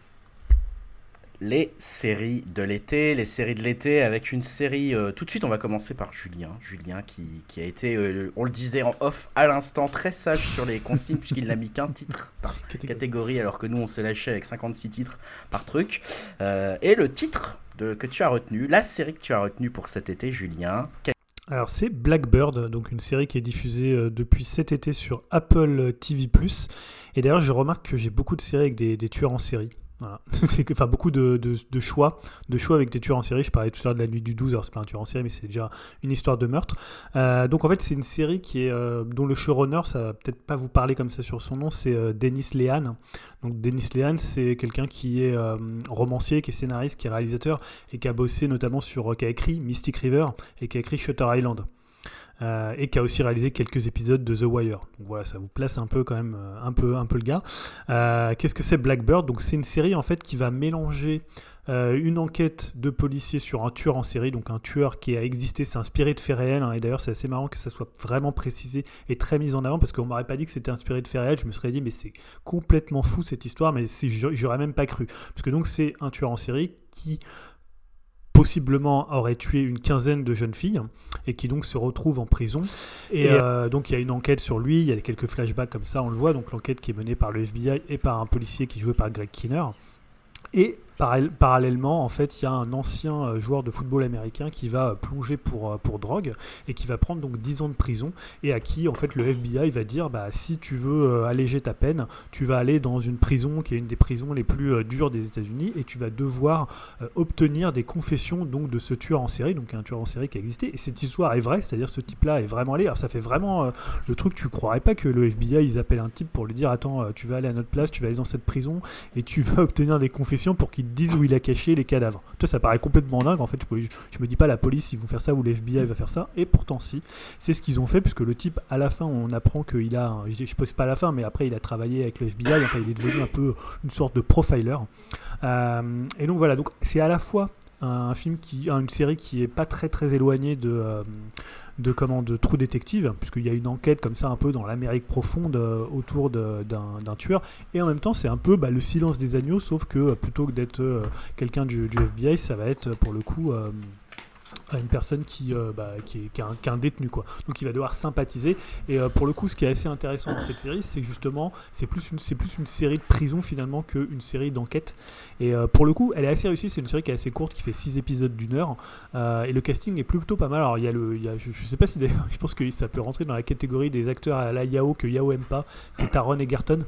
Les séries de l'été, les séries de l'été avec une série, euh, tout de suite on va commencer par Julien, Julien qui, qui a été, euh, on le disait en off à l'instant, très sage sur les consignes puisqu'il n'a mis qu'un titre par catégorie alors que nous on s'est lâché avec cinquante-six titres par truc. Euh, et le titre de, que tu as retenu, la série que tu as retenue pour cet été Julien, quel... Alors c'est Blackbird, donc une série qui est diffusée euh, depuis cet été sur Apple T V plus. Et d'ailleurs je remarque que j'ai beaucoup de séries avec des, des tueurs en série. Voilà. C'est que, enfin, beaucoup de, de, de choix de choix avec des tueurs en série. Je parlais tout à l'heure de la nuit du douze, alors c'est pas un tueur en série mais c'est déjà une histoire de meurtre. Euh, donc en fait c'est une série qui est, euh, dont le showrunner, ça va peut-être pas vous parler comme ça sur son nom, c'est euh, Dennis Lehane. Donc Dennis Lehane, c'est quelqu'un qui est euh, romancier, qui est scénariste, qui est réalisateur et qui a bossé notamment sur, euh, qui a écrit Mystic River et qui a écrit Shutter Island. Euh, et qui a aussi réalisé quelques épisodes de The Wire. Donc voilà, ça vous place un peu quand même, euh, un peu, un peu le gars. Euh, qu'est-ce que c'est Blackbird ? Donc c'est une série en fait qui va mélanger euh, une enquête de policiers sur un tueur en série, donc un tueur qui a existé, c'est inspiré de faits réels, hein, et d'ailleurs c'est assez marrant que ça soit vraiment précisé et très mis en avant, parce qu'on m'aurait pas dit que c'était inspiré de faits réels, je me serais dit mais c'est complètement fou cette histoire, mais c'est, j'aurais même pas cru. Parce que donc c'est un tueur en série qui possiblement aurait tué une quinzaine de jeunes filles et qui donc se retrouve en prison et, et euh, donc il y a une enquête sur lui, il y a quelques flashbacks comme ça, on le voit, donc l'enquête qui est menée par le F B I et par un policier qui est joué par Greg Kinnear. Et paral- parallèlement, en fait, il y a un ancien euh, joueur de football américain qui va euh, plonger pour, euh, pour drogue et qui va prendre donc dix ans de prison et à qui, en fait, le F B I va dire bah, si tu veux euh, alléger ta peine, tu vas aller dans une prison qui est une des prisons les plus euh, dures des États-Unis et tu vas devoir euh, obtenir des confessions donc, de ce tueur en série, donc un tueur en série qui a existé. Et cette histoire est vraie, c'est-à-dire ce type-là est vraiment allé. Alors, ça fait vraiment euh, le truc, tu croirais pas que le F B I ils appellent un type pour lui dire attends, euh, tu vas aller à notre place, tu vas aller dans cette prison et tu vas obtenir des confessions pour qu'ils te disent où il a caché les cadavres. Toi, ça paraît complètement dingue. En fait, je, je, je me dis pas la police ils vont faire ça ou le F B I va faire ça. Et pourtant, si. C'est ce qu'ils ont fait puisque le type, à la fin, on apprend qu'il a, un, je, je pose pas à la fin, mais après, il a travaillé avec le F B I. Enfin, il est devenu un peu une sorte de profiler. Euh, et donc voilà. Donc c'est à la fois un film qui, une série qui est pas très très éloignée de euh, de comment de True Detective, puisqu'il y a une enquête comme ça un peu dans l'Amérique profonde euh, autour de, d'un, d'un tueur, et en même temps c'est un peu bah, le silence des agneaux, sauf que euh, plutôt que d'être euh, quelqu'un du, du F B I, ça va être pour le coup euh, à une personne qui, euh, bah, qui, est, qui, est un, qui est un détenu quoi. Donc il va devoir sympathiser et euh, pour le coup ce qui est assez intéressant dans cette série c'est que justement c'est plus une, c'est plus une série de prison finalement qu'une série d'enquête et euh, pour le coup elle est assez réussie, c'est une série qui est assez courte qui fait six épisodes d'une heure euh, et le casting est plutôt pas mal. Alors il y a le, il y a, je, je sais pas si d'ailleurs je pense que ça peut rentrer dans la catégorie des acteurs à la Yao que Yao aime pas, c'est Taron Egerton.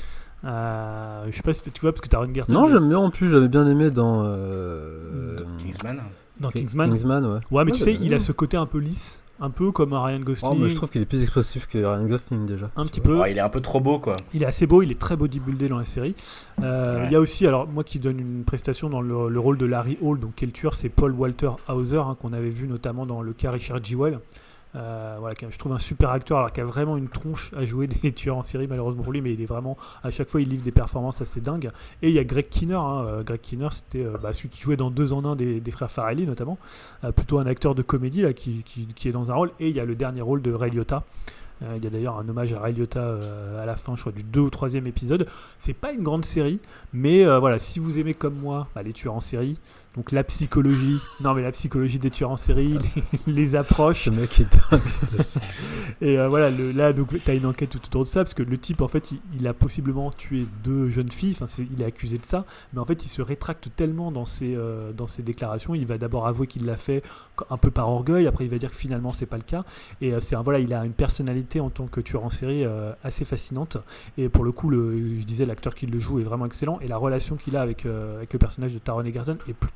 Euh, je sais pas si tu vois parce que Taron Egerton non j'aime bien en plus, j'avais bien aimé dans euh... Kingsman. Dans Kingsman. Kingsman, ouais. Ouais, mais ouais, tu sais, bien. il a ce côté un peu lisse, un peu comme un Ryan Gosling. Oh, mais je trouve qu'il est plus expressif que Ryan Gosling déjà. Un petit peu. Oh, il est un peu trop beau, quoi. Il est assez beau, il est très bodybuildé dans la série. Euh, Ouais. Il y a aussi, alors moi qui donne une prestation dans le, le rôle de Larry Hall, donc qui est le tueur, c'est Paul Walter Hauser, hein, qu'on avait vu notamment dans le cas Richard Jewell. Euh, voilà, je trouve un super acteur alors qu'il a vraiment une tronche à jouer des tueurs en série malheureusement pour lui, mais il est vraiment à chaque fois il livre des performances assez dingues. Et il y a Greg Kinnear, hein, euh, Greg Kinnear c'était euh, bah, celui qui jouait dans Deux en un des, des frères Farrelly notamment, euh, plutôt un acteur de comédie là, qui, qui, qui est dans un rôle, et il y a le dernier rôle de Ray Liotta. Euh, il y a d'ailleurs un hommage à Ray Liotta euh, à la fin, je crois, du deux ou troisième épisode. C'est pas une grande série, mais euh, voilà, si vous aimez comme moi bah, les tueurs en série, donc la psychologie, non mais la psychologie des tueurs en série, les, les approches. Ce mec est dingue. Et euh, voilà, le, là, donc t'as une enquête tout autour de ça, parce que le type, en fait, il, il a possiblement tué deux jeunes filles, enfin, c'est, il est accusé de ça, mais en fait, il se rétracte tellement dans ses, euh, dans ses déclarations, il va d'abord avouer qu'il l'a fait un peu par orgueil, après il va dire que finalement c'est pas le cas, et euh, c'est un, voilà, il a une personnalité en tant que tueur en série euh, assez fascinante, et pour le coup, le, je disais, l'acteur qui le joue est vraiment excellent, et la relation qu'il a avec, euh, avec le personnage de Taron Egerton est plutôt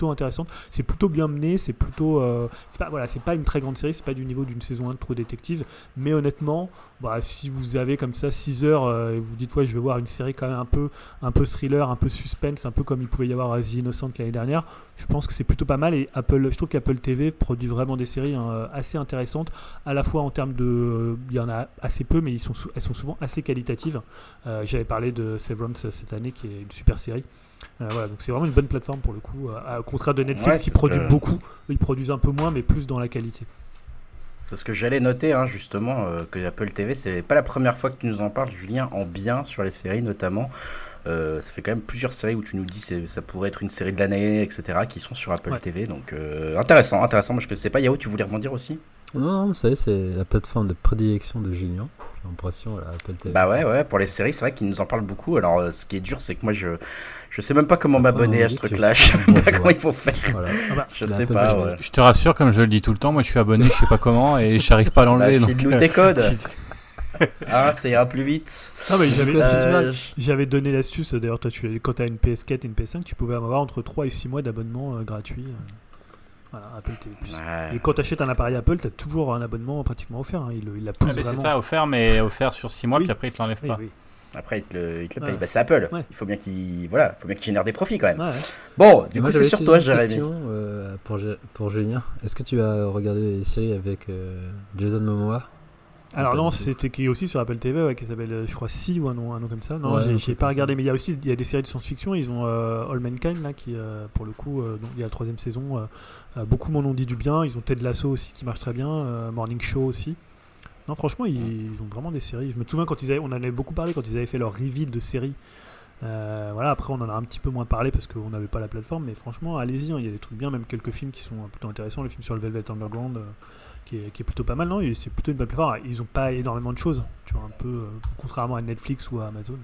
plutôt intéressante. C'est plutôt bien mené, c'est plutôt, euh, c'est pas, voilà, c'est pas une très grande série, c'est pas du niveau d'une saison un de True Detective, mais honnêtement, bah, si vous avez comme ça six heures euh, et vous dites ouais, je vais voir une série quand même un peu, un peu thriller, un peu suspense, un peu comme il pouvait y avoir à The Innocent l'année dernière, je pense que c'est plutôt pas mal. Et Apple, je trouve qu'Apple T V produit vraiment des séries hein, assez intéressantes, à la fois en termes de, il y en a assez peu, mais ils sont, elles sont souvent assez qualitatives. Euh, j'avais parlé de Severance cette année, qui est une super série. Euh, voilà, donc c'est vraiment une bonne plateforme pour le coup, euh, au contraire de Netflix Ouais, qui c'est produit ce que- beaucoup. Eux, ils produisent un peu moins, mais plus dans la qualité. C'est ce que j'allais noter, hein, justement, euh, que Apple T V, c'est pas la première fois que tu nous en parles, Julien, en bien sur les séries notamment. Euh, ça fait quand même plusieurs séries où tu nous dis que ça pourrait être une série de l'année, et cetera, qui sont sur Apple Ouais. T V. Donc euh, intéressant, intéressant. Moi je ne sais pas, Yao, tu voulais rebondir aussi? Non, non, vous savez, c'est la plateforme de prédilection de Julien. J'ai l'impression, voilà, Apple T V. Bah ouais, ouais, pour les séries, c'est vrai qu'ils nous en parlent beaucoup. Alors euh, ce qui est dur, c'est que moi je je sais même pas comment Après, m'abonner on à ce dit que truc-là. je Je suis sais un même pas bourgeois. comment il faut faire. Voilà. Ah bah, Je La sais Apple pas. T V. Ouais. Je te rassure, comme je le dis tout le temps, moi je suis abonné, je sais pas comment, et j'arrive pas à Bah, l'enlever. donc, file-nous euh, tes codes. tu- Ah, ça ira plus vite. non, mais j'avais, Qu'est-ce que tu Euh, vas- je- j'avais donné l'astuce, d'ailleurs, toi, tu, quand tu as une P S quatre et une P S cinq, tu pouvais avoir entre trois et six mois d'abonnement euh, gratuit. euh, voilà, Apple T V plus. Ouais. Et quand tu achètes un appareil Apple, tu as toujours un abonnement pratiquement offert. Hein. Il, il la pousse Ah, mais c'est vraiment. ça, offert, mais offert sur six mois, Oui. puis après ils te l'enlèvent Oui, pas. oui. Après, il te le, il te le Ouais. paye. Bah, c'est Apple. Ouais. Il faut bien qu'il voilà, faut bien qu'il génère des profits quand même. Ouais, ouais. Bon, du Moi, coup, c'est j'avais sur aussi toi, une Jérémy. question, euh, pour, Gé- pour Julien. Est-ce que tu as regardé des séries avec euh, Jason Momoa? Alors Pas non, du tout. c'était qui est aussi sur Apple T V, ouais, qui s'appelle, euh, je crois, Si ou un nom, un nom comme ça. Non, Ouais, un j'ai, truc j'ai comme pas ça. regardé, mais il y a aussi il y a des séries de science-fiction. Ils ont euh, All Mankind là, qui euh, pour le coup, euh, donc il y a la troisième saison. euh, euh, beaucoup m'en ont dit du bien. Ils ont Ted Lasso aussi qui marche très bien, euh, Morning Show aussi. Non, franchement, ils, ils ont vraiment des séries. Je me souviens quand ils avaient, on en avait beaucoup parlé quand ils avaient fait leur reveal de séries. Euh, voilà, après on en a un petit peu moins parlé parce qu'on n'avait pas la plateforme, mais franchement, allez-y, hein, il y a des trucs bien, même quelques films qui sont euh, plutôt intéressants. Le film sur le Velvet Underground, euh, qui, est, qui est plutôt pas mal, non et c'est plutôt une bonne plateforme. Ils ont pas énormément de choses, tu vois, un peu euh, contrairement à Netflix ou à Amazon.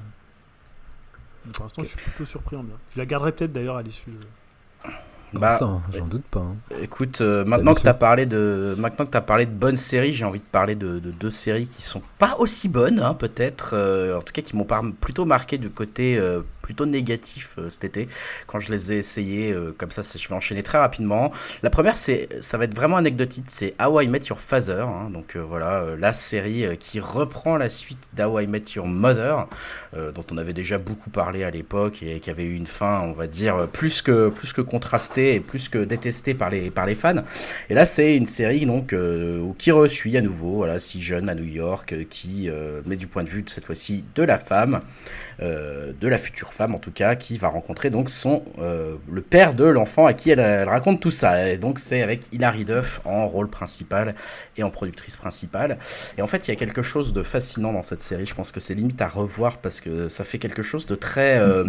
Mais pour l'instant, je suis plutôt surpris en bien. Je la garderai peut-être d'ailleurs à l'issue. de- Bah, Ça, hein, j'en doute pas. hein. écoute, euh, maintenant que vision. tu as parlé de maintenant que tu parlé de bonnes séries, j'ai envie de parler de, de deux séries qui sont pas aussi bonnes, hein, peut-être, euh, en tout cas qui m'ont par- plutôt marqué du côté euh, plutôt négatif euh, cet été quand je les ai essayées. Euh, comme ça, c'est- je vais enchaîner très rapidement. La première, c'est ça va être vraiment anecdotique, c'est How I Met Your Father. Hein, donc euh, voilà, euh, la série euh, qui reprend la suite d'How I Met Your Mother, euh, dont on avait déjà beaucoup parlé à l'époque et qui avait eu une fin, on va dire, plus que plus que contrastée et plus que détestée par les par les fans. Et là, c'est une série donc euh, qui resuit à nouveau, voilà, six jeunes à New York, euh, qui euh, met du point de vue de cette fois-ci de la femme, euh, de la future femme en tout cas, qui va rencontrer donc son euh, le père de l'enfant à qui elle, elle raconte tout ça. Et donc c'est avec Hilary Duff en rôle principal et en productrice principale. Et en fait, il y a quelque chose de fascinant dans cette série. Je pense que c'est limite à revoir parce que ça fait quelque chose de très euh,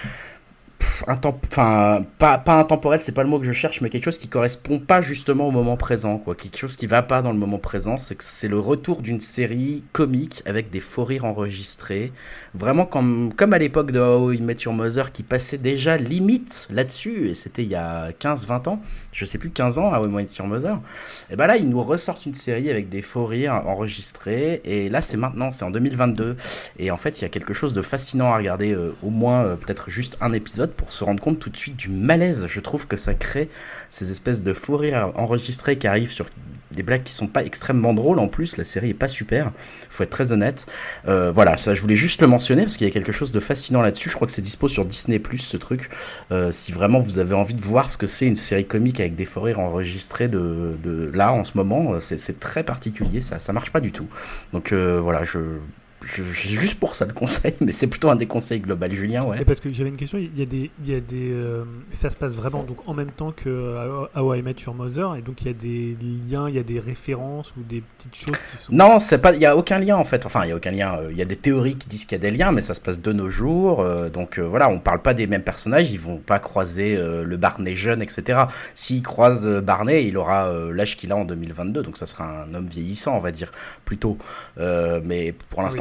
Intemp- enfin pas, pas intemporel, c'est pas le mot que je cherche, mais quelque chose qui correspond pas justement au moment présent, quoi. Quelque chose qui va pas dans le moment présent, c'est que c'est le retour d'une série comique avec des faux rires enregistrés, vraiment comme, comme à l'époque de How I Met Your Mother qui passait déjà limite là-dessus, et c'était il y a quinze vingt ans, je sais plus, quinze ans, How I Met Your Mother. Et ben là ils nous ressortent une série avec des faux rires enregistrés, et là c'est maintenant, c'est en deux mille vingt-deux, et en fait il y a quelque chose de fascinant à regarder, euh, au moins euh, peut-être juste un épisode pour se rendre compte tout de suite du malaise. Je trouve que ça crée ces espèces de faux rires enregistrés qui arrivent sur des blagues qui sont pas extrêmement drôles. En plus, la série est pas super, faut être très honnête. Euh, voilà, ça je voulais juste le mentionner parce qu'il y a quelque chose de fascinant là-dessus. Je crois que c'est dispo sur Disney plus, ce truc. Euh, si vraiment vous avez envie de voir ce que c'est une série comique avec des faux rires enregistrés de, de là en ce moment, c'est, c'est très particulier, ça, ça marche pas du tout. Donc euh, voilà, je Je, j'ai juste pour ça le conseil, mais c'est plutôt un des conseils global. Julien, ouais. Et parce que j'avais une question, il y a des, il y a des, euh, ça se passe vraiment donc en même temps que euh, How I Met Your Mother, et donc il y a des liens, il y a des références ou des petites choses qui sont. Non, c'est pas, il y a aucun lien en fait. Enfin, il y a aucun lien. Il y a des théories qui disent qu'il y a des liens, mais ça se passe de nos jours. Euh, donc euh, voilà, on parle pas des mêmes personnages. Ils vont pas croiser euh, le Barney jeune, et cetera. S'ils croisent euh, Barney, il aura euh, l'âge qu'il a en deux mille vingt-deux, donc ça sera un homme vieillissant, on va dire plutôt. Euh, mais pour l'instant, Ah oui.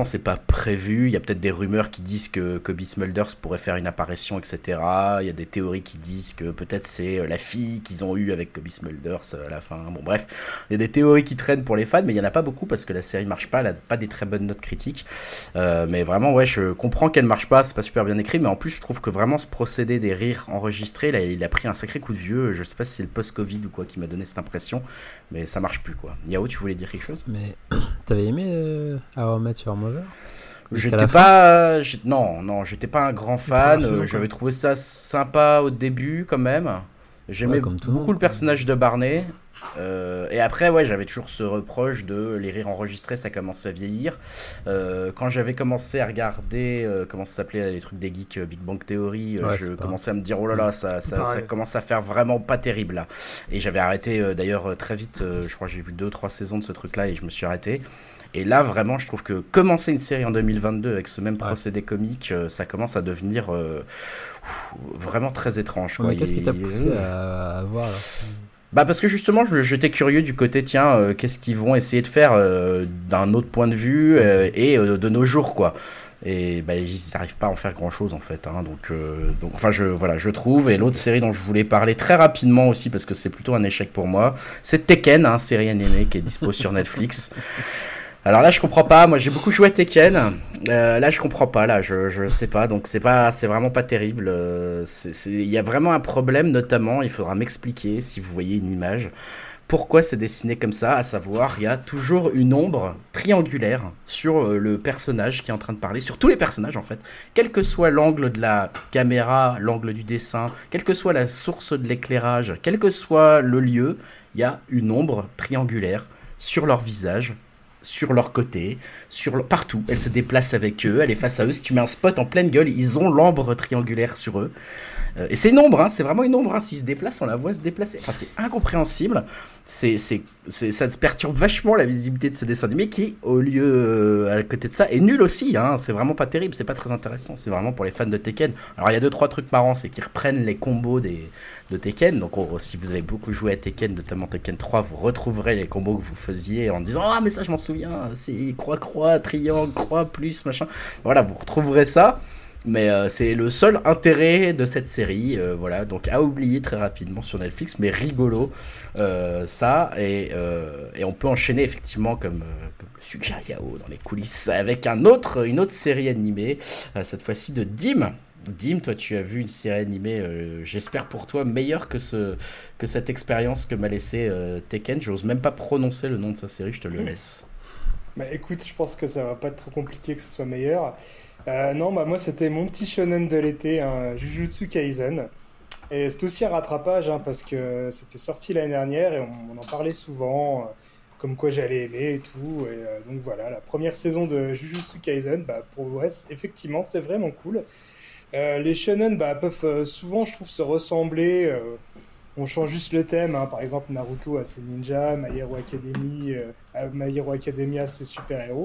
c'est pas prévu. Il y a peut-être des rumeurs qui disent que Cobie Smulders pourrait faire une apparition, et cetera. Il y a des théories qui disent que peut-être c'est la fille qu'ils ont eue avec Cobie Smulders à la fin. Bon bref, il y a des théories qui traînent pour les fans, mais il y en a pas beaucoup parce que la série marche pas, elle a pas des très bonnes notes critiques. Euh, mais vraiment, ouais, je comprends qu'elle marche pas, c'est pas super bien écrit, mais en plus je trouve que vraiment ce procédé des rires enregistrés, là, il a pris un sacré coup de vieux. Je sais pas si c'est le post-Covid ou quoi qui m'a donné cette impression, mais ça marche plus quoi. Yao, tu voulais dire quelque chose? Mais t'avais aimé euh, How I Met Your Mother? Jusqu'à J'étais la pas, j'ai- non, non, j'étais pas un grand fan. première saison, euh, J'avais quoi. trouvé ça sympa au début quand même. J'aimais Ouais, comme tout le beaucoup monde. le personnage de Barney. Euh, et après, ouais, j'avais toujours ce reproche de les rires enregistrés, ça commence à vieillir. Euh, quand j'avais commencé à regarder, euh, comment ça s'appelait, là, les trucs des geeks, euh, Big Bang Theory, euh, Ouais, je c'est pas- commençais à me dire, oh là là, ça, ça, ça Pareil. commence à faire vraiment pas terrible là. Et j'avais arrêté euh, d'ailleurs euh, très vite, euh, je crois que j'ai vu deux, trois saisons de ce truc là et je me suis arrêté. Et là, vraiment, je trouve que commencer une série en deux mille vingt-deux avec ce même Ouais. procédé comique, euh, ça commence à devenir euh, pff, vraiment très étrange. Ouais, Quoi. mais qu'est-ce qui t'a Il- poussé à, à voir alors? Bah parce que justement, je- j'étais curieux du côté, tiens, euh, qu'est-ce qu'ils vont essayer de faire euh, d'un autre point de vue euh, et euh, de nos jours, quoi. Et bah, ils n'arrivent pas à en faire grand chose en fait, hein, donc, euh, donc enfin je voilà je trouve. Et l'autre série dont je voulais parler très rapidement aussi parce que c'est plutôt un échec pour moi, c'est Tekken, hein, série animée qui est dispo sur Netflix. Alors là je comprends pas, moi j'ai beaucoup joué à Tekken, euh, là je comprends pas, là je, je sais pas, donc c'est pas c'est vraiment pas terrible, euh, c'est- c'est- il y a vraiment un problème notamment, il faudra m'expliquer si vous voyez une image, pourquoi c'est dessiné comme ça, à savoir il y a toujours une ombre triangulaire sur euh, le personnage qui est en train de parler, sur tous les personnages en fait, quel que soit l'angle de la caméra, l'angle du dessin, quelle que soit la source de l'éclairage, quel que soit le lieu, il y a une ombre triangulaire sur leur visage, sur leur côté, sur le- partout. Elle se déplace avec eux, elle est face à eux. Si tu mets un spot en pleine gueule, ils ont l'ombre triangulaire sur eux. Euh, et c'est une ombre, hein, c'est vraiment une ombre. Hein. S'ils se déplacent, on la voit se déplacer. Enfin, c'est incompréhensible. C'est, c'est, c'est, ça te perturbe vachement la visibilité de ce dessin animé qui, au lieu, euh, à côté de ça, est nul aussi. Hein. C'est vraiment pas terrible, c'est pas très intéressant. C'est vraiment pour les fans de Tekken. Alors, il y a deux, trois trucs marrants, c'est qu'ils reprennent les combos des, de Tekken. Donc, on- si vous avez beaucoup joué à Tekken, notamment Tekken trois, vous retrouverez les combos que vous faisiez en disant ah, mais ça, je m'en souviens, c'est croix-croix, triangle, croix, plus, machin. Voilà, vous retrouverez ça. Mais euh, c'est le seul intérêt de cette série, euh, voilà, donc à oublier très rapidement sur Netflix, mais rigolo euh, ça, et, euh, et on peut enchaîner effectivement comme, euh, comme le suggère Yao dans les coulisses avec un autre, une autre série animée, euh, cette fois-ci de Dim. Dim, toi tu as vu une série animée, euh, j'espère pour toi, meilleure que, ce, que cette expérience que m'a laissé euh, Tekken. J'ose même pas prononcer le nom de sa série, je te le laisse. Bah écoute, je pense que ça va pas être trop compliqué que ce soit meilleur. Euh, non, bah moi c'était mon petit shonen de l'été, hein, Jujutsu Kaisen. Et c'était aussi un rattrapage hein, parce que c'était sorti l'année dernière et on, on en parlait souvent, euh, comme quoi j'allais aimer et tout. Et euh, donc voilà, la première saison de Jujutsu Kaisen, bah pour ouais, c- effectivement c'est vraiment cool. Euh, les shonen bah, peuvent euh, souvent, je trouve, se ressembler. euh, on change juste le thème, hein. Par exemple Naruto a ses ninjas, My Hero Academy, euh, euh, My Hero Academia ses super-héros.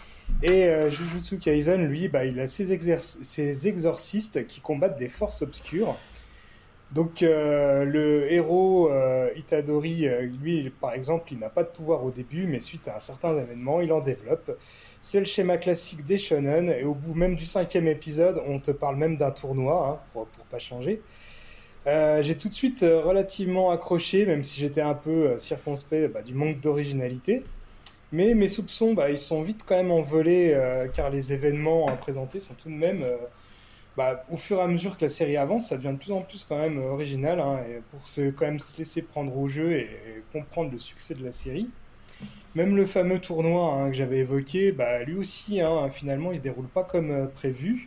Et euh, Jujutsu Kaisen, lui, bah, il a ses, exerc- ses exorcistes qui combattent des forces obscures. Donc euh, le héros euh, Itadori, euh, lui, par exemple, il n'a pas de pouvoir au début, mais suite à un certain événement, il en développe. C'est le schéma classique des shonen, et au bout même du cinquième épisode, on te parle même d'un tournoi, hein, pour, pour pas changer. Euh, j'ai tout de suite euh, relativement accroché, même si j'étais un peu euh, circonspect bah, du manque d'originalité. Mais mes soupçons, bah, ils sont vite quand même envolés, euh, car les événements euh, présentés sont tout de même, euh, bah, au fur et à mesure que la série avance, ça devient de plus en plus quand même euh, original, hein, et pour se, quand même se laisser prendre au jeu et, et comprendre le succès de la série. Même le fameux tournoi hein, que j'avais évoqué, bah, lui aussi, hein, finalement, il se déroule pas comme euh, prévu.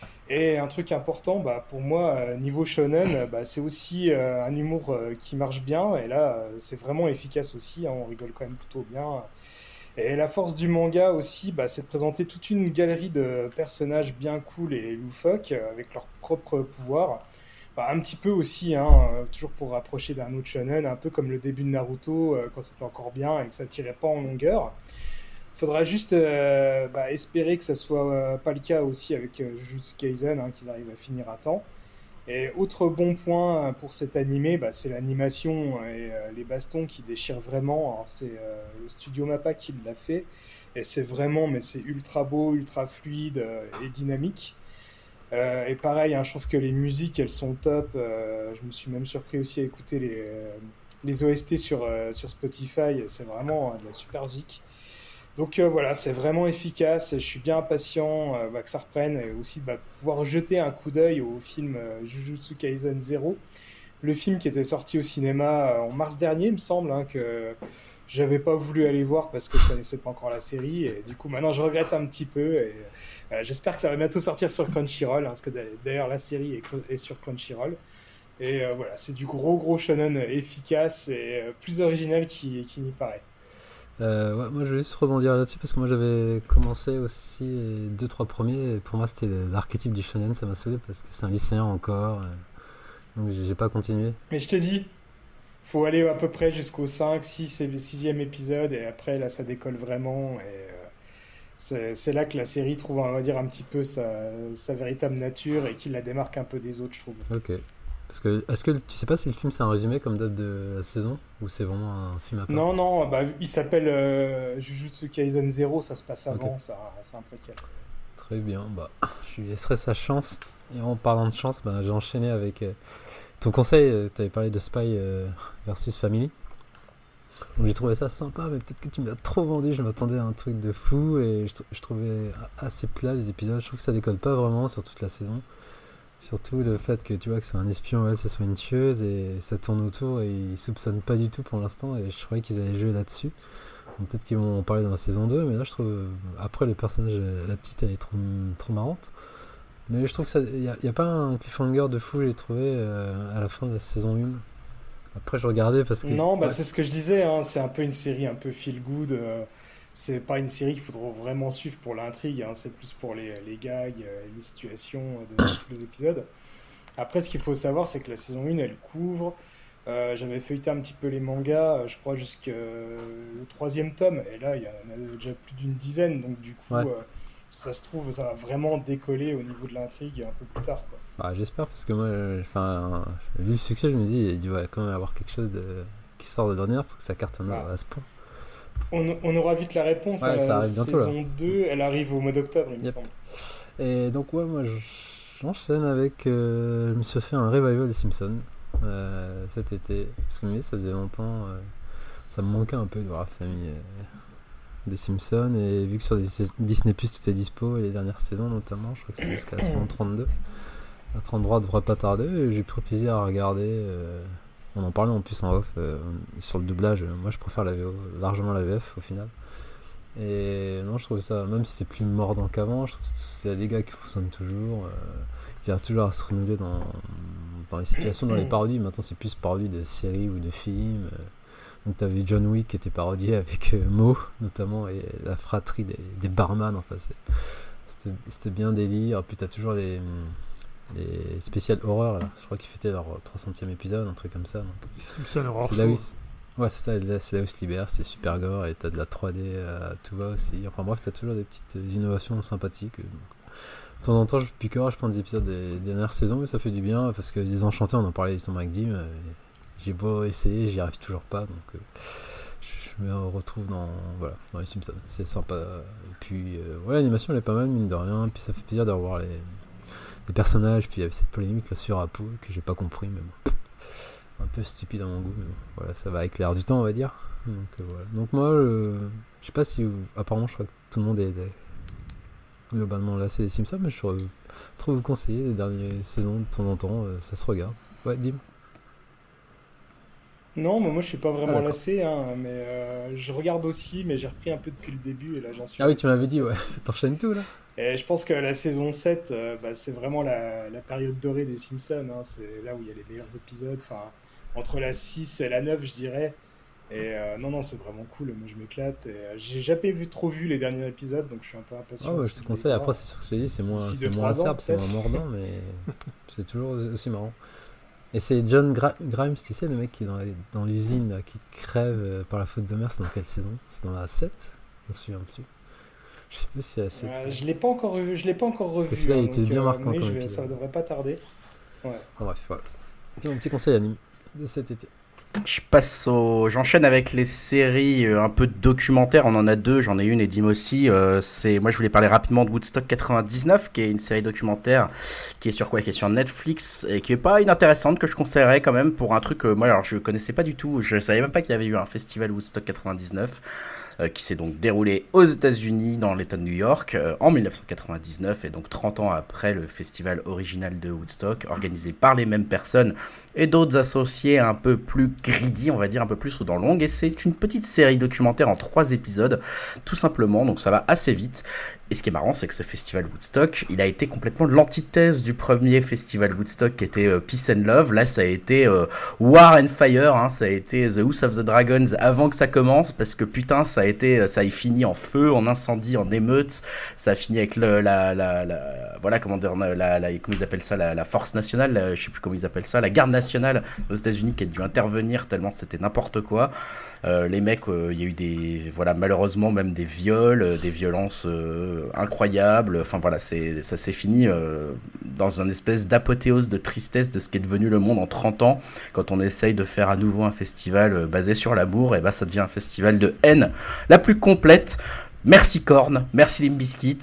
Et un truc important, bah, pour moi, euh, niveau shonen, euh, bah, c'est aussi euh, un humour euh, qui marche bien. Et là, euh, c'est vraiment efficace aussi. Hein, on rigole quand même plutôt bien. Et la force du manga aussi, bah, c'est de présenter toute une galerie de personnages bien cool et loufoques euh, avec leurs propres pouvoirs. Bah, un petit peu aussi, hein, euh, toujours pour rapprocher d'un autre shonen, un peu comme le début de Naruto euh, quand c'était encore bien et que ça tirait pas en longueur. Faudra juste euh, bah, espérer que ça soit euh, pas le cas aussi avec euh, Jujutsu Kaisen, hein, qu'ils arrivent à finir à temps. Et autre bon point pour cet animé, bah, c'est l'animation et euh, les bastons qui déchirent vraiment. Alors, c'est euh, le studio Mappa qui l'a fait. Et c'est vraiment, mais c'est ultra beau, ultra fluide euh, et dynamique. Euh, et pareil, hein, je trouve que les musiques, elles sont top. Euh, je me suis même surpris aussi à écouter les, euh, les O S T sur, euh, sur Spotify. C'est vraiment euh, de la super zik. Donc euh, voilà, c'est vraiment efficace. Je suis bien impatient euh, bah, que ça reprenne et aussi bah, pouvoir jeter un coup d'œil au film euh, Jujutsu Kaisen Zero. Le film qui était sorti au cinéma euh, en mars dernier, il me semble, hein, que j'avais pas voulu aller voir parce que je connaissais pas encore la série. Et du coup, maintenant, je regrette un petit peu. Et euh, j'espère que ça va bientôt sortir sur Crunchyroll, hein, parce que d'ailleurs, la série est, est sur Crunchyroll. Et euh, voilà, c'est du gros, gros shonen efficace et euh, plus original qui, qui n'y paraît. Euh, ouais, moi je vais juste rebondir là-dessus parce que moi j'avais commencé aussi les deux trois premiers et pour moi c'était l'archétype du shonen, ça m'a saoulé parce que c'est un lycéen encore, euh, donc j'ai pas continué. Mais je te dis, faut aller à peu près jusqu'au cinq, six et sixième épisode et après là ça décolle vraiment et euh, c'est, c'est là que la série trouve, on va dire, un petit peu sa, sa véritable nature et qui la démarque un peu des autres, je trouve. Ok. Parce que, est-ce que tu sais pas si le film c'est un résumé comme date de la saison ou c'est vraiment un film à part? Non, non, bah, il s'appelle euh, Jujutsu Kaisen Zero, ça se passe avant, Ok. ça, c'est un préquel. Très bien, bah je lui laisserai sa chance. Et en parlant de chance, bah, j'ai enchaîné avec euh, ton conseil, tu avais parlé de Spy euh, versus Family. Donc j'ai trouvé ça sympa, mais peut-être que tu m'as trop vendu, je m'attendais à un truc de fou et je, je trouvais assez plat les épisodes, je trouve que ça décolle pas vraiment sur toute la saison. Surtout le fait que tu vois que c'est un espion, elle, ce soit une tueuse et ça tourne autour et ils soupçonnent pas du tout pour l'instant et je croyais qu'ils allaient jouer là-dessus. Donc, peut-être qu'ils vont en parler dans la saison deux, mais là je trouve, après le personnage, la petite elle est trop, trop marrante. Mais je trouve que ça, y a, y a pas un cliffhanger de fou, j'ai trouvé euh, à la fin de la saison un. Après je regardais parce que... Non, bah, ouais. c'est ce que je disais, hein, c'est un peu une série un peu feel good. Euh, c'est pas une série qu'il faudra vraiment suivre pour l'intrigue, hein, c'est plus pour les, les gags, euh, les situations de tous les épisodes. Après, ce qu'il faut savoir, c'est que la saison un, elle couvre. Euh, j'avais feuilleté un petit peu les mangas, euh, je crois, jusqu'au troisième tome, et là, il y en a déjà plus d'une dizaine, donc du coup, Ouais. euh, ça se trouve, ça va vraiment décoller au niveau de l'intrigue un peu plus tard, quoi. Bah, j'espère parce que moi, euh, enfin, vu le succès, je me dis il doit quand même avoir quelque chose de... qui sort de l'ordinaire pour que ça cartonne Ah. à ce point. On, on aura vite la réponse. Ouais, à ça la arrive bientôt, saison deux, elle arrive au mois d'octobre, il Yep. me semble. Et donc ouais, moi j'enchaîne avec, euh, je me suis fait un revival des Simpsons euh, cet été parce que mais, ça faisait longtemps, euh, ça me manquait un peu de voir la famille euh, des Simpsons et vu que sur Disney Plus tout est dispo et les dernières saisons notamment, je crois que c'est jusqu'à la saison trente-deux. La trente-trois devrait pas tarder et j'ai pris plaisir à regarder. Euh, on en parlait en plus en off euh, sur le doublage. Moi je préfère la V O, largement la V F au final. Et non, je trouve ça, même si c'est plus mordant qu'avant, je trouve que c'est des gars qui fonctionnent toujours. Euh, ils arrivent toujours à se renouveler dans, dans les situations, dans les parodies. Maintenant, c'est plus parodie de séries ou de films. Euh, donc, t'avais John Wick qui était parodié avec euh, Mo, notamment, et la fratrie des, des barman. Enfin, c'est, c'était, c'était bien délire. Puis, t'as toujours les, les spéciales horreur. Là. Je crois qu'ils fêtaient leur trois centième épisode, un truc comme ça. Donc, Simpson Horror c'est là où Show. ils- Ouais, c'est ça, là, c'est là où ils se libèrent, c'est super gore et t'as de la trois D à tout va aussi. Enfin bref, t'as toujours des petites euh, innovations sympathiques. euh, donc. De temps en temps, je piquerai, je prends des épisodes des, des dernières saisons, mais ça fait du bien parce que les Enchantés, on en parlait justement avec Dim. euh, j'ai beau essayer, j'y arrive toujours pas, donc euh, je, je me retrouve dans, voilà, dans les Simpsons. C'est sympa. Et puis, euh, ouais, l'animation elle est pas mal, mine de rien. Puis ça fait plaisir de revoir les, les personnages. Puis il y avait cette polémique là sur Apu que j'ai pas compris, mais bon. Un peu stupide à mon goût, mais bon, voilà, ça va avec l'air du temps, on va dire. Donc euh, voilà. Donc moi, euh, je sais pas si, vous- apparemment, je crois que tout le monde est, est globalement lassé des Simpsons, mais je trouve, trouve vous conseiller les dernières saisons de temps en temps, euh, ça se regarde. Ouais, Dim. Non, mais moi je suis pas Ah, vraiment d'accord. lassé, hein, mais euh, je regarde aussi, mais j'ai repris un peu depuis le début et là j'en suis. Ah à oui, la tu m'avais saison dit, sept. ouais. T'enchaînes tout là. Et je pense que la saison sept, euh, bah, c'est vraiment la, la période dorée des Simpsons, hein, c'est là où il y a les meilleurs épisodes, enfin entre la six et la neuf je dirais. Et euh, non, non, c'est vraiment cool, moi je m'éclate. Et, euh, j'ai jamais vu trop vu les derniers épisodes, donc je suis un peu impatient. Ah ouais, aussi je te de les conseille. voir. Après, c'est sûr que je te dis, c'est moins, D'ici c'est deux, moins trois ans, acerbe, c'est moins peut-être. mordant, mais c'est toujours aussi marrant. Et c'est John Gra- Grimes, tu sais, le mec qui est dans, la- dans l'usine, là, qui crève euh, par la faute de mer, c'est dans quelle saison? C'est dans la sept? Je me souviens plus. Je sais plus si c'est la sept. Euh, je l'ai pas encore revu, je l'ai pas encore Parce que revu, celui-là, hein, il était donc, bien euh, marquant mais comme je vais, épisode. ça devrait pas tarder. Ouais. Enfin, bref, voilà. C'est mon petit conseil anime de cet été. Je passe au... J'enchaîne avec les séries euh, un peu documentaires. On en a deux, j'en ai une et Dim aussi. Euh, c'est... Moi, je voulais parler rapidement de Woodstock quatre-vingt-dix-neuf, qui est une série documentaire qui est sur quoi? Qui est sur Netflix et qui est pas inintéressante, que je conseillerais quand même pour un truc. Euh, moi, alors, je connaissais pas du tout. Je savais même pas qu'il y avait eu un festival Woodstock quatre-vingt-dix-neuf. Euh, qui s'est donc déroulé aux États-Unis dans l'État de New York euh, en dix-neuf cent quatre-vingt-dix-neuf, et donc trente ans après le festival original de Woodstock, organisé par les mêmes personnes et d'autres associés un peu plus greedy, on va dire un peu plus dans l'ongle. Et c'est une petite série documentaire en trois épisodes, tout simplement, donc ça va assez vite. Et ce qui est marrant, c'est que ce festival Woodstock, il a été complètement l'antithèse du premier festival Woodstock qui était euh, Peace and Love. Là, ça a été euh, War and Fire, hein, ça a été The House of the Dragons avant que ça commence, parce que putain, ça a été, ça a fini en feu, en incendie, en émeute. Ça a fini avec le, la, la, la, voilà, comment dire, la, la, la, comment ils appellent ça, la, la force nationale, la, je sais plus comment ils appellent ça, la garde nationale aux États-Unis qui a dû intervenir tellement c'était n'importe quoi. Euh, les mecs, il euh, y a eu des, voilà, malheureusement même des viols, euh, des violences euh, incroyables. Enfin voilà, c'est, ça s'est fini euh, dans une espèce d'apothéose de tristesse de ce qui est devenu le monde en trente ans. Quand on essaye de faire à nouveau un festival euh, basé sur l'amour, et ben ça devient un festival de haine la plus complète. Merci Korn, merci Limp Bizkit.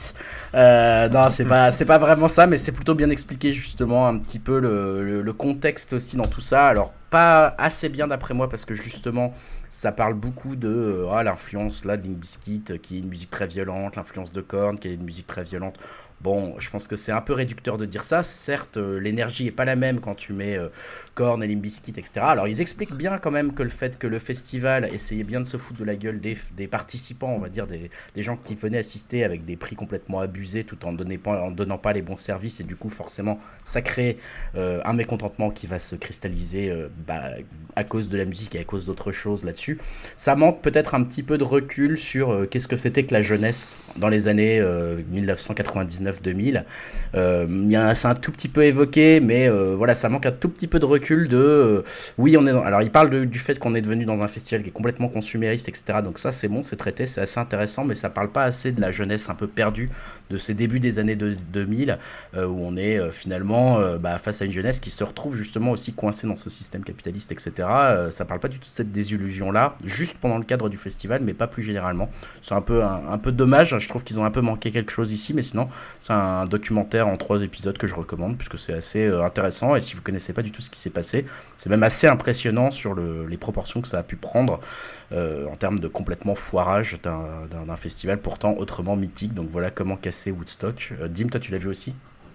Euh, non, c'est pas, c'est pas vraiment ça, mais c'est plutôt bien expliqué justement un petit peu le, le, le contexte aussi dans tout ça. Alors pas assez bien d'après moi, parce que justement ça parle beaucoup de euh, ah, l'influence là de Limp Bizkit, euh, qui est une musique très violente, l'influence de Korn qui est une musique très violente. Bon, je pense que c'est un peu réducteur de dire ça. Certes, euh, l'énergie est pas la même quand tu mets euh, Korn et Limp Bizkit, et cetera. Alors, ils expliquent bien quand même que le fait que le festival essayait bien de se foutre de la gueule des, des participants, on va dire, des, des gens qui venaient assister avec des prix complètement abusés tout en donnant pas, en donnant pas les bons services. Et du coup, forcément, ça crée euh, un mécontentement qui va se cristalliser euh, bah, à cause de la musique et à cause d'autres choses là-dessus. Ça manque peut-être un petit peu de recul sur euh, qu'est-ce que c'était que la jeunesse dans les années euh, dix-neuf cent quatre-vingt-dix-neuf deux mille. Euh, y a, c'est un tout petit peu évoqué, mais euh, voilà, ça manque un tout petit peu de recul de euh, oui, on est dans, alors il parle de, du fait qu'on est devenu dans un festival qui est complètement consumériste, et cetera. Donc ça c'est bon, c'est traité, c'est assez intéressant, mais ça parle pas assez de la jeunesse un peu perdue de ces débuts des années deux mille, euh, où on est euh, finalement euh, bah, face à une jeunesse qui se retrouve justement aussi coincée dans ce système capitaliste, et cetera. Euh, ça parle pas du tout de cette désillusion là, juste pendant le cadre du festival, mais pas plus généralement. C'est un peu un, un peu dommage, je trouve qu'ils ont un peu manqué quelque chose ici, mais sinon c'est un documentaire en trois épisodes que je recommande, puisque c'est assez euh, intéressant, et si vous connaissez pas du tout ce qui s'est passé, c'est même assez impressionnant sur le, les proportions que ça a pu prendre euh, en termes de complètement foirage d'un, d'un, d'un festival pourtant autrement mythique. Donc voilà comment casser Woodstock. Euh, Dim, toi tu l'as vu aussi?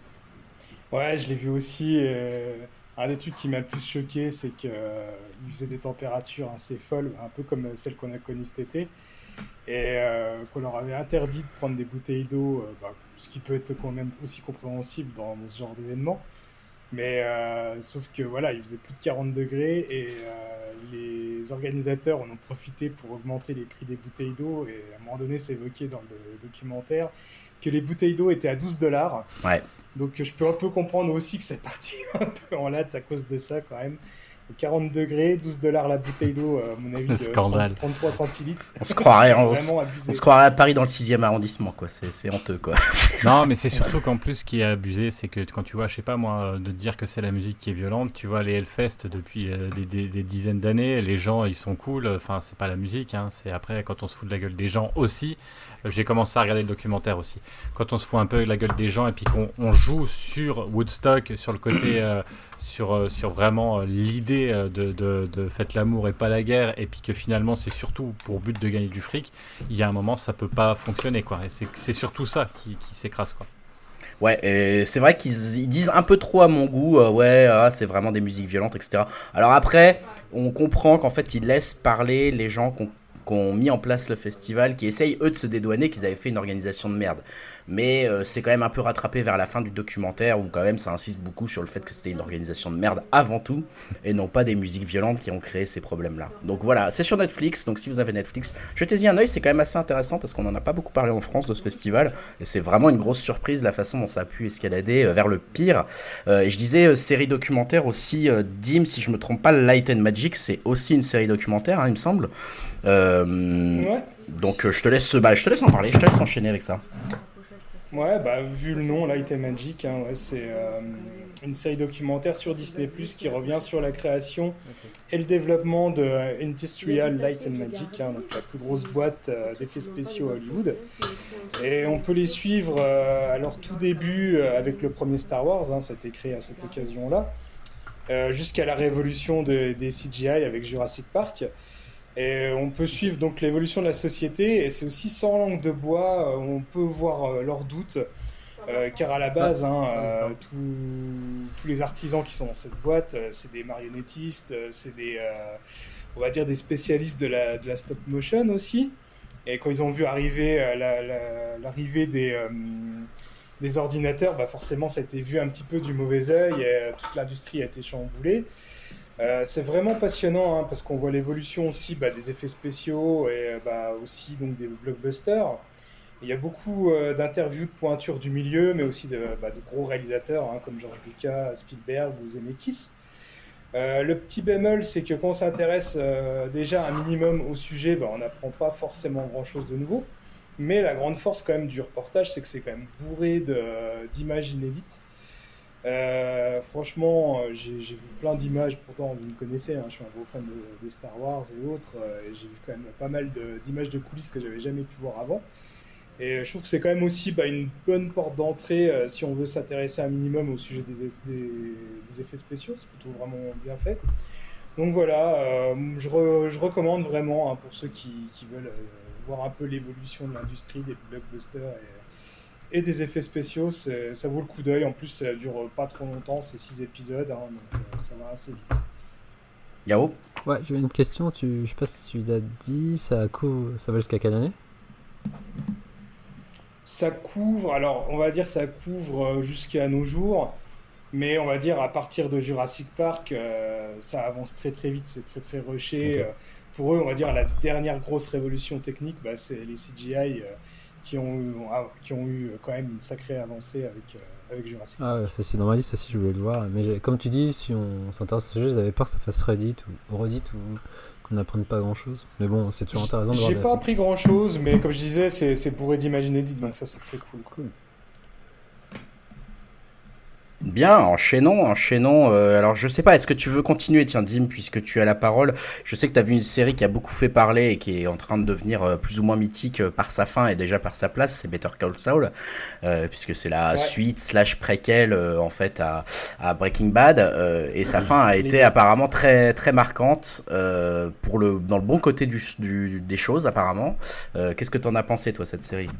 Ouais, je l'ai vu aussi. Euh, un des trucs qui m'a le plus choqué, c'est qu'il euh, faisait des températures assez folles, un peu comme celles qu'on a connues cet été. Et euh, qu'on leur avait interdit de prendre des bouteilles d'eau, euh, bah, ce qui peut être quand même aussi compréhensible dans, dans ce genre d'événement. Mais euh, sauf que voilà, il faisait plus de quarante degrés, et euh, les organisateurs en ont profité pour augmenter les prix des bouteilles d'eau. Et à un moment donné, c'est évoqué dans le documentaire que les bouteilles d'eau étaient à douze dollars. Ouais. Donc je peux un peu comprendre aussi que c'est parti un peu en latte à cause de ça quand même. quarante degrés, douze dollars la bouteille d'eau, à mon avis, Le scandale. de trente-trois centilitres. On se croirait, on, vraiment on abusé. se croirait à Paris dans le sixième arrondissement, quoi. C'est, c'est honteux, quoi. Non, mais c'est surtout qu'en plus, ce qui est abusé, c'est que quand tu vois, je sais pas moi, de dire que c'est la musique qui est violente, tu vois les Hellfest depuis euh, des, des, des dizaines d'années, les gens ils sont cool, enfin c'est pas la musique, hein, c'est après quand on se fout de la gueule des gens aussi. Euh, j'ai commencé à regarder le documentaire aussi. Quand on se fout un peu de la gueule des gens et puis qu'on on joue sur Woodstock, sur le côté, euh, sur, euh, sur vraiment euh, l'idée euh, de, de, de faites l'amour et pas la guerre, et puis que finalement c'est surtout pour but de gagner du fric, il y a un moment ça peut pas fonctionner, quoi. Et c'est, c'est surtout ça qui, qui s'écrase, quoi. Ouais, et c'est vrai qu'ils ils disent un peu trop à mon goût, euh, ouais, ah, c'est vraiment des musiques violentes, et cetera. Alors après, on comprend qu'en fait, ils laissent parler les gens qui ont, qui ont mis en place le festival, qui essayent, eux, de se dédouaner qu'ils avaient fait une organisation de merde. Mais euh, c'est quand même un peu rattrapé vers la fin du documentaire, où quand même ça insiste beaucoup sur le fait que c'était une organisation de merde avant tout, et non pas des musiques violentes qui ont créé ces problèmes-là. Donc voilà, c'est sur Netflix, donc si vous avez Netflix, jetez-y un œil, c'est quand même assez intéressant, parce qu'on en a pas beaucoup parlé en France de ce festival, et c'est vraiment une grosse surprise la façon dont ça a pu escalader euh, vers le pire. Euh, et je disais euh, série documentaire aussi, euh, Dim, si je me trompe pas, Light and Magic, c'est aussi une série documentaire, hein, il me semble. Euh, Ouais. Donc euh, je te laisse, bah, je te laisse en parler, je te laisse enchaîner avec ça. Ouais, bah, vu le nom, Light and Magic, hein, ouais, c'est, euh, une série documentaire sur Disney plus, qui revient sur la création et le développement de Industrial Light and Magic, hein, donc la plus grosse boîte euh, d'effets spéciaux à Hollywood. Et on peut les suivre euh, à leur tout début euh, avec le premier Star Wars, hein, ça a été créé à cette occasion-là, euh, jusqu'à la révolution de, des C G I avec Jurassic Park. Et on peut suivre donc l'évolution de la société, et c'est aussi sans langue de bois, on peut voir euh, leurs doutes, euh, car à la base, hein, euh, tous, tous les artisans qui sont dans cette boîte, euh, c'est des marionnettistes, euh, c'est des, euh, on va dire des spécialistes de la, de la stop motion aussi. Et quand ils ont vu arriver euh, la, la, l'arrivée des, euh, des ordinateurs, bah forcément ça a été vu un petit peu du mauvais œil, et euh, toute l'industrie a été chamboulée. Euh, c'est vraiment passionnant, hein, parce qu'on voit l'évolution aussi bah, des effets spéciaux et bah, aussi donc, des blockbusters. Il y a beaucoup euh, d'interviews de pointures du milieu, mais aussi de, bah, de gros réalisateurs hein, comme George Lucas, Spielberg ou Zemeckis. Euh, le petit bémol, c'est que quand on s'intéresse euh, déjà un minimum au sujet, bah, on n'apprend pas forcément grand-chose de nouveau. Mais la grande force quand même du reportage, c'est que c'est quand même bourré de, d'images inédites. Euh, franchement, j'ai, j'ai vu plein d'images, pourtant vous me connaissez, hein, je suis un gros fan de, de Star Wars et autres, euh, et j'ai vu quand même pas mal de, d'images de coulisses que j'avais jamais pu voir avant. Et je trouve que c'est quand même aussi bah, une bonne porte d'entrée euh, si on veut s'intéresser un minimum au sujet des, des, des effets spéciaux, c'est plutôt vraiment bien fait. Donc voilà, euh, je, re, je recommande vraiment hein, pour ceux qui, qui veulent euh, voir un peu l'évolution de l'industrie des blockbusters et, et des effets spéciaux, c'est, ça vaut le coup d'œil. En plus, ça dure pas trop longtemps, c'est six épisodes, hein, donc euh, ça va assez vite. Yao ? Ouais, j'ai une question, tu... je sais pas si tu l'as dit, ça, couvre... ça va jusqu'à quelle année ? Ça couvre, alors on va dire ça couvre jusqu'à nos jours, mais on va dire à partir de Jurassic Park, euh, ça avance très très vite, c'est très très rushé. Okay. Pour eux, on va dire la dernière grosse révolution technique, bah, c'est les C G I euh, qui, ont eu, qui ont eu quand même une sacrée avancée avec, euh, avec Jurassic Park. Ah ouais, ça, c'est dans ma liste aussi, je voulais le voir. Mais comme tu dis, si on s'intéresse au sujet, j'avais peur que ça fasse Reddit ou Reddit ou qu'on n'apprenne pas grand chose. Mais bon, c'est toujours intéressant de voir. J'ai pas appris grand chose, mais comme je disais, c'est, c'est bourré d'images inédites, donc ça c'est très cool. Cool. Bien, enchaînons, enchaînons. Euh, alors, je sais pas, est-ce que tu veux continuer, tiens, Dim, puisque tu as la parole. Je sais que tu as vu une série qui a beaucoup fait parler et qui est en train de devenir euh, plus ou moins mythique euh, par sa fin et déjà par sa place, c'est Better Call Saul, euh, puisque c'est la ouais. suite slash préquel euh, en fait à, à Breaking Bad, euh, et sa fin a été apparemment très très marquante euh, pour le dans le bon côté du, du des choses apparemment. Euh, qu'est-ce que t'en as pensé toi cette série?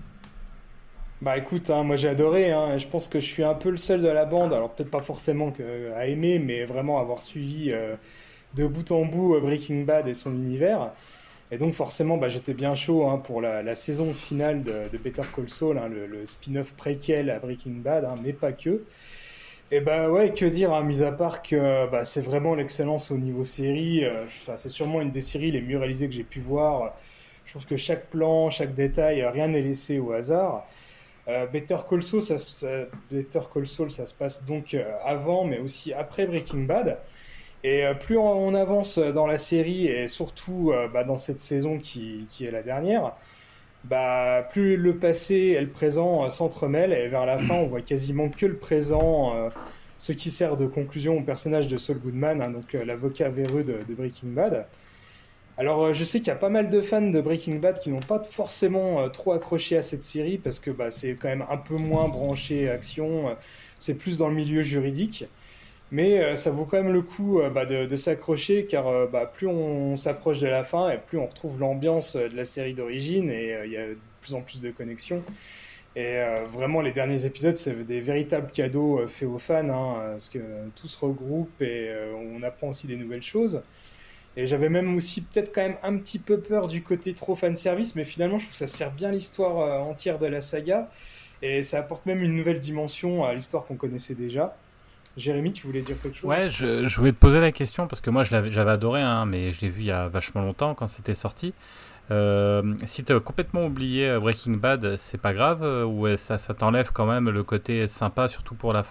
Bah écoute, hein, moi j'ai adoré, hein, je pense que je suis un peu le seul de la bande, alors peut-être pas forcément que, à aimer, mais vraiment avoir suivi euh, de bout en bout euh, Breaking Bad et son univers. Et donc forcément bah, j'étais bien chaud hein, pour la, la saison finale de, de Better Call Saul, hein, le, le spin-off préquel à Breaking Bad, hein, mais pas que. Et bah ouais, que dire, hein, mis à part que bah, c'est vraiment l'excellence au niveau série, euh, c'est sûrement une des séries les mieux réalisées que j'ai pu voir. Je trouve que chaque plan, chaque détail, rien n'est laissé au hasard. Euh, Better Call Saul, ça, ça, Better Call Saul, ça se passe donc euh, avant, mais aussi après Breaking Bad. Et euh, plus on, on avance dans la série, et surtout euh, bah, dans cette saison qui, qui est la dernière, bah, plus le passé et le présent euh, s'entremêlent, et vers la fin, on voit quasiment que le présent, euh, ce qui sert de conclusion au personnage de Saul Goodman, hein, donc euh, l'avocat véreux de, de Breaking Bad. Alors, euh, je sais qu'il y a pas mal de fans de Breaking Bad qui n'ont pas forcément euh, trop accroché à cette série parce que bah, c'est quand même un peu moins branché action, euh, c'est plus dans le milieu juridique. Mais euh, ça vaut quand même le coup euh, bah, de, de s'accrocher car euh, bah, plus on s'approche de la fin et plus on retrouve l'ambiance de la série d'origine et il euh, y a de plus en plus de connexions. Et euh, vraiment, les derniers épisodes, c'est des véritables cadeaux euh, faits aux fans hein, parce que tout se regroupe et euh, on apprend aussi des nouvelles choses. Et j'avais même aussi peut-être quand même un petit peu peur du côté trop fanservice, mais finalement je trouve que ça sert bien l'histoire euh, entière de la saga, et ça apporte même une nouvelle dimension à l'histoire qu'on connaissait déjà. Jérémy, tu voulais dire quelque chose ? Ouais, je, je voulais te poser la question, parce que moi je l'avais, j'avais adoré, hein, mais je l'ai vu il y a vachement longtemps quand c'était sorti. Euh, si tu as complètement oublié Breaking Bad, c'est pas grave, ou ça, ça t'enlève quand même le côté sympa, surtout pour la fin ?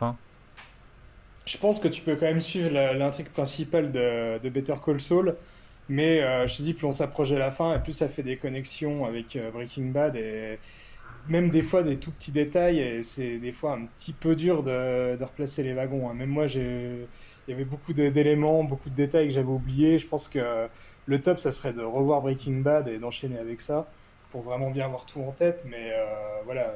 Je pense que tu peux quand même suivre la, l'intrigue principale de, de Better Call Saul, mais euh, je te dis, plus on s'approche de la fin, et plus ça fait des connexions avec euh, Breaking Bad, et, même des fois des tout petits détails, et c'est des fois un petit peu dur de, de replacer les wagons. Hein. Même moi, j'ai, il y avait beaucoup de, d'éléments, beaucoup de détails que j'avais oubliés. Je pense que le top, ça serait de revoir Breaking Bad et d'enchaîner avec ça pour vraiment bien avoir tout en tête. Mais euh, voilà.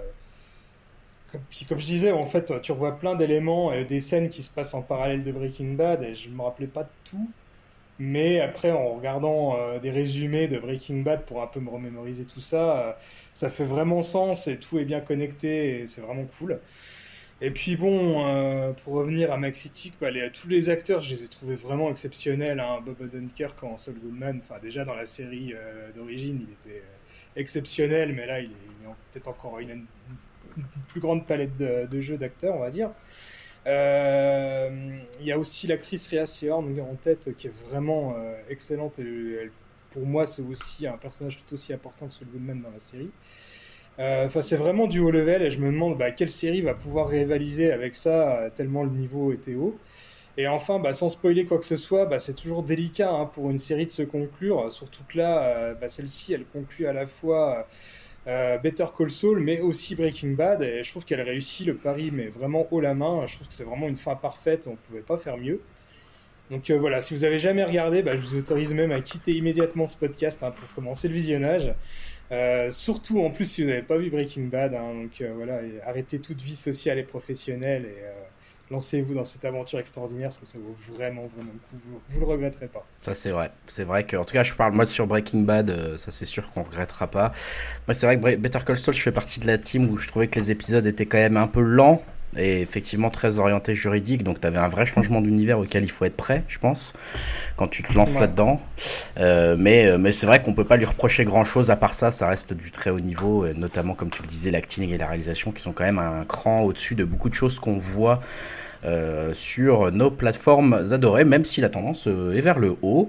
Comme, puis comme je disais, en fait, tu revois plein d'éléments et des scènes qui se passent en parallèle de Breaking Bad, et je me rappelais pas de tout. Mais après, en regardant euh, des résumés de Breaking Bad pour un peu me remémoriser tout ça, euh, ça fait vraiment sens et tout est bien connecté et c'est vraiment cool. Et puis bon, euh, pour revenir à ma critique, bah, les, tous les acteurs, je les ai trouvés vraiment exceptionnels. Hein. Bob Odenkirk en Saul Goodman, enfin déjà dans la série euh, d'origine, il était euh, exceptionnel, mais là, il est, il est peut-être encore une, une, une plus grande palette de, de jeux d'acteurs, on va dire. Il euh, y a aussi l'actrice Rhea Seehorn en tête qui est vraiment euh, excellente et elle, pour moi c'est aussi un personnage tout aussi important que Saul Goodman dans la série. Enfin euh, c'est vraiment du haut level et je me demande bah, quelle série va pouvoir rivaliser avec ça tellement le niveau était haut. Et enfin bah, sans spoiler quoi que ce soit, bah, c'est toujours délicat hein, pour une série de se conclure, surtout que là euh, bah, celle-ci elle conclut à la fois Euh, Better Call Saul, mais aussi Breaking Bad, et je trouve qu'elle réussit le pari, mais vraiment haut la main. Je trouve que c'est vraiment une fin parfaite, on ne pouvait pas faire mieux. Donc euh, voilà, si vous avez jamais regardé, bah, je vous autorise même à quitter immédiatement ce podcast hein, pour commencer le visionnage. Euh, surtout en plus si vous n'avez pas vu Breaking Bad, hein, donc euh, voilà, et arrêtez toute vie sociale et professionnelle et euh, lancez-vous dans cette aventure extraordinaire parce que ça vaut vraiment vraiment le coup, vous, vous le regretterez pas. Ça c'est vrai, c'est vrai que en tout cas je parle moi sur Breaking Bad, euh, ça c'est sûr qu'on regrettera pas. Moi c'est vrai que Better Call Saul, je fais partie de la team où je trouvais que les épisodes étaient quand même un peu lents et effectivement très orientés juridiques, donc tu avais un vrai changement d'univers auquel il faut être prêt, je pense, quand tu te lances ouais. là-dedans. Euh, mais, mais c'est vrai qu'on peut pas lui reprocher grand-chose à part ça, ça reste du très haut niveau, et notamment comme tu le disais, l'acting et la réalisation qui sont quand même un cran au-dessus de beaucoup de choses qu'on voit Euh, sur nos plateformes adorées, même si la tendance euh, est vers le haut.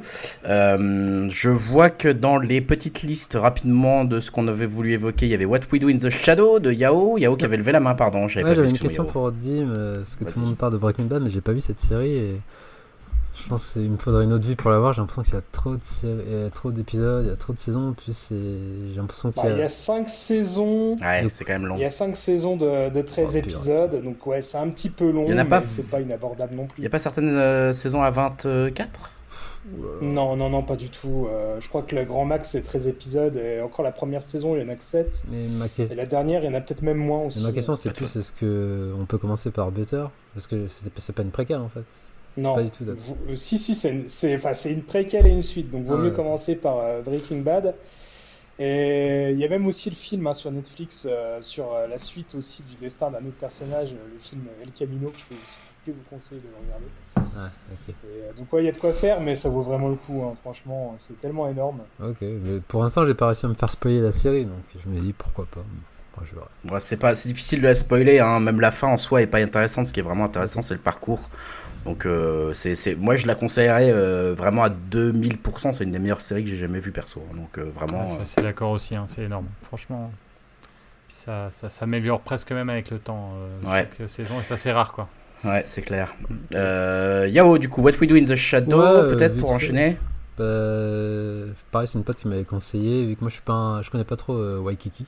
Euh, je vois que dans les petites listes rapidement de ce qu'on avait voulu évoquer, il y avait What We Do in the Shadow de Yao. Yao qui avait levé la main, pardon. J'avais, ouais, pas j'avais vu une question Yao. pour Dim, euh, parce que Vas-y. Tout le monde parle de Breaking Bad, mais j'ai pas vu cette série et je pense qu'il me faudrait une autre vie pour la voir. J'ai l'impression qu'il y a trop, de séries, il y a trop d'épisodes, il y a trop de saisons. En plus, c'est... j'ai l'impression qu'il y a... Bah, il y a cinq saisons. Ouais, Donc, c'est quand même long. Il y a cinq saisons de, de treize oh, épisodes, ouais. Donc ouais, c'est un petit peu long, il y en a pas mais c'est pas inabordable non plus. Il n'y a pas certaines euh, saisons à vingt-quatre ? Non, non, non, pas du tout. Euh, je crois que le grand max, c'est treize épisodes, et encore la première saison, il y en a que sept. Mais ma que... Et la dernière, il y en a peut-être même moins aussi. Mais ma question, c'est plus, est-ce qu'on peut commencer par Better ? Parce que c'est, c'est pas une préquelle, en fait. Non, pas du tout, vous, euh, si, si, c'est une, c'est, c'est une préquelle et une suite, donc vaut ah, mieux ouais. commencer par euh, Breaking Bad. Et il y a même aussi le film hein, sur Netflix, euh, sur euh, la suite aussi du destin d'un autre personnage, euh, le film El Camino, que je peux aussi que vous conseiller de le regarder. Ah, ok. Et, euh, donc ouais, il y a de quoi faire, mais ça vaut vraiment le coup, hein, franchement, c'est tellement énorme. Ok, mais pour l'instant, j'ai pas réussi à me faire spoiler la série, donc je me dis pourquoi pas. Enfin, je ouais, c'est, pas, c'est difficile de la spoiler, hein. Même la fin en soi est pas intéressante, ce qui est vraiment intéressant, c'est le parcours. Donc euh, c'est, c'est, moi je la conseillerais euh, vraiment à deux mille pour cent, c'est une des meilleures séries que j'ai jamais vues perso. Donc euh, vraiment. Ouais, je suis assez d'accord aussi, hein, c'est énorme, franchement. Puis ça, ça s'améliore presque même avec le temps, euh, ouais. chaque saison, et ça c'est rare quoi. Ouais, c'est clair. Euh, Yao, du coup, What We Do in the Shadow, ouais, peut-être euh, pour enchaîner. Bah, pareil, c'est une pote qui m'avait conseillé, vu que moi je suis pas, un, je connais pas trop euh, Waikiki.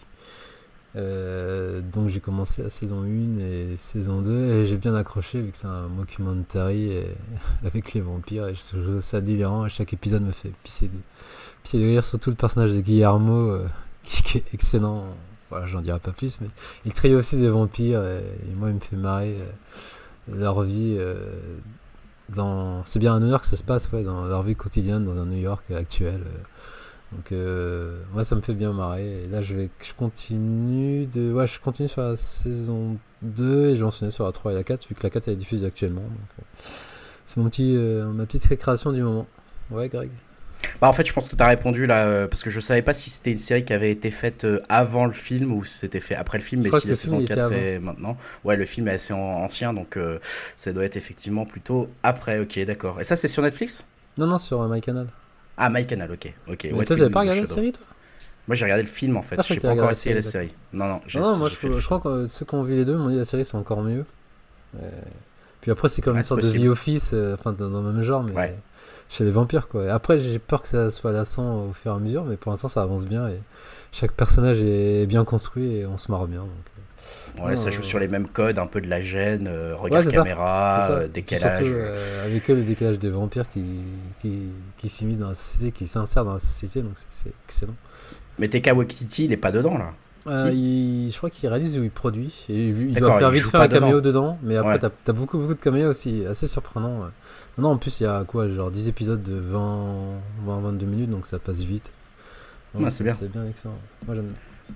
Euh, donc j'ai commencé la saison un et saison deux et j'ai bien accroché vu que c'est un mockumentary et, avec les vampires et je trouve ça délirant. Chaque épisode me fait pisser de, pisser de rire, surtout le personnage de Guillermo euh, qui, qui est excellent. Voilà, j'en dirai pas plus, mais il traite aussi des vampires et, et moi il me fait marrer euh, leur vie euh, dans... c'est bien à New York que ça se passe, ouais, dans leur vie quotidienne dans un New York actuel. Euh, Donc euh, moi ça me fait bien marrer et là je vais je continue de ouais je continue sur la saison deux et je vais enchaîner sur la trois et la quatre vu que la quatre elle est diffusée actuellement donc euh, c'est mon petit euh, ma petite récréation du moment. Ouais Greg. Bah en fait je pense que tu as répondu là euh, parce que je savais pas si c'était une série qui avait été faite euh, avant le film ou si c'était fait après le film, mais si la saison quatre est maintenant. Ouais, le film est assez en- ancien donc euh, ça doit être effectivement plutôt après. OK, d'accord. Et ça c'est sur Netflix ? Non non sur euh, MyCanal. Ah, MyCanal, ok. ok. Mais toi, t'avais pas regardé la série, toi ? Moi, j'ai regardé le film, en fait. Ah, j'ai pas encore essayé la série. Non, non. J'ai, non, non j'ai moi, fait je, je crois que ceux qui ont vu les deux m'ont dit la série, c'est encore mieux. Euh, Puis après, c'est comme Ouais, une c'est sorte possible. de vie office, euh, enfin dans, dans le même genre, mais Ouais. chez les vampires quoi. Et après, j'ai peur que ça soit lassant au fur et à mesure, mais pour l'instant, ça avance bien et chaque personnage est bien construit et on se marre bien. Donc, Ouais, euh, ça non, joue euh, sur les mêmes codes, un peu de la gêne, euh, regard Ouais, c'est ça. caméra, c'est ça. euh, Puis décalage. surtout, euh, avec eux, le décalage des vampires qui, qui, qui s'immiscent dans la société, qui s'insèrent dans la société, donc c'est, c'est excellent. Mais Taika Waititi, il est pas dedans là. Euh, Si. il- je crois qu'il réalise ou il produit. Et il D'accord, doit faire il vite joue fait pas un caméo dedans. dedans, mais après Ouais. t'as, t'as beaucoup beaucoup de caméos aussi, assez surprenant. ouais. Non, en plus il y a quoi, genre dix épisodes de vingt à vingt-deux minutes, donc ça passe vite. Non, Ouais, c'est bien. C'est bien excellent. Moi j'aime.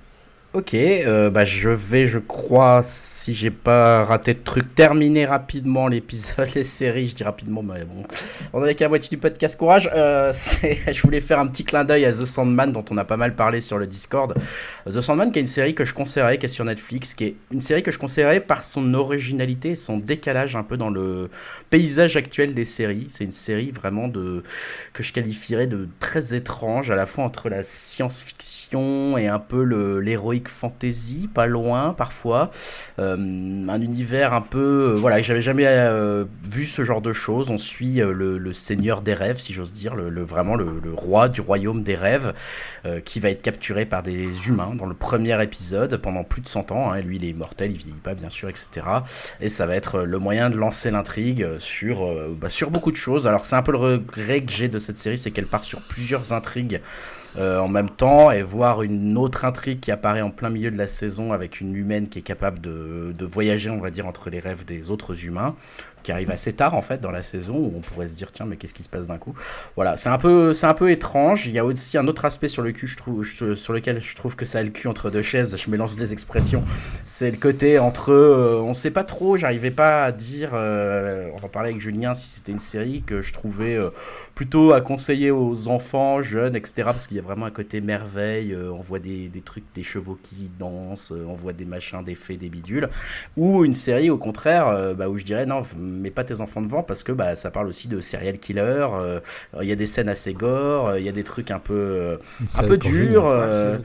Ok, euh, bah je vais, je crois, si j'ai pas raté de truc, terminer rapidement l'épisode, les séries, je dis rapidement, mais bon, on est avec la moitié du podcast, courage. Euh, c'est, je voulais faire un petit clin d'œil à The Sandman, dont on a pas mal parlé sur le Discord. The Sandman, qui est une série que je conseillerais, qui est sur Netflix, qui est une série que je conseillerais par son originalité et son décalage un peu dans le paysage actuel des séries. C'est une série vraiment de que je qualifierais de très étrange, à la fois entre la science-fiction et un peu le, l'héroïque fantasy, pas loin parfois. Euh, un univers un peu... euh, voilà, j'avais jamais euh, vu ce genre de choses. On suit euh, le, le seigneur des rêves, si j'ose dire, le, le- vraiment le, le roi du royaume des rêves, euh, qui va être capturé par des humains dans le premier épisode pendant plus de cent ans. Hein. Lui, il est immortel, il vieillit pas, bien sûr, et cetera. Et ça va être le moyen de lancer l'intrigue sur, euh, bah, sur beaucoup de choses. Alors, c'est un peu le regret que j'ai de cette série, c'est qu'elle part sur plusieurs intrigues euh, en même temps, et voir une autre intrigue qui apparaît en plein milieu de la saison avec une humaine qui est capable de, de voyager, on va dire, entre les rêves des autres humains, qui arrive assez tard en fait dans la saison, où on pourrait se dire tiens, mais qu'est-ce qui se passe d'un coup. Voilà, c'est un peu, c'est un peu étrange. Il y a aussi un autre aspect sur le cul, je trouve, je- sur lequel je trouve que ça a le cul entre deux chaises. Je mélange des expressions. C'est le côté entre, euh, on sait pas trop. J'arrivais pas à dire. Euh, on va parler avec Julien si c'était une série que je trouvais euh, plutôt à conseiller aux enfants, jeunes, et cetera. Parce qu'il y a vraiment un côté merveille. Euh, on voit des, des trucs, des chevaux qui dansent. Euh, on voit des machins, des fées, des bidules. Ou une série au contraire, euh, bah, où je dirais non, mets pas tes enfants devant, parce que bah, ça parle aussi de serial killer. euh, Il y a des scènes assez gore, euh, il y a des trucs un peu, euh, Une un série peu pour durs. Julien. euh,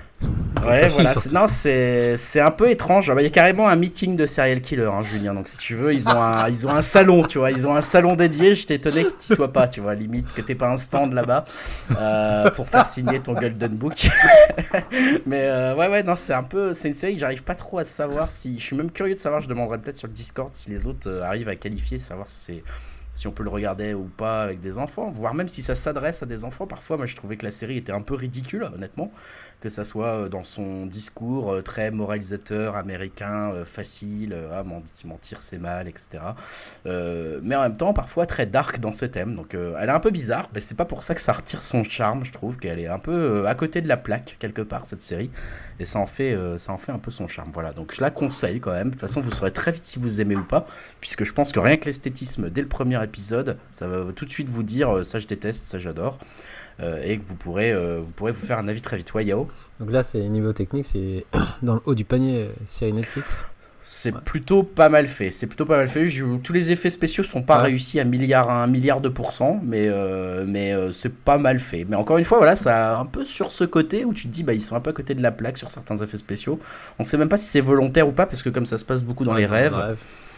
Sa Ouais, fille, voilà. surtout. C'est- Non, c'est c'est un peu étrange. Ah bah, il y a carrément un meeting de serial killer, hein, Julien. Donc si tu veux, ils ont un ils ont un salon, tu vois. Ils ont un salon dédié. J'étais étonné que tu sois pas, tu vois. Limite que t'aies pas un stand là-bas euh, pour faire signer ton Golden Book. Mais euh, ouais, ouais, non, c'est un peu, c'est une série que j'arrive pas trop à savoir si. Je suis même curieux de savoir. Je demanderai peut-être sur le Discord si les autres euh, arrivent à qualifier, savoir si c'est si on peut le regarder ou pas avec des enfants, voire même si ça s'adresse à des enfants. Parfois, moi, je trouvais que la série était un peu ridicule, honnêtement, que ça soit euh, dans son discours euh, très moralisateur, américain, euh, facile, euh, ah, ment- mentir c'est mal, et cetera. Euh, mais en même temps, parfois très dark dans ses thèmes. Donc, euh, elle est un peu bizarre, mais c'est pas pour ça que ça retire son charme. Je trouve qu'elle est un peu euh, à côté de la plaque, quelque part, cette série. Et ça en fait, euh, ça en fait un peu son charme. Voilà, donc je la conseille quand même. De toute façon, vous saurez très vite si vous aimez ou pas, puisque je pense que rien que l'esthétisme dès le premier épisode, ça va tout de suite vous dire euh, ça je déteste, ça j'adore, euh, et que vous pourrez, euh, vous pourrez vous faire un avis très vite. Ouais, Yao, Donc là, c'est niveau technique, c'est dans le haut du panier, euh, série Netflix. c'est Ouais. plutôt pas mal fait. C'est plutôt pas mal fait. Je- tous les effets spéciaux sont pas Ouais. réussis à milliard, à un milliard de pourcents, mais euh, mais euh, c'est pas mal fait. Mais encore une fois, voilà, ça a un peu sur ce côté où tu te dis bah ils sont un peu à côté de la plaque sur certains effets spéciaux. On sait même pas si c'est volontaire ou pas, parce que comme ça se passe beaucoup dans Ouais, les rêves. rêves.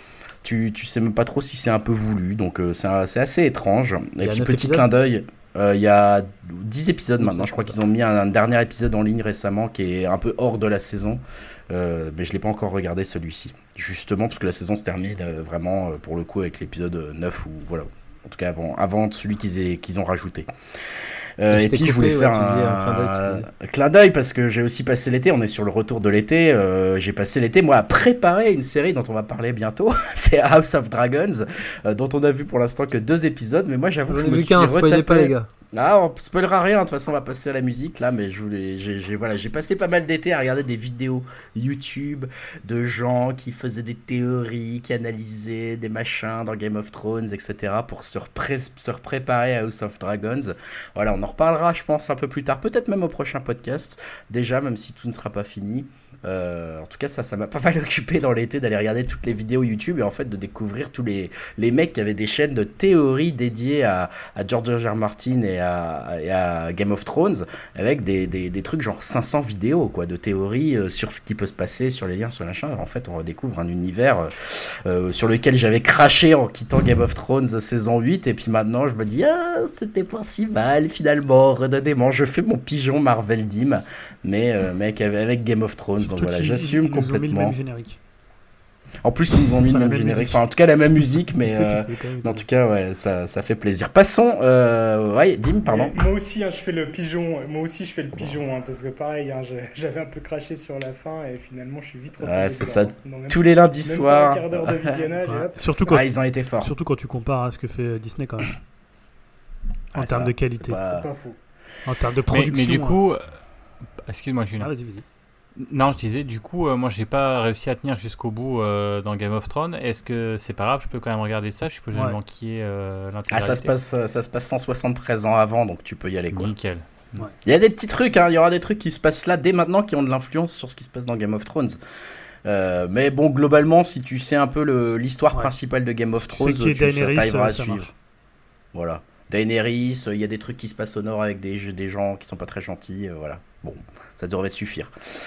Tu, tu sais même pas trop si c'est un peu voulu, donc euh, c'est un- c'est assez étrange. Il y Et a puis neuf petit épisodes clin d'œil, euh, il y a dix épisodes Oui, maintenant, ça, je crois c'est qu'ils ont mis un, un dernier épisode en ligne récemment qui est un peu hors de la saison, euh, mais je l'ai pas encore regardé celui-ci, justement parce que la saison se termine euh, vraiment euh, pour le coup avec l'épisode neuf, ou voilà, en tout cas avant, avant celui qu'ils aient- qu'ils ont rajouté. Euh, Et je et t'ai puis je coupé, voulais ouais, faire tu disais un clin d'œil, un, tu un clin d'œil parce que j'ai aussi passé l'été, on est sur le retour de l'été, euh, j'ai passé l'été moi à préparer une série dont on va parler bientôt, c'est House of Dragons, euh, dont on a vu pour l'instant que deux épisodes, mais moi j'avoue que J'en je ai me vu suis qu'un, spoilez retapé... pas les gars. Ah, on spoilera rien, de toute façon on va passer à la musique là, mais je voulais, j'ai, j'ai, voilà, j'ai passé pas mal d'été à regarder des vidéos YouTube de gens qui faisaient des théories, qui analysaient des machins dans Game of Thrones, et cetera pour se, repré- se repréparer à House of Dragons. Voilà, on en reparlera je pense un peu plus tard, peut-être même au prochain podcast, déjà, même si tout ne sera pas fini. Euh, en tout cas, ça, ça m'a pas mal occupé dans l'été d'aller regarder toutes les vidéos YouTube et en fait de découvrir tous les, les mecs qui avaient des chaînes de théories dédiées à, à George R. R. Martin et à, et à Game of Thrones avec des, des, des trucs genre cinq cents vidéos quoi, de théories euh, sur ce qui peut se passer, sur les liens, sur machin. En fait, on redécouvre un univers euh, sur lequel j'avais craché en quittant Game of Thrones saison huit et puis maintenant je me dis ah, c'était pas si mal finalement, redonnez-moi, je fais mon pigeon Marvel Dim mais euh, mec avec Game of Thrones. Donc voilà, j'assume ils, ils complètement. Ils nous ont mis le même générique. En plus, ils nous ont mis Enfin, le la même même générique. musique. Enfin, en tout cas, la même musique, mais C'est euh, quand même en tout cas, ouais, ça, ça fait plaisir. Passons. Euh... Ouais, Dim, pardon. Et moi aussi, hein, je fais le pigeon. Moi aussi, je fais le pigeon, hein, parce que pareil, hein, j'ai- j'avais un peu craché sur la fin et finalement, je suis vite retombé. Ouais, c'est dedans, ça. hein. Non, même- Tous les lundis même soirs. pas un quart d'heure de visionnage. et Ouais. hop. Surtout, quand, Ah, ils ont été forts. surtout quand tu compares à ce que fait Disney quand même. En Ouais, termes ça, de qualité. c'est pas- C'est pas faux. En termes de Mais, production. mais du hein. coup, euh, excuse-moi, Julien. Ah, vas-y, vas-y. Non, je disais, du coup, euh, moi, j'ai pas réussi à tenir jusqu'au bout euh, dans Game of Thrones. Est-ce que c'est pas grave, je peux quand même regarder ça? Je suppose que je vais Ouais. manquer euh, Ah, l'intégralité. ça se passe, euh, ça se passe cent soixante-treize ans avant, donc tu peux y aller quoi. Nickel. Il y a des petits trucs, hein. Il y aura des trucs qui se passent là dès maintenant qui ont de l'influence sur ce qui se passe dans Game of Thrones. Euh, mais bon, globalement, si tu sais un peu le- l'histoire Ouais. principale de Game of Tu sais Thrones, qui est tu Daenerys, arriveras à ça suivre. marche. Voilà. Daenerys, il y a des trucs qui se passent au nord avec des, des gens qui sont pas très gentils, euh, voilà. Bon, ça devrait suffire.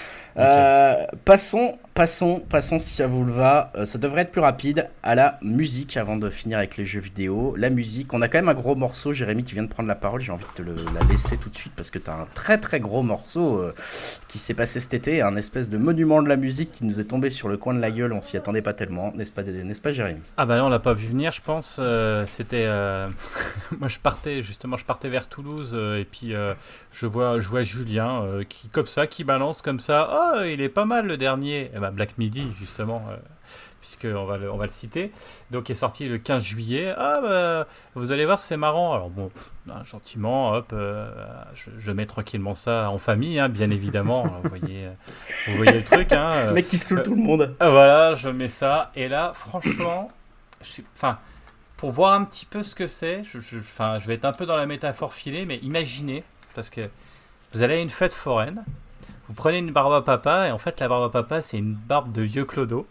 Euh, passons, passons, passons si ça vous le va. Euh, ça devrait être plus rapide à la musique avant de finir avec les jeux vidéo. La musique, on a quand même un gros morceau. Jérémy qui vient de prendre la parole, j'ai envie de te le, la laisser tout de suite parce que t'as un très très gros morceau euh, qui s'est passé cet été, un espèce de monument de la musique qui nous est tombé sur le coin de la gueule. On s'y attendait pas tellement, n'est-ce pas, n'est-ce pas Jérémy? Ah bah là, on l'a pas vu venir, je pense. Euh, c'était, euh, moi, je partais justement, je partais vers Toulouse euh, et puis euh, je vois, je vois Julien euh, qui comme ça, qui balance comme ça. Oh, il est pas mal le dernier. Eh ben, Black Midi justement, euh, puisque on va le, on va le citer. Donc, il est sorti le quinze juillet. Ah bah, vous allez voir, c'est marrant. Alors bon, hein, gentiment, hop, euh, je, je mets tranquillement ça en famille, hein, bien évidemment. vous voyez, vous voyez le truc, hein. euh, Le mec qui saoule tout le monde. Ah, voilà, je mets ça. Et là, franchement, je sais- enfin, pour voir un petit peu ce que c'est, je, je, enfin, je vais être un peu dans la métaphore filée, mais imaginez, parce que vous allez à une fête foraine, vous prenez une barbe à papa, et en fait, la barbe à papa, c'est une barbe de vieux clodo.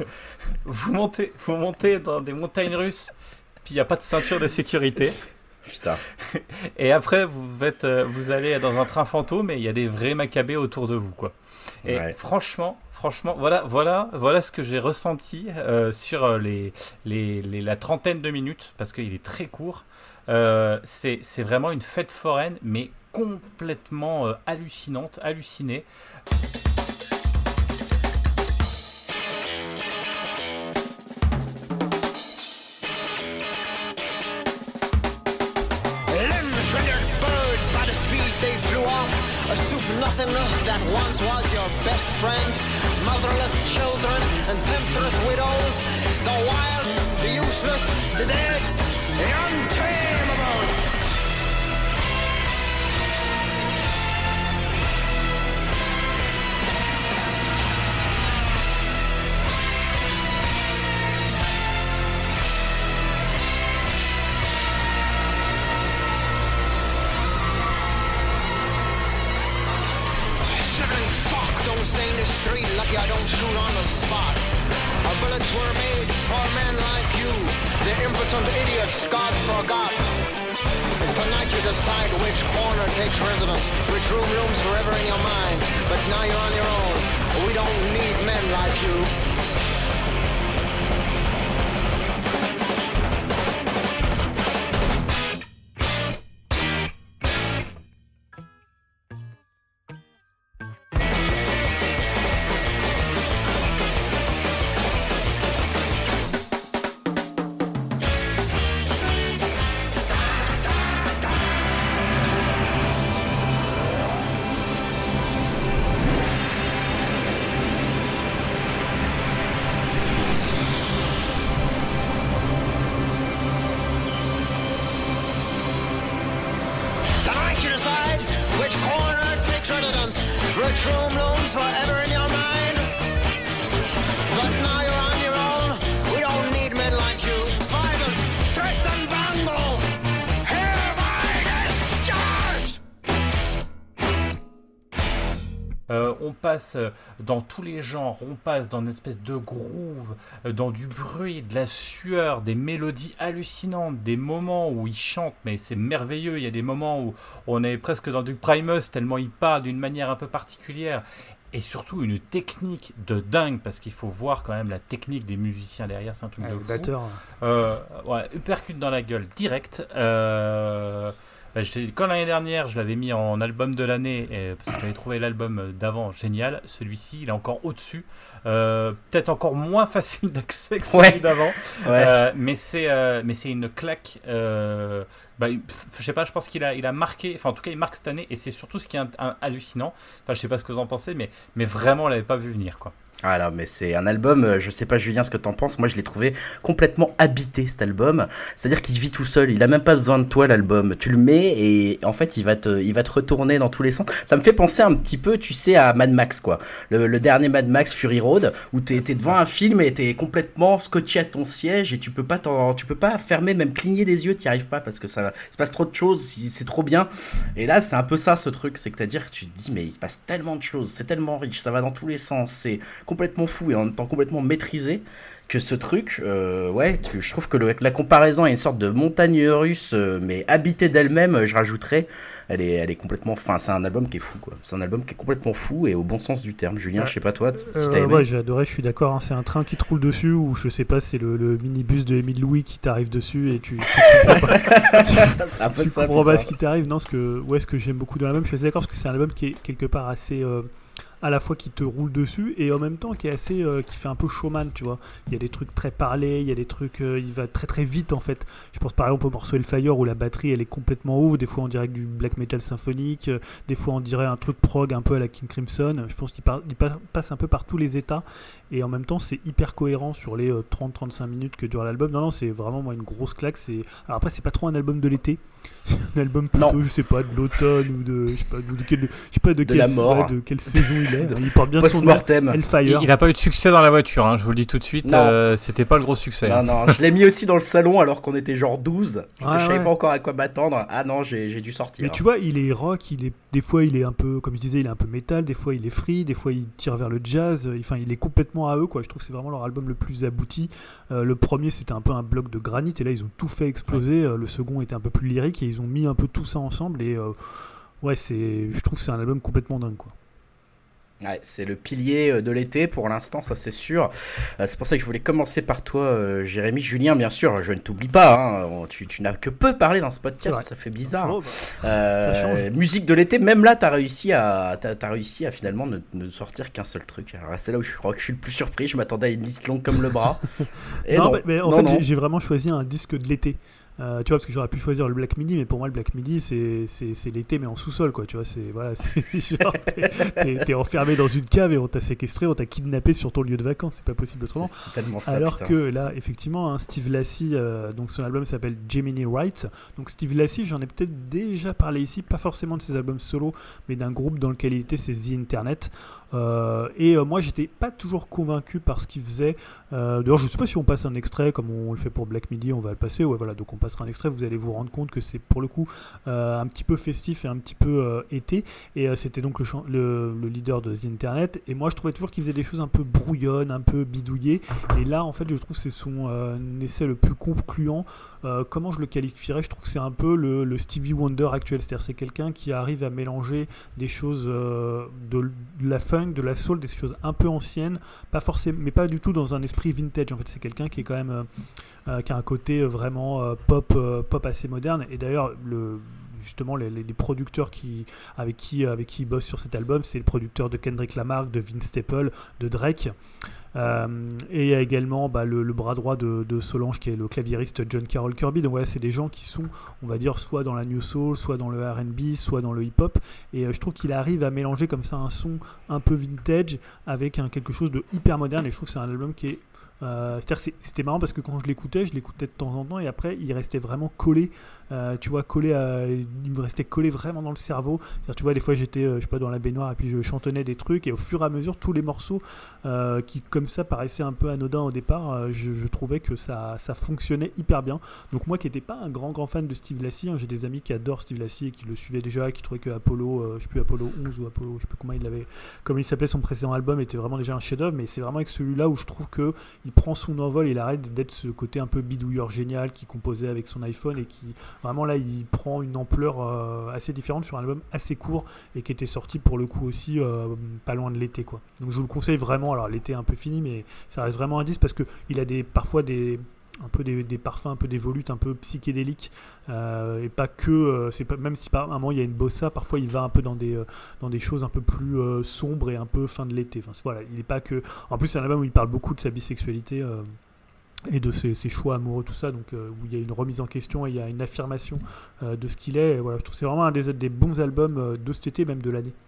vous, montez, vous montez dans des montagnes russes, puis il n'y a pas de ceinture de sécurité. Putain. Et après, vous, êtes, euh, vous allez dans un train fantôme, et il y a des vrais macabées autour de vous, quoi. Et Ouais. franchement, franchement, voilà, voilà, voilà ce que j'ai ressenti euh, sur euh, les, les, les- la trentaine de minutes, parce qu'il est très court. Euh, c'est, c'est vraiment une fête foraine, mais complètement euh, hallucinante, hallucinée. Limbs rendered birds by the speed they flew off. A soup nothingness that once was your best friend. Motherless children and temptress widows. The wild, the useless, the dead, the untamable. Shivering fuck, don't stay in the street. Lucky I don't shoot on the spot. Our bullets were made for men like you. The impotent idiots God forgot. And tonight you decide which corner takes residence, which room looms forever in your mind. But now you're on your own. We don't need men like you. Tonight you decide which corner takes residence, which room looms forever in your mind. But now you're on your own, we don't need men like you. Bible, Tristan Bangle, hereby discharged! Euh, on passe euh, dans tous les genres, on passe dans une espèce de groove, euh, dans du bruit, de la sueur, des mélodies hallucinantes, des moments où il chante, mais c'est merveilleux. Il y a des moments où on est presque dans du Primus, tellement il parle d'une manière un peu particulière. Et surtout une technique de dingue, parce qu'il faut voir quand même la technique des musiciens derrière, c'est un truc Ouais, de le fou. batteur. Euh, ouais, uppercut dans la gueule, direct. Euh, bah, j'étais- quand l'année dernière, je l'avais mis en album de l'année, et- parce que j'avais trouvé l'album d'avant génial, celui-ci, il est encore au-dessus. Euh, peut-être encore moins facile d'accès que celui Ouais. d'avant. Ouais. Euh, mais c'est euh, mais c'est une claque. Euh, bah, pff, je sais pas, je pense qu'il a il a marqué. Enfin, en tout cas, il marque cette année, et c'est surtout ce qui est un- un- hallucinant. Enfin, je sais pas ce que vous en pensez, mais mais vraiment, on l'avait pas vu venir, quoi. Ah non, mais c'est un album, euh, je sais pas Julien ce que t'en penses, moi je l'ai trouvé complètement habité cet album, c'est-à-dire qu'il vit tout seul, il a même pas besoin de toi l'album, tu le mets et en fait il va te, il va te retourner dans tous les sens, ça me fait penser un petit peu tu sais à Mad Max quoi, le, le dernier Mad Max Fury Road, où t'es, t'es devant un film et t'es complètement scotché à ton siège et tu peux pas t'en, tu peux pas fermer, même cligner des yeux, t'y arrives pas parce que ça il se passe trop de choses, c'est trop bien, et là c'est un peu ça ce truc, c'est que c'est-à-dire que tu te dis mais il se passe tellement de choses, c'est tellement riche, ça va dans tous les sens, c'est complètement fou et en même temps complètement maîtrisé que ce truc, euh, ouais, tu, je trouve que le, la comparaison est une sorte de montagne russe, euh, mais habitée d'elle-même, je rajouterais, elle est, elle est complètement, enfin c'est un album qui est fou quoi, c'est un album qui est complètement fou et au bon sens du terme. Julien, Ouais. je sais pas toi, si Euh, t'as aimé. ouais, j'ai adoré, je suis d'accord. Hein, c'est un train qui te roule dessus, ou je sais pas, c'est le, le minibus de Émile Louis qui t'arrive dessus et tu, tu comprends pas, c'est un peu tu ça. comprends pas putain. ce qui t'arrive. Non, ce que, ouais, ce que j'aime beaucoup dans l'album, je suis assez d'accord parce que c'est un album qui est quelque part assez, euh, à la fois qui te roule dessus et en même temps qui est assez, euh, qui fait un peu showman, tu vois. Il y a des trucs très parlés, il y a des trucs, euh, il va très très vite en fait. Je pense par exemple au morceau Hellfire où la batterie elle est complètement ouf. Des fois on dirait que du black metal symphonique, euh, des fois on dirait un truc prog un peu à la King Crimson. Je pense qu'il par- il pa- passe un peu par tous les états et en même temps c'est hyper cohérent sur les euh, trente à trente-cinq minutes que dure l'album. Non non, c'est vraiment moi une grosse claque. C'est... Alors après c'est pas trop un album de l'été. C'est un album plutôt, Non. je sais pas, de l'automne ou de, je sais pas, de, de quelle, je sais pas de, De quelle, la mort. ouais, de quelle saison il est. Il porte bien son nom. Post-mortem. Hellfire. Il, il a pas eu de succès dans la voiture, hein, je vous le dis tout de suite. Non. euh, c'était pas le gros succès. Non, non, je l'ai mis aussi dans le salon alors qu'on était genre douze, parce que Ouais, je savais ouais. pas encore à quoi m'attendre. Ah non, j'ai, j'ai dû sortir. Mais tu vois, il est rock, il est, des fois il est un peu, comme je disais, il est un peu métal, des fois il est free, des fois il tire vers le jazz, euh, enfin il est complètement à eux quoi. Je trouve que c'est vraiment leur album le plus abouti. Euh, le premier c'était un peu un bloc de granit et là ils ont tout fait exploser. Euh, le second était un peu plus lyrique et ils ont mis un peu tout ça ensemble et euh, ouais c'est, je trouve que c'est un album complètement dingue quoi. Ouais, c'est le pilier euh, de l'été pour l'instant, ça c'est sûr. Euh, c'est pour ça que je voulais commencer par toi, euh, Jérémy. Julien, bien sûr, je ne t'oublie pas. Hein. On- Tu, tu n'as que peu parlé dans ce C'est podcast, vrai. ça fait bizarre. Oh, bah, Euh, ça change. musique de l'été, même là, t'as réussi à, t'as, t'as réussi à finalement ne, ne sortir qu'un seul truc. Alors là, c'est là où je crois que je suis le plus surpris. Je m'attendais à une liste longue comme le bras. Et non, non, mais, mais en non, fait non. j'ai, j'ai vraiment choisi un disque de l'été. Euh, tu vois, parce que j'aurais pu choisir le Black Midi, mais pour moi le Black Midi c'est, c'est, c'est l'été mais en sous-sol quoi. Tu vois, c'est voilà, c'est genre t'es, t'es, t'es enfermé dans une cave et on t'a séquestré, on t'a kidnappé sur ton lieu de vacances. C'est pas possible autrement. C'est, c'est tellement ça. Alors putain. que là, effectivement, hein, Steve Lacy, euh, donc son album s'appelle Gemini Wright. Donc Steve Lacy, j'en ai peut-être déjà parlé ici, pas forcément de ses albums solo, mais d'un groupe dans lequel il était, c'est The Internet. Euh, et euh, moi, j'étais pas toujours convaincu par ce qu'il faisait. Euh, d'ailleurs, je sais pas si on passe un extrait comme on le fait pour Black Midi, on va le passer. Ouais, voilà, donc on passera un extrait. Vous allez vous rendre compte que c'est pour le coup euh, un petit peu festif et un petit peu euh, été. Et euh, c'était donc le, chan- le, le leader de The Internet. Et moi, je trouvais toujours qu'il faisait des choses un peu brouillonnes, un peu bidouillées. Et là, en fait, je trouve que c'est son euh, essai le plus concluant. Euh, comment je le qualifierais? Je trouve que c'est un peu le, le Stevie Wonder actuel. C'est-à-dire c'est quelqu'un qui arrive à mélanger des choses euh, de, de la funk, de la soul, des choses un peu anciennes, pas forcément, mais pas du tout dans un esprit vintage. En fait, c'est quelqu'un qui est quand même euh, euh, qui a un côté vraiment euh, pop, euh, pop assez moderne. Et d'ailleurs, le justement les, les, les producteurs qui, avec, qui, avec qui il bosse sur cet album, c'est le producteur de Kendrick Lamar, de Vince Staples, de Drake. Euh, et il y a également bah, le, le bras droit de, de Solange qui est le claviériste John Carroll Kirby. Donc voilà, c'est des gens qui sont, on va dire, soit dans la new soul, soit dans le R and B, soit dans le hip hop. Et euh, je trouve qu'il arrive à mélanger comme ça un son un peu vintage avec un, quelque chose de hyper moderne. Et je trouve que c'est un album qui est Euh, c'est-à-dire que c'était marrant parce que quand je l'écoutais, je l'écoutais de temps en temps et après il restait vraiment collé, euh, tu vois, collé à, il me restait collé vraiment dans le cerveau. C'est-à-dire, tu vois, des fois j'étais, euh, je sais pas, dans la baignoire et puis je chantonnais des trucs et au fur et à mesure tous les morceaux euh, qui comme ça paraissaient un peu anodins au départ, euh, je, je trouvais que ça, ça fonctionnait hyper bien. Donc moi qui n'étais pas un grand grand fan de Steve Lacy, hein, j'ai des amis qui adorent Steve Lacy et qui le suivaient déjà, qui trouvaient que Apollo, euh, je sais plus Apollo onze ou Apollo, je sais plus comment il l'avait, comment il s'appelait, son précédent album était vraiment déjà un chef-d'œuvre, mais c'est vraiment avec celui-là où je trouve que il prend son envol, il arrête d'être ce côté un peu bidouilleur génial qui composait avec son iPhone et qui vraiment là il prend une ampleur euh, assez différente sur un album assez court et qui était sorti pour le coup aussi euh, pas loin de l'été quoi. Donc je vous le conseille vraiment. Alors l'été est un peu fini mais ça reste vraiment un disque parce que il a des parfois des un peu des, des parfums, un peu des volutes, un peu psychédéliques euh, et pas que euh, c'est pas, même si par un moment il y a une bossa, parfois il va un peu dans des, euh, dans des choses un peu plus euh, sombres et un peu fin de l'été. Enfin, voilà, il est pas que... En plus c'est un album où il parle beaucoup de sa bisexualité euh, et de ses, ses choix amoureux, tout ça, donc euh, où il y a une remise en question et il y a une affirmation euh, de ce qu'il est. Et voilà, je trouve que c'est vraiment un des, des bons albums euh, de cet été, même de l'année.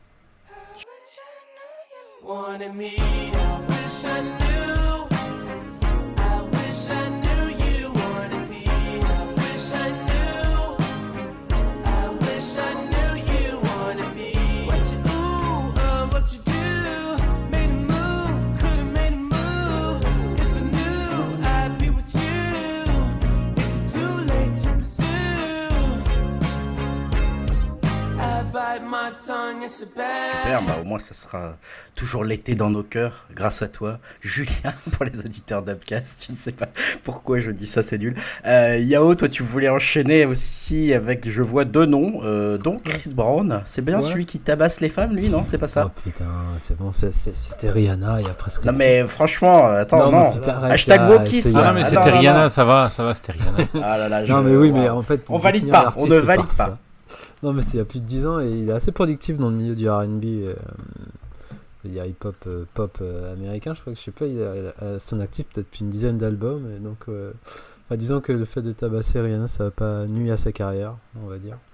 Super, bah au moins ça sera toujours l'été dans nos cœurs, grâce à toi, Julien, pour les auditeurs d'Upcast. Je ne sais pas pourquoi je dis ça, c'est nul. Euh, Yao, toi tu voulais enchaîner aussi avec, je vois deux noms, euh, dont Chris Brown. C'est bien ouais. Celui qui tabasse les femmes, lui, non? C'est pas ça? Oh putain, c'est bon, c'est, c'est, c'était Rihanna il y a presque... Non mais ça. Franchement, attends, non. non. Hashtag wokisme. Ah non mais c'était ah, non, Rihanna, non. ça va, ça va, c'était Rihanna. Ah là là, je... Non mais oui, mais en fait... On valide pas, on ne valide pas. Ça. Non mais c'est il y a plus de dix ans et il est assez productif dans le milieu du R and B, euh, je veux dire hip-hop, euh, pop euh, américain. Je crois que je sais pas, il a, a son actif peut-être depuis une dizaine d'albums. Et donc, euh, enfin, disons que le fait de tabasser Rihanna, ça va pas nuire à sa carrière, on va dire.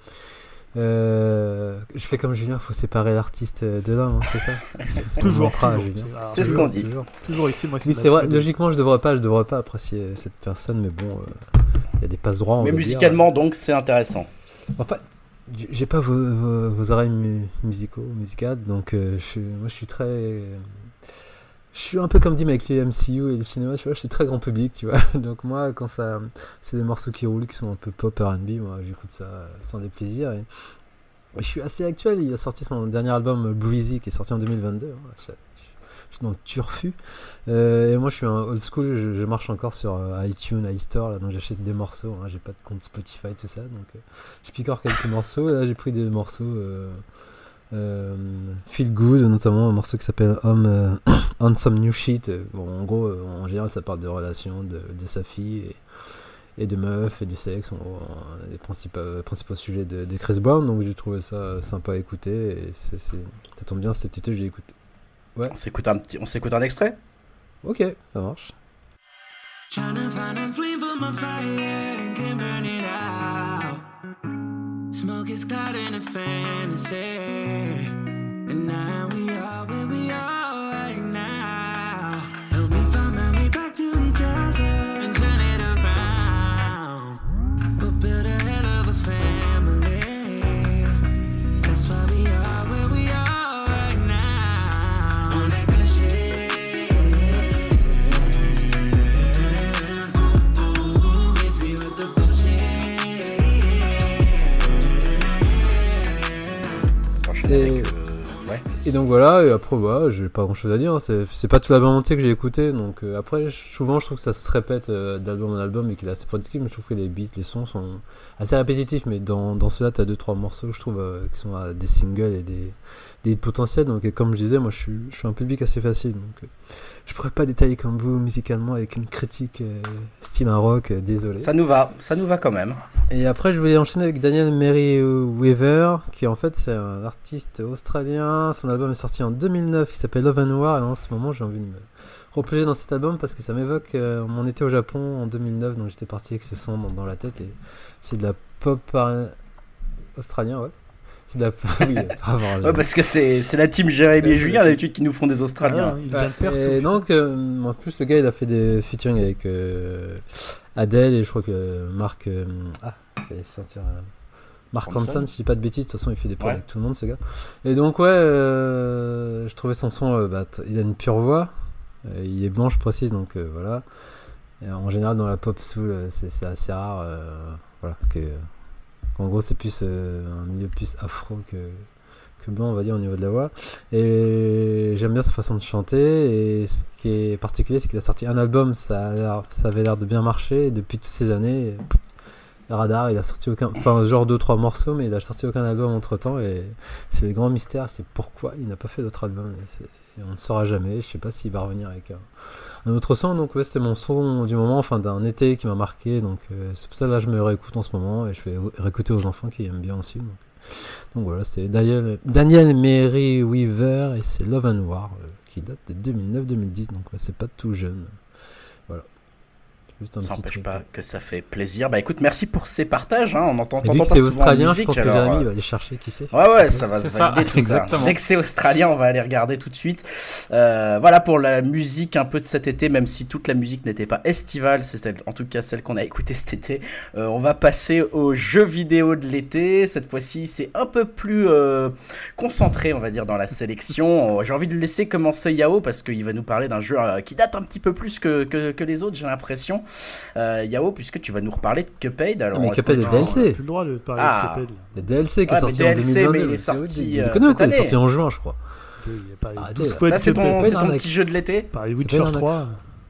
Euh, je fais comme Julien, faut séparer l'artiste de l'homme, hein, c'est ça. C'est toujours, mantra, toujours. Julien. C'est ce qu'on dit. Toujours, toujours ici, moi. Oui, c'est vrai. Logiquement, je devrais pas, je devrais pas apprécier cette personne, mais bon, il euh, y a des passe droits. Mais musicalement, dire. Donc, c'est intéressant. Enfin, j'ai pas vos, vos, vos oreilles mu- musicaux, musicales, donc euh, je, moi je suis très. Euh, je suis un peu comme dit avec les M C U et le cinéma, tu vois, je suis très grand public, tu vois. Donc moi, quand ça, c'est des morceaux qui roulent, qui sont un peu pop R and B, moi j'écoute ça sans déplaisir. Et je suis assez actuel, il a sorti son dernier album Breezy qui est sorti en deux mille vingt-deux. Hein, je, je suis dans le turfu. Euh, et moi je suis un old school, je, je marche encore sur euh, iTunes, iStore, là, donc j'achète des morceaux, hein, j'ai pas de compte Spotify, tout ça, donc euh, je picore quelques morceaux. Et là j'ai pris des morceaux euh, euh, Feel Good, notamment un morceau qui s'appelle Home euh, On Some New Shit. Bon, en gros, euh, en général ça parle de relations, de, de sa fille et, et de meufs et du sexe, en gros, les principaux, principaux sujets de, de Chris Brown, donc j'ai trouvé ça sympa à écouter et c'est, c'est, ça tombe bien, cet été j'ai écouté. Ouais. On s'écoute un petit, on s'écoute un extrait. Ok, ça marche. Tryna find a flame for my fire and can't burn it out. Smoke is cloud in a fantasy, and now we are where we are right now. Help me find my way back to each other and turn it around. We'll build a hell of a family. That's why we are where we are. Et, euh, ouais. et donc voilà, et après voilà, j'ai pas grand chose à dire, hein. c'est, c'est pas tout l'album entier que j'ai écouté, donc euh, après souvent je trouve que ça se répète euh, d'album en album et qu'il est assez productif, mais je trouve que les beats, les sons sont assez répétitifs, mais dans, dans ceux-là t'as deux trois morceaux je trouve euh, qui sont euh, des singles et des, des hits potentiels, donc et comme je disais, moi je suis, je suis un public assez facile, donc euh, je pourrais pas détailler comme vous musicalement avec une critique euh, style un rock, euh, désolé. Ça nous va, ça nous va quand même. Et après je voulais enchaîner avec Daniel Merriweather, qui en fait c'est un artiste australien, son album est sorti en deux mille neuf, il s'appelle Love and War, et en ce moment j'ai envie de me replonger dans cet album parce que ça m'évoque euh, mon été au Japon en deux mille neuf, donc j'étais parti avec ce son dans, dans la tête, et c'est de la pop par... australien, ouais. Il a pas, oui, pas avoir Ouais, parce que c'est, c'est la team Jérémy et Julien d'habitude qui nous font des Australiens. Ah, il vient de perso. Et donc, euh, en plus, le gars, il a fait des featuring avec euh, Adele et je crois que Marc. Euh, ah, j'allais sortir. Euh, Mark Ronson. Ronson, si je dis pas de bêtises, de toute façon, il fait des prods Ouais. avec tout le monde, ce gars. Et donc, ouais, euh, je trouvais son son, euh, bah, t- il a une pure voix. Euh, il est blanc, je précise, donc euh, voilà. Et en général, dans la pop soul, euh, c'est, c'est assez rare. Euh, voilà, que. En gros, c'est plus euh, un milieu plus afro que, que blanc, on va dire, au niveau de la voix. Et j'aime bien sa façon de chanter. Et ce qui est particulier, c'est qu'il a sorti un album, ça, a l'air, ça avait l'air de bien marcher. Et depuis toutes ces années, pff, Radar, il a sorti aucun. Enfin, genre deux trois morceaux, mais il a sorti aucun album entre temps. Et c'est le grand mystère, c'est pourquoi il n'a pas fait d'autres albums. Et c'est, et on ne saura jamais. Je sais pas s'il va revenir avec un, un autre son. Donc, ouais, c'était mon son du moment, enfin d'un été qui m'a marqué. Donc, euh, c'est pour ça là, je me réécoute en ce moment et je vais réécouter aux enfants qui aiment bien aussi. Donc, donc voilà, c'était Daniel, Daniel Merriweather et c'est Love and War euh, qui date de deux mille neuf deux mille dix. Donc, ouais, c'est pas tout jeune. Voilà. Juste un Ça petit n'empêche truc. pas que ça fait plaisir. Bah écoute, merci pour ces partages. Hein. On entend, Et t'entend vu que pas c'est souvent en australien, musique, je pense que alors, Jérémy euh, va aller chercher qui c'est. Ouais, ouais, ça va C'est se ça, valider tout exactement. ça. Dès que c'est australien, on va aller regarder tout de suite. Euh, voilà pour la musique un peu de cet été, même si toute la musique n'était pas estivale, c'est en tout cas celle qu'on a écoutée cet été. Euh, on va passer aux jeux vidéo de l'été. Cette fois-ci, c'est un peu plus euh, concentré, on va dire, dans la sélection. J'ai envie de laisser commencer Yao parce qu'il va nous parler d'un jeu euh, qui date un petit peu plus que, que, que les autres, j'ai l'impression. Euh, Yao, puisque tu vas nous reparler de Cuphead. Alors, mais est-ce Cuphead que est tu- D L C. On a plus le droit de parler Ah. de Cuphead. là. Le D L C qui Ouais, est sorti mais en D L C, deux mille vingt-deux. mais il est c'est sorti, horrible. euh, Vous connaissez ou cette quoi? Il est année. sorti en juin, je crois. Il y a pas Arrêtez, douze ça. fois de Ça, c'est ton, Cuphead. c'est ton arnaque. petit jeu de l'été. Pareil, C'est Witcher pas une trois.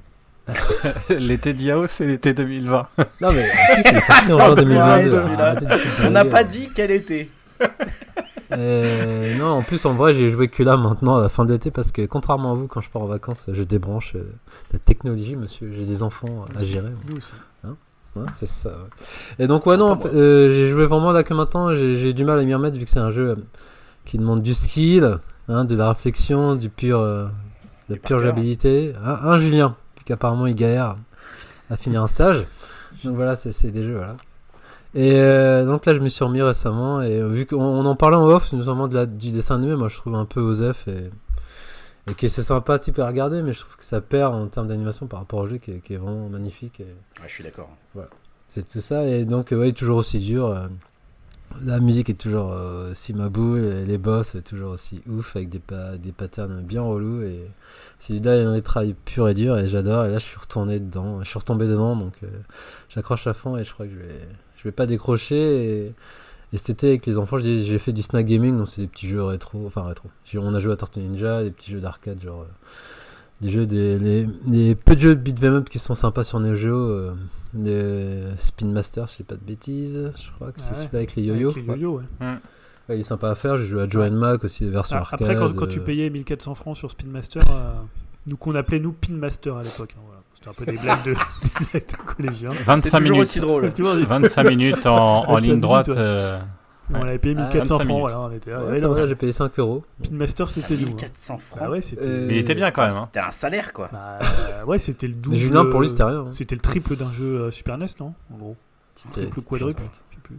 L'été d'Yao, c'est l'été deux mille vingt. Non, mais en plus, il est sorti en juin deux mille vingt-deux. celui-là. Arrêtez de foutre On la n'a gueule. pas dit quel été. Euh, non, en plus, en vrai, j'ai joué que là maintenant à la fin de l'été parce que contrairement à vous, quand je pars en vacances, je débranche euh, la technologie, monsieur. J'ai des enfants à gérer. Nous aussi. Ouais, c'est ça. Ouais. Et donc, ouais, non, en fait, euh, j'ai joué vraiment là que maintenant, j'ai, j'ai du mal à m'y remettre vu que c'est un jeu euh, qui demande du skill, hein, de la réflexion, du pur, euh, de la Du pure par cœur. jouabilité. Un, un Julien, qui apparemment il galère à finir un stage. Donc voilà, c'est, c'est des jeux, voilà. Et euh, donc là, je me suis remis récemment et euh, vu qu'on on en parlait en off, notamment de la, du dessin animé, moi je trouve un peu osef et, et que c'est sympa type à regarder, mais je trouve que ça perd en termes d'animation par rapport au jeu qui est, qui est vraiment magnifique. Et Ouais, je suis d'accord. c'est tout ça, et donc, euh, ouais, toujours aussi dur. euh, la musique est toujours euh, aussi maboule, et les boss est toujours aussi ouf, avec des, pa- des patterns bien relous. Et c'est du die and retry pur et dur, et j'adore. Et là, je suis retourné dedans, je suis retombé dedans, donc euh, j'accroche à fond, et je crois que je vais, je vais pas décrocher. Et, et cet été, avec les enfants, j'ai, j'ai fait du snack gaming, donc c'est des petits jeux rétro, enfin rétro. J'ai- On a joué à Tortue Ninja, des petits jeux d'arcade, genre. euh, des jeux, des, les, les peu de jeux de beat'em up qui sont sympas sur Neo Geo, euh, le Spin Master, je sais pas de bêtises, je crois que c'est Ah ouais. celui-là avec les yo-yo. Avec les yo-yo, ouais. Ouais, il est sympa à faire, j'ai joué à Joe and Mac aussi, les versions Ah, arcade. Après, quand, quand tu euh, payais mille quatre cents francs sur Spin Master, euh, nous qu'on appelait nous Pin Master à l'époque. hein, voilà. C'était un peu des blagues de, des blagues de collégiens. C'est vingt-cinq toujours minutes. aussi drôle. Tu vois, on vingt-cinq minutes en, en vingt-cinq ligne droite. minutes, ouais. euh, on avait payé Ah, mille quatre cents vingt-cinq francs, minutes. voilà, on était là. ouais, Ouais, ça non, va, j'ai payé cinq euros. Pin Master, c'était nous. hein. mille quatre cents francs. Ah ouais, c'était. Euh, Mais il était bien quand même. Hein. C'était un salaire, quoi. Bah, euh, ouais, c'était le double. Mais Julien, pour lui, c'était rien. hein. C'était le triple d'un jeu euh, Super N E S, non En gros. C'était- Triple ou quadruple, je sais plus.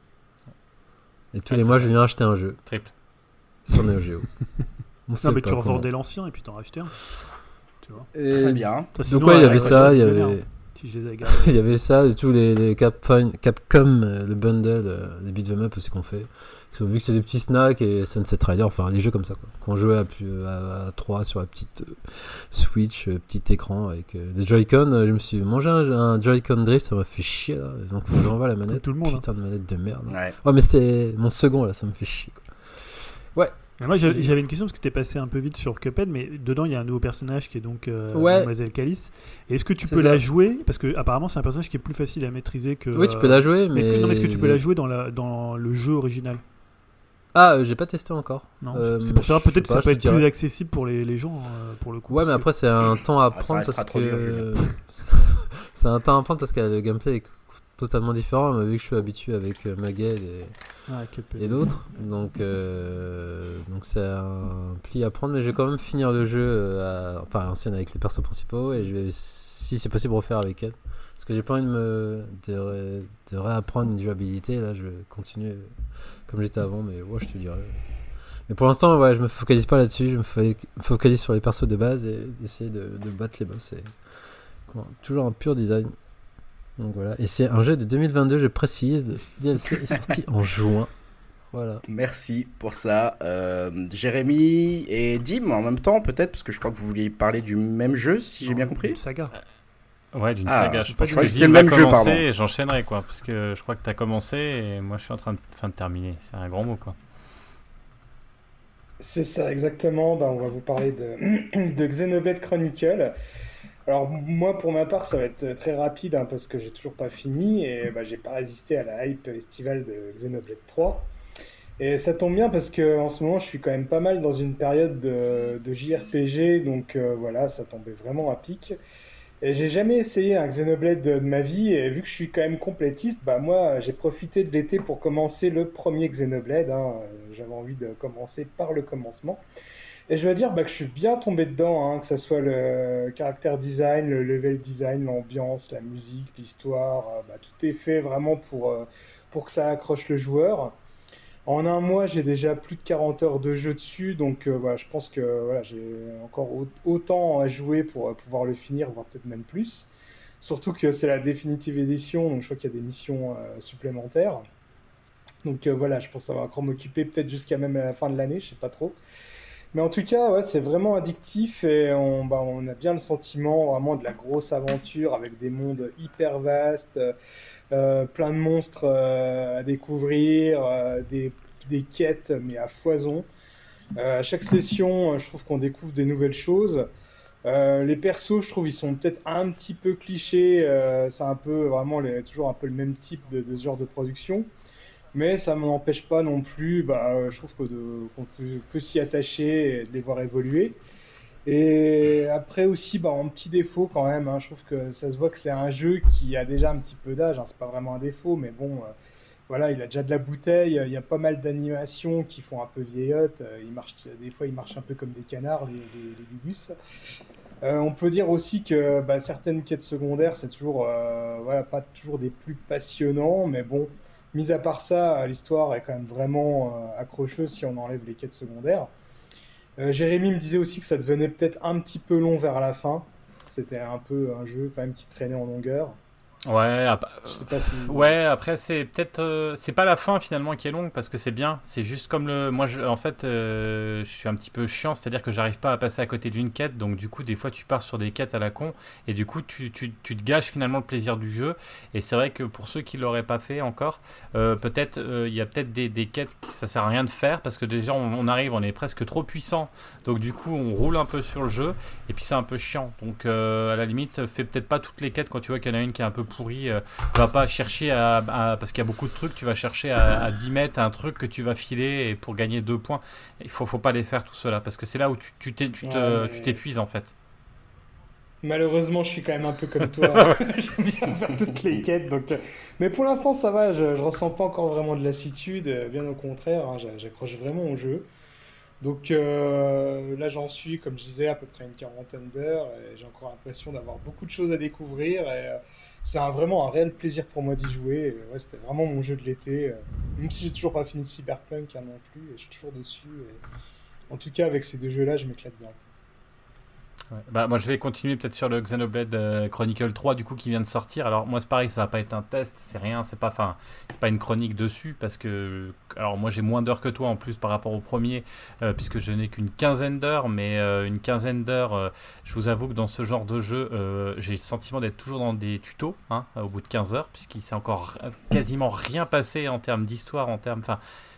Et tous Ah, les c'est mois, ça. je viens acheter un jeu Triple. sur Neo Geo. On sait Non, mais pas tu comment. revendais l'ancien et puis t'en rachetais un. Tu vois. Et- Très bien. Toi, Donc, sinon, ouais, il y à- avait à ça, Washington, il y je me merde, avait. Si je les avais gardés. Il y avait ça, et tous les, les Capcom, Capcom, euh, le bundle, euh, les beat'em up aussi qu'on fait. Parce que vu que c'est des petits snacks et Sunset Rider, enfin des jeux comme ça quoi. Qu'on jouait à, plus- à, à trois sur la petite euh, Switch, euh, petit écran avec euh, des Joy-Con, euh, je me suis mangé un, un Joy-Con Drift, ça m'a fait chier là. Donc faut que j'envoie la manette. tout le monde, hein. Putain de manette de merde. hein. Ouais. Ouais, mais c'est mon second là, ça me fait chier quoi. Mais moi j'avais j'avais une question parce que t'es passé un peu vite sur Cuphead, mais dedans il y a un nouveau personnage qui est donc euh, Ouais. Mademoiselle Calice. Et est-ce que tu C'est peux ça. la jouer? Parce que apparemment c'est un personnage qui est plus facile à maîtriser que. Oui, tu peux la jouer, Mais mais. est-ce que, non, mais est-ce que tu peux la jouer dans, la, dans le jeu original? Ah, euh, j'ai pas testé encore. Non. Euh, c'est pour savoir je sais peut-être que pas, ça peut je être te plus dirai. accessible pour les, les gens euh, pour le coup. Ouais, mais parce après, c'est un temps à ça prendre restera parce trop dur, que. c'est un temps à prendre parce que le gameplay est totalement différents, mais vu que je suis habitué avec euh, Maged et, Ah, quel plaisir. et d'autres, donc euh, donc c'est un pli à prendre, mais je vais quand même finir le jeu euh, à, enfin à l'ancienne avec les persos principaux et je vais, si c'est possible, refaire avec elle. Parce que j'ai pas envie de me de, ré- de réapprendre une jouabilité, là je vais continuer comme j'étais avant, mais ouais, je te dirais. Mais pour l'instant, ouais, je me focalise pas là-dessus, je me fo- focalise sur les persos de base et essayer de, de battre les boss. Et, comment, toujours un pur design. Donc voilà. Et c'est un jeu de deux mille vingt-deux, je précise. Le D L C est sorti en juin. Voilà. Merci pour ça. Euh, Jérémy et Dim en même temps, peut-être, parce que je crois que vous vouliez parler du même jeu, si j'ai bien compris. Une saga. Ouais, d'une Ah, saga. Je je pense croyais que que c'était Dim le va même jeu, commencer pardon. et j'enchaînerai, quoi. Parce que je crois que tu as commencé et moi je suis en train de, fin de terminer. C'est un grand mot, quoi. C'est ça, exactement. Bah, on va vous parler de, de Xenoblade Chronicle. Alors, moi, pour ma part, ça va être très rapide hein, parce que j'ai toujours pas fini et bah, j'ai pas résisté à la hype estivale de Xenoblade trois. Et ça tombe bien parce que en ce moment, je suis quand même pas mal dans une période de, de J R P G, donc euh, voilà, ça tombait vraiment à pic. Et j'ai jamais essayé un Xenoblade de, de ma vie, et vu que je suis quand même complétiste, bah moi j'ai profité de l'été pour commencer le premier Xenoblade. Hein. J'avais envie de commencer par le commencement. Et je dois dire bah, que je suis bien tombé dedans, hein, que ce soit le caractère design, le level design, l'ambiance, la musique, l'histoire, euh, bah, tout est fait vraiment pour, euh, pour que ça accroche le joueur. En un mois, j'ai déjà plus de quarante heures de jeu dessus, donc euh, voilà, je pense que voilà, j'ai encore au- autant à jouer pour euh, pouvoir le finir, voire peut-être même plus. Surtout que c'est la définitive édition, donc je crois qu'il y a des missions euh, supplémentaires. Donc euh, voilà, je pense que ça va encore m'occuper peut-être jusqu'à même la fin de l'année, je sais pas trop. Mais en tout cas, ouais, c'est vraiment addictif et on, bah, on a bien le sentiment vraiment de la grosse aventure avec des mondes hyper vastes, euh, euh, plein de monstres euh, à découvrir, euh, des, des quêtes mais à foison. Euh, à chaque session, euh, je trouve qu'on découvre des nouvelles choses. Euh, les persos, je trouve, ils sont peut-être un petit peu clichés. Euh, c'est un peu vraiment les- toujours un peu le même type de, de ce genre de production. Mais ça ne m'empêche pas non plus, bah, euh, je trouve que de- qu'on peut, peut s'y attacher et de les voir évoluer. Et après aussi, bah, en petit défaut quand même, hein, je trouve que ça se voit que c'est un jeu qui a déjà un petit peu d'âge, hein, c'est pas vraiment un défaut, mais bon, euh, voilà, il a déjà de la bouteille, il y a pas mal d'animations qui font un peu vieillotte, euh, il marche, des fois ils marchent un peu comme des canards, les, les, les Gugus. Euh, on peut dire aussi que bah, certaines quêtes secondaires, c'est toujours, euh, voilà, pas toujours des plus passionnants, mais bon, mis à part ça, l'histoire est quand même vraiment euh, accrocheuse si on enlève les quêtes secondaires. Euh, Jérémy me disait aussi que ça devenait peut-être un petit peu long vers la fin. C'était un peu un jeu quand même qui traînait en longueur. Ouais, ap- Je sais pas si... ouais, après c'est peut-être euh, c'est pas la fin finalement qui est longue parce que c'est bien, c'est juste comme le moi je, en fait euh, je suis un petit peu chiant, c'est-à-dire que j'arrive pas à passer à côté d'une quête, donc du coup des fois tu pars sur des quêtes à la con et du coup tu, tu, tu te gâches finalement le plaisir du jeu. Et c'est vrai que pour ceux qui l'auraient pas fait encore, euh, peut-être euh, il y a peut-être des, des quêtes qui ça sert à rien de faire parce que déjà on, on arrive, on est presque trop puissant, donc du coup on roule un peu sur le jeu et puis c'est un peu chiant, donc euh, à la limite fais peut-être pas toutes les quêtes quand tu vois qu'il y en a une qui est un peu pourri, euh, tu vas pas chercher à, à- parce qu'il y a beaucoup de trucs, tu vas chercher à, à dix mètres un truc que tu vas filer et pour gagner deux points. Il faut, faut pas les faire tout cela parce que c'est là où tu, tu, t'es- tu te- Ouais, tu mais- t'épuises en fait. Malheureusement, je suis quand même un peu comme toi. J'aime bien faire toutes les quêtes. Donc... euh, Mais pour l'instant, ça va. Je, je ressens pas encore vraiment de lassitude. euh, Bien au contraire, hein, j'a- j'accroche vraiment au jeu. Donc euh, là, j'en suis, comme je disais, à peu près une quarantaine d'heures. Et j'ai encore l'impression d'avoir beaucoup de choses à découvrir. Et euh, c'est un- vraiment un réel plaisir pour moi d'y jouer. Et, ouais, c'était vraiment mon jeu de l'été. euh, Même si j'ai toujours pas fini Cyberpunk hein, non plus. Et je suis toujours dessus. Et... En tout cas, avec ces deux jeux-là, je m'éclate bien. Ouais. Bah, moi je vais continuer peut-être sur le Xenoblade euh, Chronicle trois du coup qui vient de sortir. Alors moi c'est pareil, ça va pas être un test, c'est rien, c'est pas, enfin, c'est pas une chronique dessus parce que alors moi j'ai moins d'heures que toi en plus par rapport au premier euh, puisque je n'ai qu'une quinzaine d'heures, mais euh, une quinzaine d'heures, euh, je vous avoue que dans ce genre de jeu euh, j'ai le sentiment d'être toujours dans des tutos hein, au bout de quinze heures puisqu'il s'est encore quasiment rien passé en termes d'histoire, en termes, enfin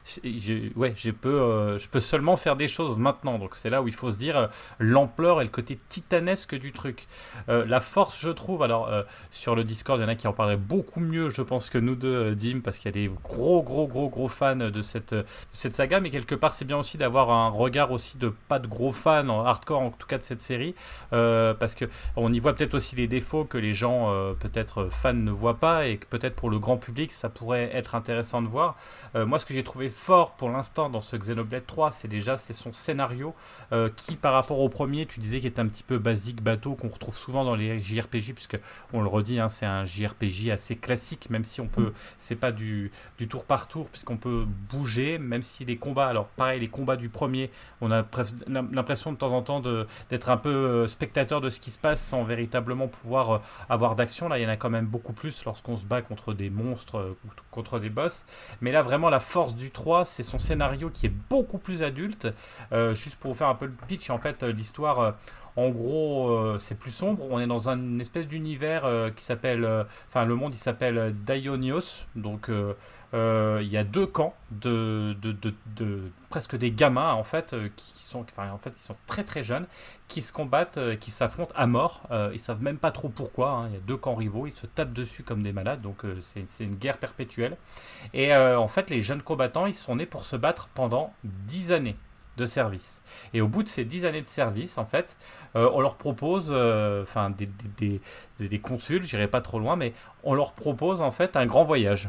je, ouais, je peux, euh, je peux seulement faire des choses maintenant. Donc c'est là où il faut se dire euh, l'ampleur et le côté titanesque du truc. Euh, la force, je trouve, alors euh, sur le Discord, il y en a qui en parleraient beaucoup mieux, je pense, que nous deux, euh, Dim, parce qu'il y a des gros, gros, gros, gros fans de cette, de cette saga, mais quelque part, c'est bien aussi d'avoir un regard aussi de pas de gros fans en hardcore, en tout cas de cette série, euh, parce que on y voit peut-être aussi les défauts que les gens, euh, peut-être fans, ne voient pas, et que peut-être pour le grand public, ça pourrait être intéressant de voir. Euh, moi, ce que j'ai trouvé fort pour l'instant dans ce Xenoblade trois, c'est déjà c'est son scénario euh, qui, par rapport au premier, tu disais qu'il était un petit peu basique, bateau, qu'on retrouve souvent dans les J R P G, puisque on le redit, hein, c'est un J R P G assez classique, même si on peut, c'est pas du, du tour par tour, puisqu'on peut bouger, même si les combats, alors pareil, les combats du premier, on a pré- l'impression de temps en temps de, d'être un peu euh, spectateur de ce qui se passe sans véritablement pouvoir euh, avoir d'action. Là, il y en a quand même beaucoup plus lorsqu'on se bat contre des monstres, euh, contre des boss. Mais là, vraiment, la force du trois, c'est son scénario qui est beaucoup plus adulte. Euh, juste pour vous faire un peu le pitch, en fait, euh, l'histoire, euh, en gros, euh, c'est plus sombre. On est dans une espèce d'univers euh, qui s'appelle... Enfin, euh, le monde, il s'appelle Dionysos. Donc, euh, euh, il y a deux camps de, de, de, de presque des gamins, en fait, euh, qui, qui sont, enfin, en fait, ils sont très, très jeunes, qui se combattent, euh, qui s'affrontent à mort. Euh, ils savent même pas trop pourquoi. Hein. Il y a deux camps rivaux. Ils se tapent dessus comme des malades. Donc, euh, c'est, c'est une guerre perpétuelle. Et euh, en fait, les jeunes combattants, ils sont nés pour se battre pendant dix années de service. Et au bout de ces dix années de service, en fait, euh, on leur propose, enfin, euh, des, des, des, des consuls, j'irai pas trop loin, mais on leur propose, en fait, un grand voyage.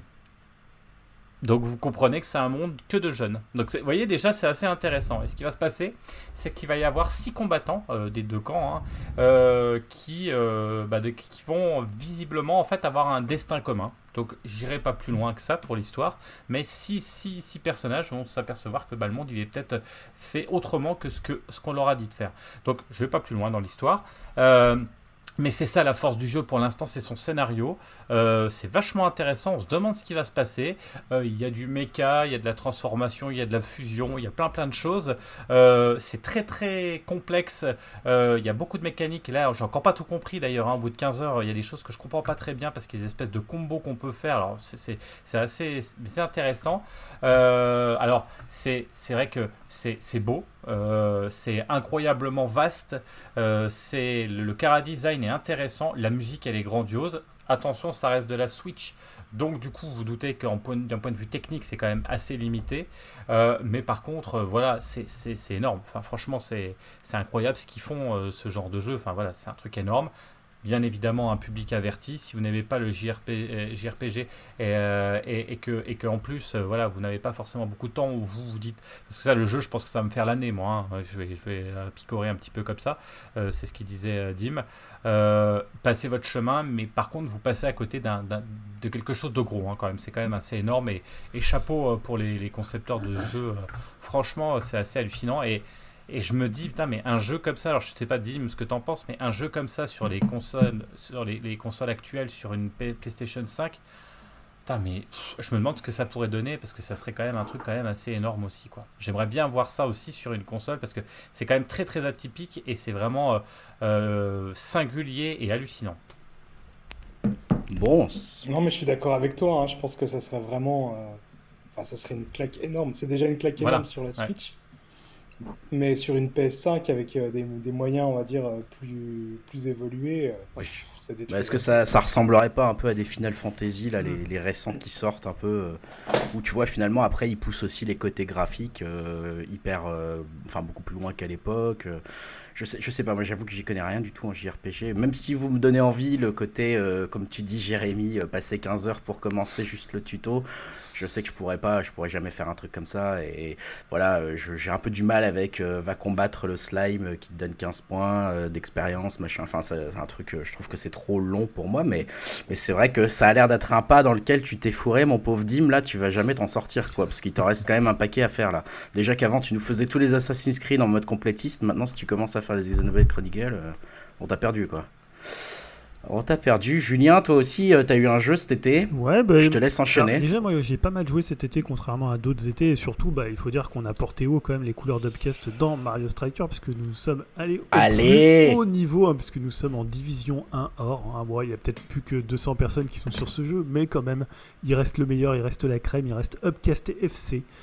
Donc vous comprenez que c'est un monde que de jeunes. Donc vous voyez, déjà c'est assez intéressant. Et ce qui va se passer, c'est qu'il va y avoir six combattants euh, des deux camps hein, euh, qui, euh, bah, de, qui vont visiblement en fait avoir un destin commun. Donc j'irai pas plus loin que ça pour l'histoire, mais six, six, six personnages vont s'apercevoir que bah, le monde il est peut-être fait autrement que ce, que ce qu'on leur a dit de faire. Donc je vais pas plus loin dans l'histoire. Euh, Mais c'est ça la force du jeu pour l'instant, c'est son scénario. Euh, c'est vachement intéressant, on se demande ce qui va se passer. Euh, il y a du méca, il y a de la transformation, il y a de la fusion, il y a plein plein de choses. Euh, c'est très très complexe, euh, il y a beaucoup de mécaniques. Là, j'ai encore pas tout compris d'ailleurs, hein. Au bout de quinze heures, il y a des choses que je comprends pas très bien parce qu'il y a des espèces de combos qu'on peut faire. Alors c'est, c'est, c'est assez c'est intéressant. Euh, alors c'est, c'est vrai que c'est, c'est beau. Euh, c'est incroyablement vaste, euh, c'est, le, le chara design est intéressant, la musique elle est grandiose, attention ça reste de la Switch, donc du coup vous doutez qu'en point, d'un point de vue technique c'est quand même assez limité, euh, mais par contre euh, voilà c'est, c'est, c'est énorme, enfin, franchement c'est, c'est incroyable ce qu'ils font euh, ce genre de jeu, enfin voilà c'est un truc énorme. Bien évidemment un public averti, si vous n'aimez pas le J R P, euh, J R P G et, euh, et, et, que, et que en plus euh, voilà, vous n'avez pas forcément beaucoup de temps où vous vous dites, parce que ça le jeu je pense que ça va me faire l'année moi, hein. je vais, je vais euh, picorer un petit peu comme ça, euh, c'est ce qu'il disait euh, Dim, euh, passez votre chemin, mais par contre vous passez à côté d'un, d'un, de quelque chose de gros hein, quand même, c'est quand même assez énorme et, et chapeau euh, pour les, les concepteurs de jeux, euh, franchement c'est assez hallucinant et Et je me dis, putain, mais un jeu comme ça, alors je sais pas, Dim, ce que t'en penses, mais un jeu comme ça sur les consoles, sur les, les consoles actuelles, sur une P- PlayStation cinq, putain, mais pff, je me demande ce que ça pourrait donner, parce que ça serait quand même un truc quand même assez énorme aussi, quoi. J'aimerais bien voir ça aussi sur une console, parce que c'est quand même très très atypique, et c'est vraiment euh, euh, singulier et hallucinant. Bon. c'est- Non, mais je suis d'accord avec toi. Hein. Je pense que ça serait vraiment. euh, Enfin, ça serait une claque énorme. C'est déjà une claque Voilà. énorme sur la Ouais. Switch. Mais sur une P S cinq avec euh, des, des moyens, on va dire, euh, plus, plus évolués, euh, Oui. ça détruit. Bah, est-ce que ça, ça ressemblerait pas un peu à des Final Fantasy, là, les, les récents qui sortent un peu, euh, où tu vois finalement après ils poussent aussi les côtés graphiques euh, hyper, euh, enfin beaucoup plus loin qu'à l'époque. euh, je sais, je sais pas, moi j'avoue que j'y connais rien du tout en J R P G. Même si vous me donnez envie, le côté, euh, comme tu dis Jérémy, euh, passer quinze heures pour commencer juste le tuto, je sais que je pourrais pas, je pourrais jamais faire un truc comme ça. Et voilà, euh, je- j'ai un peu du mal avec euh, va combattre le slime euh, qui te donne quinze points euh, d'expérience, machin. Enfin, c'est c'est un truc, euh, je trouve que c'est trop long pour moi, mais, mais c'est vrai que ça a l'air d'être un pas dans lequel tu t'es fourré, mon pauvre Dim. Là, tu vas jamais t'en sortir, quoi, parce qu'il t'en reste quand même un paquet à faire là. Déjà qu'avant, tu nous faisais tous les Assassin's Creed en mode complétiste. Maintenant, si tu commences à faire les Xenoblade Chronicles, euh, on t'a perdu, quoi. On t'a perdu. Julien, toi aussi, euh, t'as eu un jeu cet été. Ouais, bah, Je te laisse enchaîner. alors, déjà, moi, j'ai pas mal joué cet été, contrairement à d'autres étés. Et surtout, bah, il faut dire qu'on a porté haut quand même les couleurs d'Upcast dans Mario Striker, puisque nous sommes allés au Allez plus haut niveau, hein, puisque nous sommes en Division un or. Hein. Bon, il y a peut-être plus que deux cents personnes qui sont sur ce jeu, mais quand même, il reste le meilleur, il reste la crème, il reste Upcast F C.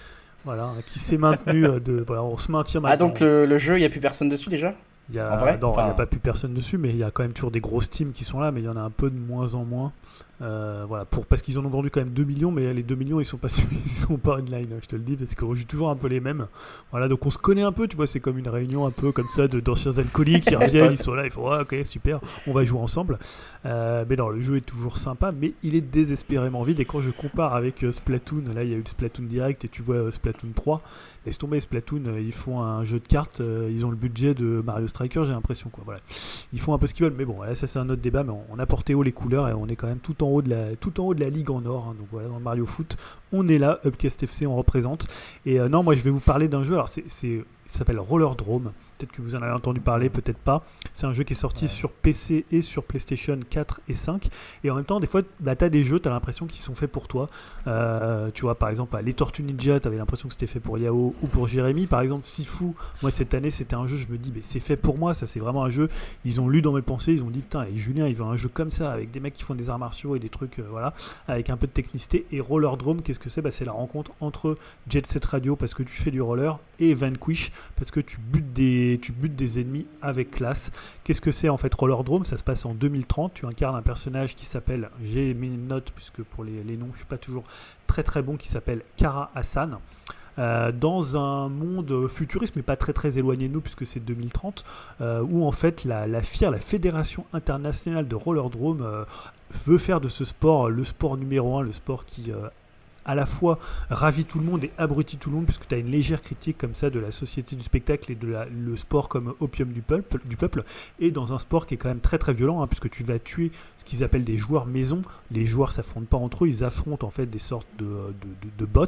voilà, qui s'est maintenu. euh, de, voilà, on se maintient Ah, maintenant. donc le, le jeu, il n'y a plus personne dessus déjà? Il y a, en vrai, non, il enfin- n'y a pas plus personne dessus, mais il y a quand même toujours des grosses teams qui sont là, mais il y en a un peu de moins en moins. Euh, voilà, pour, parce qu'ils en ont vendu quand même deux millions, mais les deux millions ils sont pas ils sont pas online, je te le dis, parce qu'on joue toujours un peu les mêmes. Voilà, donc on se connaît un peu, tu vois, c'est comme une réunion un peu comme ça de, d'anciens alcooliques qui reviennent, ils sont là, ils font ah, ok, super, on va jouer ensemble. Euh, mais non, le jeu est toujours sympa, mais il est désespérément vide. Et quand je compare avec euh, Splatoon, là il y a eu le Splatoon Direct et tu vois euh, Splatoon trois, laisse tomber Splatoon, euh, ils font un jeu de cartes, euh, ils ont le budget de Mario Striker, j'ai l'impression, quoi. Voilà, ils font un peu ce qu'ils veulent, mais bon, là, ça c'est un autre débat, mais on, on a porté haut les couleurs et on est quand même tout en haut de la, tout en haut de la ligue en or, hein. Donc voilà, dans le Mario Foot, on est là, Upcast F C, on représente. Et euh, non, moi je vais vous parler d'un jeu, alors c'est, c'est, ça s'appelle Rollerdrome. Peut-être que vous en avez entendu parler, peut-être pas. C'est un jeu qui est sorti Ouais. sur P C et sur PlayStation quatre et cinq. Et en même temps, des fois, bah, tu as des jeux, tu as l'impression qu'ils sont faits pour toi. Euh, tu vois, par exemple, les Tortues Ninja, tu avais l'impression que c'était fait pour Yao ou pour Jérémy. Par exemple, Sifu, moi cette année, c'était un jeu, je me dis, mais c'est fait pour moi. Ça, c'est vraiment un jeu. Ils ont lu dans mes pensées, ils ont dit, putain, et Julien, il veut un jeu comme ça, avec des mecs qui font des arts martiaux et des trucs, euh, voilà, avec un peu de technicité. Et Rollerdrome, qu'est-ce que c'est? Bah, c'est la rencontre entre Jet Set Radio, parce que tu fais du roller, et Vanquish, parce que tu butes des, tu butes des ennemis avec classe. Qu'est-ce que c'est en fait Rollerdrome? Ça se passe en deux mille trente. Tu incarnes un personnage qui s'appelle, j'ai mis une note puisque pour les, les noms je suis pas toujours très très bon, qui s'appelle Kara Hassan. Euh, dans un monde futuriste mais pas très très éloigné de nous puisque c'est deux mille trente, euh, où en fait la, la F I R, la Fédération Internationale de Rollerdrome, euh, veut faire de ce sport le sport numéro un, le sport qui euh, à la fois ravit tout le monde et abrutit tout le monde, puisque tu as une légère critique comme ça de la société du spectacle et de la, le sport comme opium du peuple, du peuple, et dans un sport qui est quand même très très violent, hein, puisque tu vas tuer ce qu'ils appellent des joueurs maison. Les joueurs s'affrontent pas entre eux, ils affrontent en fait des sortes de, de, de, de bots.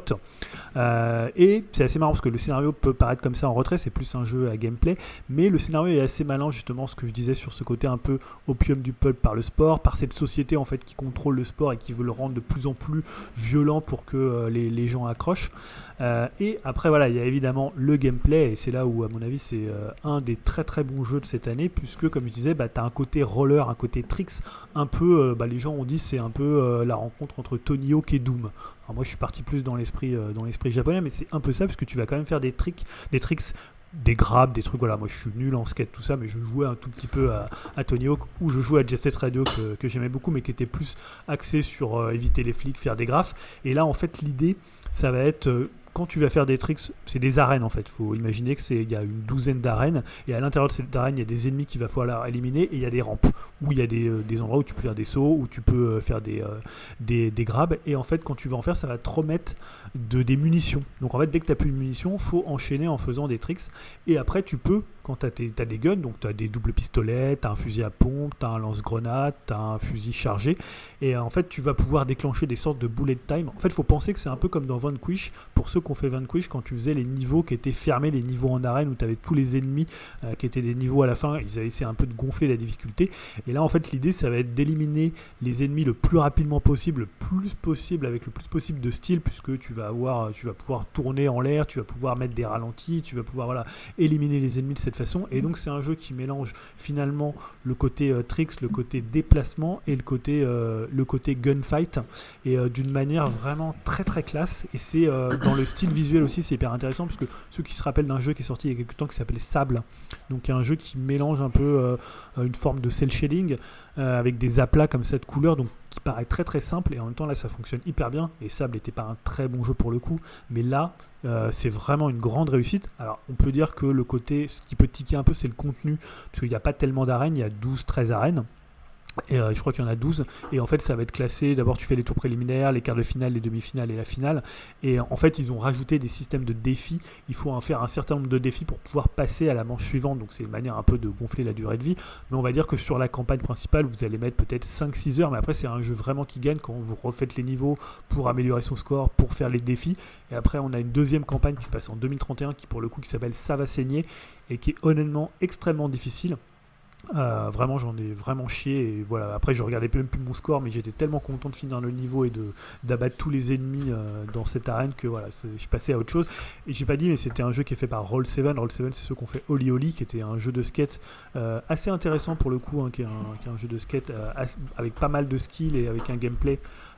Euh, et c'est assez marrant parce que le scénario peut paraître comme ça en retrait, c'est plus un jeu à gameplay, mais le scénario est assez malin, justement, ce que je disais sur ce côté un peu opium du peuple par le sport, par cette société en fait qui contrôle le sport et qui veut le rendre de plus en plus violent pour que euh, les, les gens accrochent. Euh, et après voilà, il y a évidemment le gameplay, et c'est là où à mon avis c'est euh, un des très très bons jeux de cette année, puisque comme je disais, bah, tu as un côté roller, un côté tricks, un peu, euh, bah, les gens ont dit c'est un peu euh, la rencontre entre Tony Hawk et Doom. Alors moi je suis parti plus dans l'esprit, euh, dans l'esprit japonais, mais c'est un peu ça, parce que tu vas quand même faire des tricks, des tricks des grabs, des trucs, voilà, moi je suis nul en skate, tout ça, mais je jouais un tout petit peu à, à Tony Hawk, ou je jouais à Jet Set Radio que, que j'aimais beaucoup, mais qui était plus axé sur euh, éviter les flics, faire des graphes. Et là en fait l'idée ça va être, euh, quand tu vas faire des tricks, c'est des arènes en fait. Il faut imaginer qu'il y a une douzaine d'arènes, et à l'intérieur de cette arène, il y a des ennemis qu'il va falloir éliminer, et il y a des rampes, où il y a des, euh, des endroits où tu peux faire des sauts, où tu peux euh, faire des, euh, des, des grabs, et en fait, quand tu vas en faire, ça va te remettre de, des munitions. Donc en fait, dès que tu n'as plus de munitions, il faut enchaîner en faisant des tricks, et après, tu peux, quand tu as des guns, donc tu as des doubles pistolets, tu as un fusil à pompe, tu as un lance-grenade, tu as un fusil chargé, et en fait, tu vas pouvoir déclencher des sortes de bullet time. En fait, il faut penser que c'est un peu comme dans Vanquish, pour ceux qui ont fait Vanquish, quand tu faisais les niveaux qui étaient fermés, les niveaux en arène où tu avais tous les ennemis euh, qui étaient des niveaux à la fin, ils avaient essayé un peu de gonfler la difficulté. Et là, en fait, l'idée, ça va être d'éliminer les ennemis le plus rapidement possible, le plus possible, avec le plus possible de style, puisque tu vas avoir, tu vas pouvoir tourner en l'air, tu vas pouvoir mettre des ralentis, tu vas pouvoir voilà, éliminer les ennemis de cette façon. Et donc, c'est un jeu qui mélange finalement le côté euh, tricks, le côté déplacement et le côté, euh, le côté gunfight, et euh, d'une manière vraiment très très classe. Et c'est euh, dans le style visuel aussi, c'est hyper intéressant, parce que ceux qui se rappellent d'un jeu qui est sorti il y a quelques temps qui s'appelait Sable, donc un jeu qui mélange un peu euh, une forme de cel shading euh, avec des aplats comme ça de couleurs, donc qui paraît très très simple, et en même temps là ça fonctionne hyper bien. Et Sable n'était pas un très bon jeu pour le coup, mais là euh, c'est vraiment une grande réussite. Alors on peut dire que le côté, ce qui peut tiquer un peu, c'est le contenu, parce qu'il n'y a pas tellement d'arènes, il y a douze treize arènes. Et euh, je crois qu'il y en a douze, et en fait ça va être classé, d'abord tu fais les tours préliminaires, les quarts de finale, les demi-finales et la finale, et en fait ils ont rajouté des systèmes de défis. Il faut en faire un certain nombre de défis pour pouvoir passer à la manche suivante, donc c'est une manière un peu de gonfler la durée de vie, mais on va dire que sur la campagne principale vous allez mettre peut-être cinq six heures, mais après c'est un jeu vraiment qui gagne quand vous refaites les niveaux pour améliorer son score, pour faire les défis. Et après on a une deuxième campagne qui se passe en deux mille trente et un, qui pour le coup qui s'appelle Ça va saigner, et qui est honnêtement extrêmement difficile. Euh, vraiment j'en ai vraiment chié, et voilà, après je regardais même plus mon score, mais j'étais tellement content de finir le niveau et de d'abattre tous les ennemis euh, dans cette arène que voilà, je suis passé à autre chose. Et j'ai pas dit, mais c'était un jeu qui est fait par Roll seven. Roll seven, c'est ceux qui ont fait Oli Oli, qui était un jeu de skate euh, assez intéressant pour le coup, hein, qui, est un, qui est un jeu de skate euh, assez, avec pas mal de skills et avec un gameplay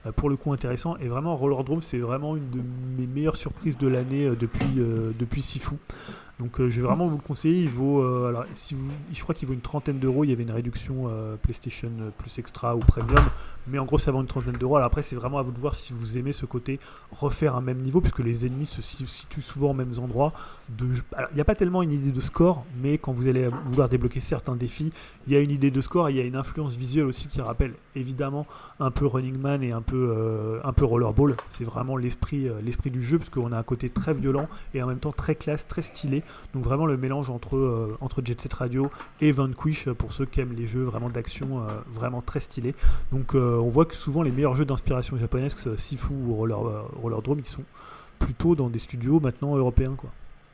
euh, pour le coup intéressant. Et vraiment, Rollerdrome, c'est vraiment une de mes meilleures surprises de l'année euh, depuis, euh, depuis Sifu. Donc euh, je vais vraiment vous le conseiller. Il vaut, euh, alors, si vous, je crois qu'il vaut une trentaine d'euros. Il y avait une réduction euh, PlayStation Plus Extra ou Premium, mais en gros ça vaut une trentaine d'euros. Alors après c'est vraiment à vous de voir si vous aimez ce côté refaire un même niveau, puisque les ennemis se situent souvent aux mêmes endroits. De, alors, il n'y a pas tellement une idée de score, mais quand vous allez vouloir débloquer certains défis, il y a une idée de score. Et il y a une influence visuelle aussi qui rappelle évidemment un peu Running Man et un peu, euh, un peu Rollerball. C'est vraiment l'esprit, euh, l'esprit du jeu, parce qu'on a un côté très violent et en même temps très classe, très stylé. Donc vraiment le mélange entre, euh, entre Jet Set Radio et Vanquish pour ceux qui aiment les jeux vraiment d'action, euh, vraiment très stylés. Donc euh, on voit que souvent les meilleurs jeux d'inspiration japonaise, que ce soit Sifu ou Roller, euh, Rollerdrome, ils sont plutôt dans des studios maintenant européens, quoi.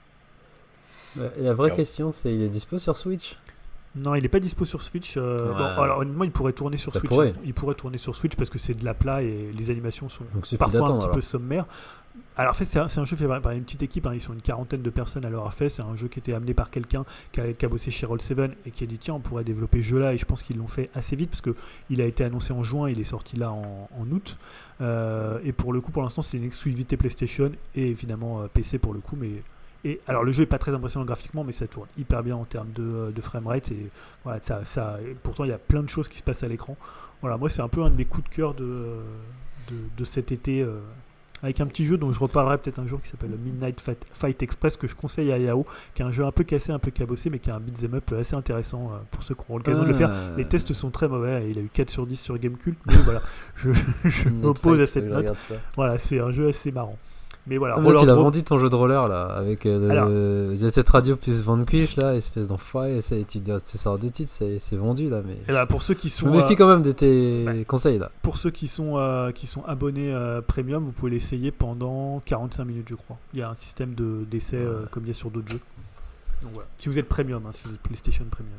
La vraie alors. question, c'est il est dispo sur Switch? Non, il n'est pas dispo sur Switch. Euh, ouais. bon, alors honnêtement, il pourrait tourner sur Ça Switch. Pourrait. Hein. Il pourrait tourner sur Switch parce que c'est de la plat et les animations sont Donc, parfois un petit alors. peu sommaires. Alors en fait, c'est un, c'est un jeu fait par, par une petite équipe. Hein. Ils sont une quarantaine de personnes à l'heure fait. C'est un jeu qui était amené par quelqu'un qui a, qui a bossé chez Roll sept et qui a dit tiens, on pourrait développer ce jeu-là. Et je pense qu'ils l'ont fait assez vite parce que il a été annoncé en juin, il est sorti là en, en août. Euh, et pour le coup, pour l'instant, c'est une exclusivité PlayStation et évidemment euh, P C pour le coup, mais et alors le jeu est pas très impressionnant graphiquement, mais ça tourne hyper bien en termes de, de framerate et voilà, ça, ça, et pourtant il y a plein de choses qui se passent à l'écran. Voilà, moi c'est un peu un de mes coups de cœur de, de, de cet été, euh, avec un petit jeu dont je reparlerai peut-être un jour qui s'appelle Midnight Fight, Fight Express, que je conseille à Yao, qui est un jeu un peu cassé, un peu cabossé, mais qui est un beat'em up assez intéressant euh, pour ceux qui auront l'occasion ah. de le faire. Les tests sont très mauvais, il a eu quatre sur dix sur Gamecult, mais voilà, je, je m'oppose à cette note. Voilà, c'est un jeu assez marrant. Mais voilà, ah, mais tu l'as vendu ton jeu de roller là avec euh, Jet Set Radio plus Vanquish là, espèce d'enfoiré, ça, tu sors deux titres, c'est, c'est vendu là. Mais et là, pour ceux qui sont, je me méfie euh, quand même de tes ouais. conseils là. Pour ceux qui sont euh, qui sont abonnés euh, premium, vous pouvez l'essayer pendant quarante-cinq minutes, je crois. Il y a un système de d'essai ouais. euh, comme il y a sur d'autres jeux. Donc voilà, si vous êtes premium, hein, si vous êtes PlayStation premium.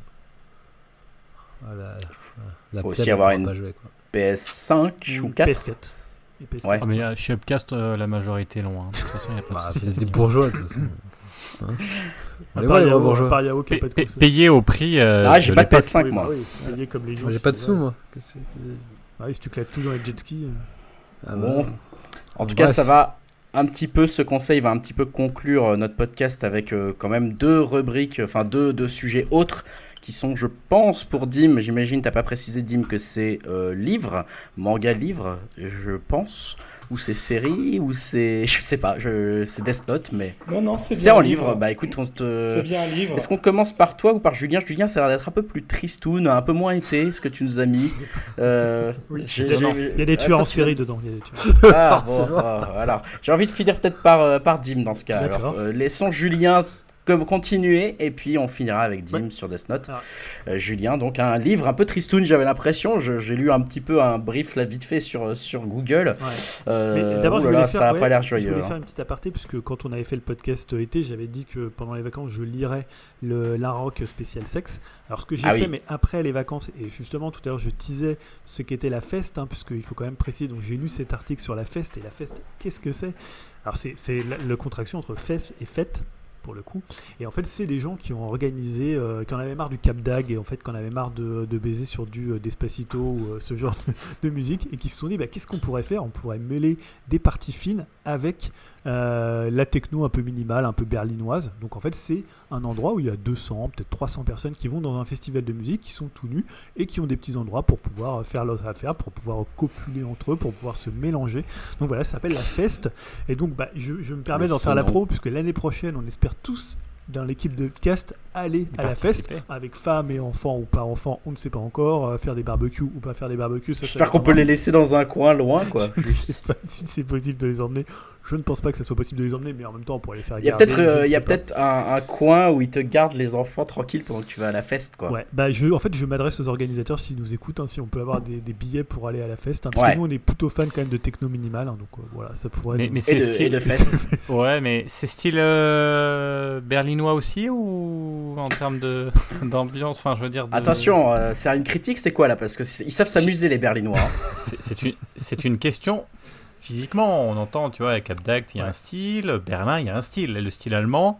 Voilà. Il faut aussi avoir une jouer, P S cinq ou, ou quatre. P S quatre. Ouais. Oh, mais euh, chez Upcast, euh, la majorité est loin. Hein. De toute façon, il n'y a pas bah, de soucis. C'est des bourgeois, de toute façon. Hein Allez, par Yao, bourgeois. Par Yao qui a pas de pa- Payé au prix. Euh, ah, j'ai pas de P S cinq, oui, moi. Bah, oui, payé comme les gens. Moi, j'ai pas de sous, moi. Qu'est-ce que ah, oui, si tu claques tout dans les jet skis. Ah, bon. En tout cas, ça va un petit peu, ce conseil va un petit peu conclure notre podcast avec euh, quand même deux rubriques, enfin deux, deux sujets autres. Qui sont, je pense, pour Dim, j'imagine, t'as pas précisé, Dim, que c'est euh, livre, manga livre, je pense, ou c'est série, ou c'est, je sais pas, je... c'est Death Note, mais non, non, c'est, c'est en livre. livre. Bah écoute, on te... c'est bien un livre. Est-ce qu'on commence par toi ou par Julien? Julien, ça a l'air d'être un peu plus tristoun, un peu moins été, ce que tu nous as mis. Euh... Oui, j'ai, j'ai... Il y a des tueurs en série dedans. Il y a des tueurs. Ah, bon, bon, alors, j'ai envie de finir peut-être par, euh, par Dim dans ce cas. Alors, euh, laissons Julien comme continuer et puis on finira avec Dim ouais. sur Death Note. Ah. Euh, Julien, donc un livre un peu tristoun, j'avais l'impression, je, j'ai lu un petit peu un brief là vite fait sur, sur Google. Ouais. Euh, Mais d'abord, je là, faire, ça n'a ouais, pas l'air joyeux. Je voulais hein. faire une petite aparté puisque quand on avait fait le podcast été, j'avais dit que pendant les vacances, je lirais le l'Unrock spécial sexe. Alors ce que j'ai ah, fait, oui. mais après les vacances, et justement tout à l'heure je teasais ce qu'était la Fest, hein, puisqu'il faut quand même préciser, donc j'ai lu cet article sur la Fest, et la Fest, qu'est-ce que c'est? Alors c'est, c'est la, la contraction entre fesse et fête. Pour le coup, et en fait c'est des gens qui ont organisé, euh, qui en avaient marre du Cap d'Agde et en fait qui en avaient marre de, de baiser sur du euh, Despacito ou euh, ce genre de, de musique, et qui se sont dit bah, qu'est-ce qu'on pourrait faire? On pourrait mêler des parties fines avec euh, la techno un peu minimale, un peu berlinoise. Donc en fait c'est un endroit où il y a deux cents, peut-être trois cents personnes qui vont dans un festival de musique, qui sont tout nus et qui ont des petits endroits pour pouvoir faire leurs affaires, pour pouvoir copuler entre eux, pour pouvoir se mélanger. Donc voilà, ça s'appelle la Fest. Et donc bah, je, je me permets d'en faire la pro puisque l'année prochaine on espère tous dans l'équipe de cast aller à la fête avec femmes et enfants ou pas enfants, on ne sait pas encore, euh, faire des barbecues ou pas faire des barbecues. Ça, j'espère qu'on peut les laisser dans un coin loin, quoi. Je ne sais pas si c'est possible de les emmener. Je ne pense pas que ça soit possible de les emmener, mais en même temps on pourrait les faire garder. Il y a peut-être, euh, il y a peut-être un, un coin où ils te gardent les enfants tranquilles pendant que tu vas à la fête, quoi. Ouais, bah je, en fait je m'adresse aux organisateurs s'ils nous écoutent, hein, si on peut avoir des, des billets pour aller à la fête. Hein, parce ouais. que nous on est plutôt fans quand même de techno minimal, hein, donc euh, voilà, ça pourrait. Mais, être... mais c'est et, de, style... et de fesses. Ouais, mais c'est style euh, berlinois aussi ou en termes de d'ambiance, enfin je veux dire. De... Attention, euh, c'est une critique, c'est quoi là? Parce que ils savent s'amuser les Berlinois. Hein. c'est, c'est une c'est une question. Physiquement, on entend, tu vois, à Cap d'Agde, il y a ouais. un style, Berlin, il y a un style. Le style allemand,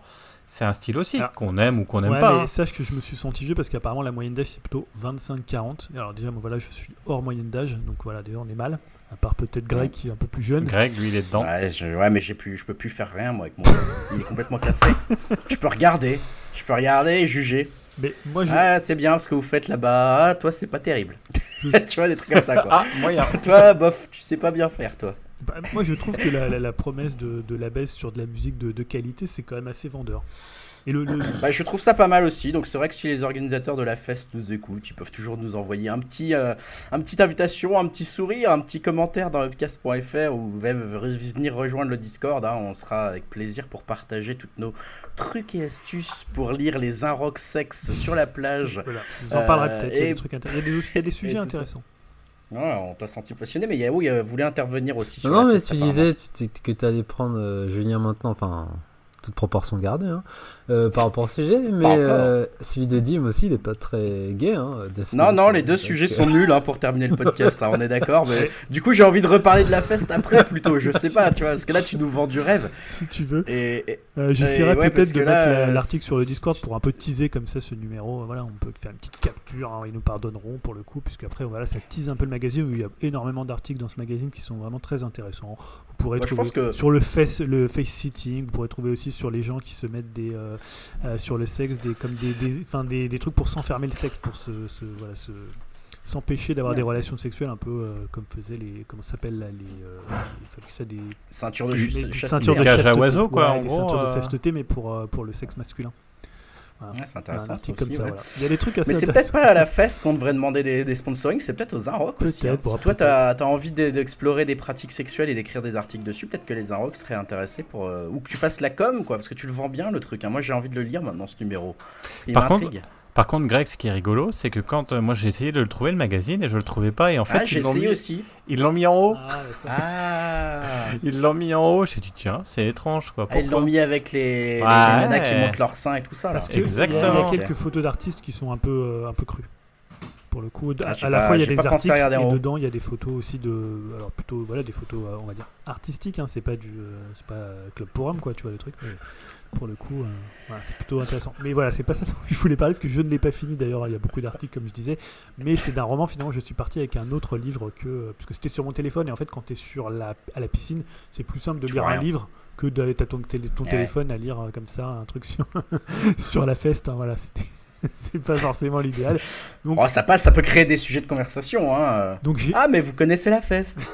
c'est un style aussi, Alors, qu'on aime ou qu'on n'aime ouais, pas. mais hein. sache que je me suis senti vieux parce qu'apparemment la moyenne d'âge c'est plutôt vingt-cinq quarante. Alors déjà, moi, voilà, je suis hors moyenne d'âge, donc voilà, d'ailleurs on est mal. À part peut-être Greg qui est un peu plus jeune. Greg, lui, il est dedans. Ouais, je- ouais, mais j'ai plus, je peux plus faire rien moi avec mon. Il est complètement cassé. Je peux regarder, je peux regarder et juger. Mais moi, je... Ah, c'est bien ce que vous faites là-bas. Ah, toi, c'est pas terrible. Tu vois, des trucs comme ça, quoi. Ah, moyen. Toi, bof, tu sais pas bien faire, toi. bah, moi, je trouve que la, la, la promesse de, de la baisse sur de la musique de, de qualité, c'est quand même assez vendeur. Et le, le... Bah, je trouve ça pas mal aussi. Donc, c'est vrai que si les organisateurs de la fest nous écoutent, ils peuvent toujours nous envoyer un petit, euh, un petite invitation, un petit sourire, un petit commentaire dans webcast point f r ou même venir rejoindre le Discord. Hein. On sera avec plaisir pour partager toutes nos trucs et astuces pour lire les Inrock sex sur la plage. Voilà, je vous en parlerai Euh, peut-être. Il y a et- des, trucs intér- il y a des, il y a des sujets tout ça. intéressants. Ouais, on t'a senti passionné, mais Yahoo il voulait intervenir aussi sur Non, la mais fest, tu apparemment. disais tu, t'es- que tu allais prendre euh, Julien maintenant, enfin, toute proportion gardée, hein, euh, par rapport au sujet, mais encore. euh, celui de Dim aussi, il est pas très gay. Hein, Death Non, Note, non, les euh, deux donc, sujets euh, sont nuls hein, pour terminer le podcast, hein, on est d'accord. Mais du coup, j'ai envie de reparler de la fest après plutôt, je sais pas, tu vois, parce que là, tu nous vends du rêve. Si tu veux. Et, et- Euh, J'essaierai Et ouais, parce peut-être de que mettre là, la- euh, l'article sur le c'est- Discord pour un peu teaser comme ça ce numéro. Voilà, on peut faire une petite capture, hein, ils nous pardonneront pour le coup, puisque après voilà, ça tease un peu le magazine où il y a énormément d'articles dans ce magazine qui sont vraiment très intéressants. Vous pourrez Moi, je trouver pense que- sur le face, le face sitting, vous pourrez trouver aussi sur les gens qui se mettent des euh, euh, sur le sexe des comme des des, enfin, des, des trucs pour s'enfermer le sexe, pour se, se voilà se s'empêcher d'avoir Ouais, des c'est- relations sexuelles un peu euh, comme faisaient les comment ça s'appelle là les euh, les- ça, des ceinture de des- juste des chasse- ceintures de Cage à chasteté. oiseaux, quoi, Ouais, en des gros, ceintures de euh. chasteté, mais pour euh, pour le sexe masculin. Voilà. Ouais, c'est Un intéressant, ça article aussi, comme ça, ouais. voilà. Il y a des trucs assez Mais c'est intéressants. peut-être pas à la fest qu'on devrait demander des, des sponsorings, c'est peut-être aux Inrock aussi. Hein. Peut-être, Si bon, toi, peut-être. t'as as envie de- d'explorer des pratiques sexuelles et d'écrire des articles dessus, peut-être que les Inrock seraient intéressés pour. euh, ou que tu fasses la com, quoi, parce que tu le vends bien le truc. Hein. Moi, j'ai envie de le lire maintenant, ce numéro. Parce qu'il Par contre, m'intrigue. Par contre, Greg, ce qui est rigolo, c'est que quand euh, moi j'ai essayé de le trouver, le magazine, et je le trouvais pas, et en fait, Ah, j'ai ils l'ont essayé mis, aussi. ils l'ont mis en haut. Ah, d'accord. Ah, Ils l'ont mis en haut. J'ai dit, tiens, c'est étrange, quoi. Ah, ils Pourquoi l'ont mis avec les, les- les Ouais. nanas qui montent leur sein et tout ça, là. Parce que il y a- Exactement. Il y a Ok. quelques photos d'artistes qui sont un peu, euh, un peu crues. Pour le coup, Ah, à, j'ai à la pas- fois il y a j'ai des pas pensé à articles regarder en et haut. dedans il y a des photos aussi de, alors plutôt voilà des photos, euh, on va dire artistiques. Hein, c'est pas du, euh, c'est pas euh, Club pour hommes quoi, tu vois le truc. Mais pour le coup, euh, voilà, c'est plutôt intéressant. Mais voilà, c'est pas ça dont je voulais parler parce que je ne l'ai pas fini. D'ailleurs, il y a beaucoup d'articles comme je disais, mais c'est d'un roman. Finalement, je suis parti avec un autre livre que parce que c'était sur mon téléphone et en fait, quand t'es sur la à la piscine, c'est plus simple de Tu lire vois un rien. livre que de t'as ton, télé- ton Ouais. téléphone à lire euh, comme ça un truc sur sur la feste. Hein, voilà, c'était c'est pas forcément l'idéal. Donc, Oh, ça passe, ça peut créer des sujets de conversation. Hein. donc j'ai Ah, mais vous connaissez la fest.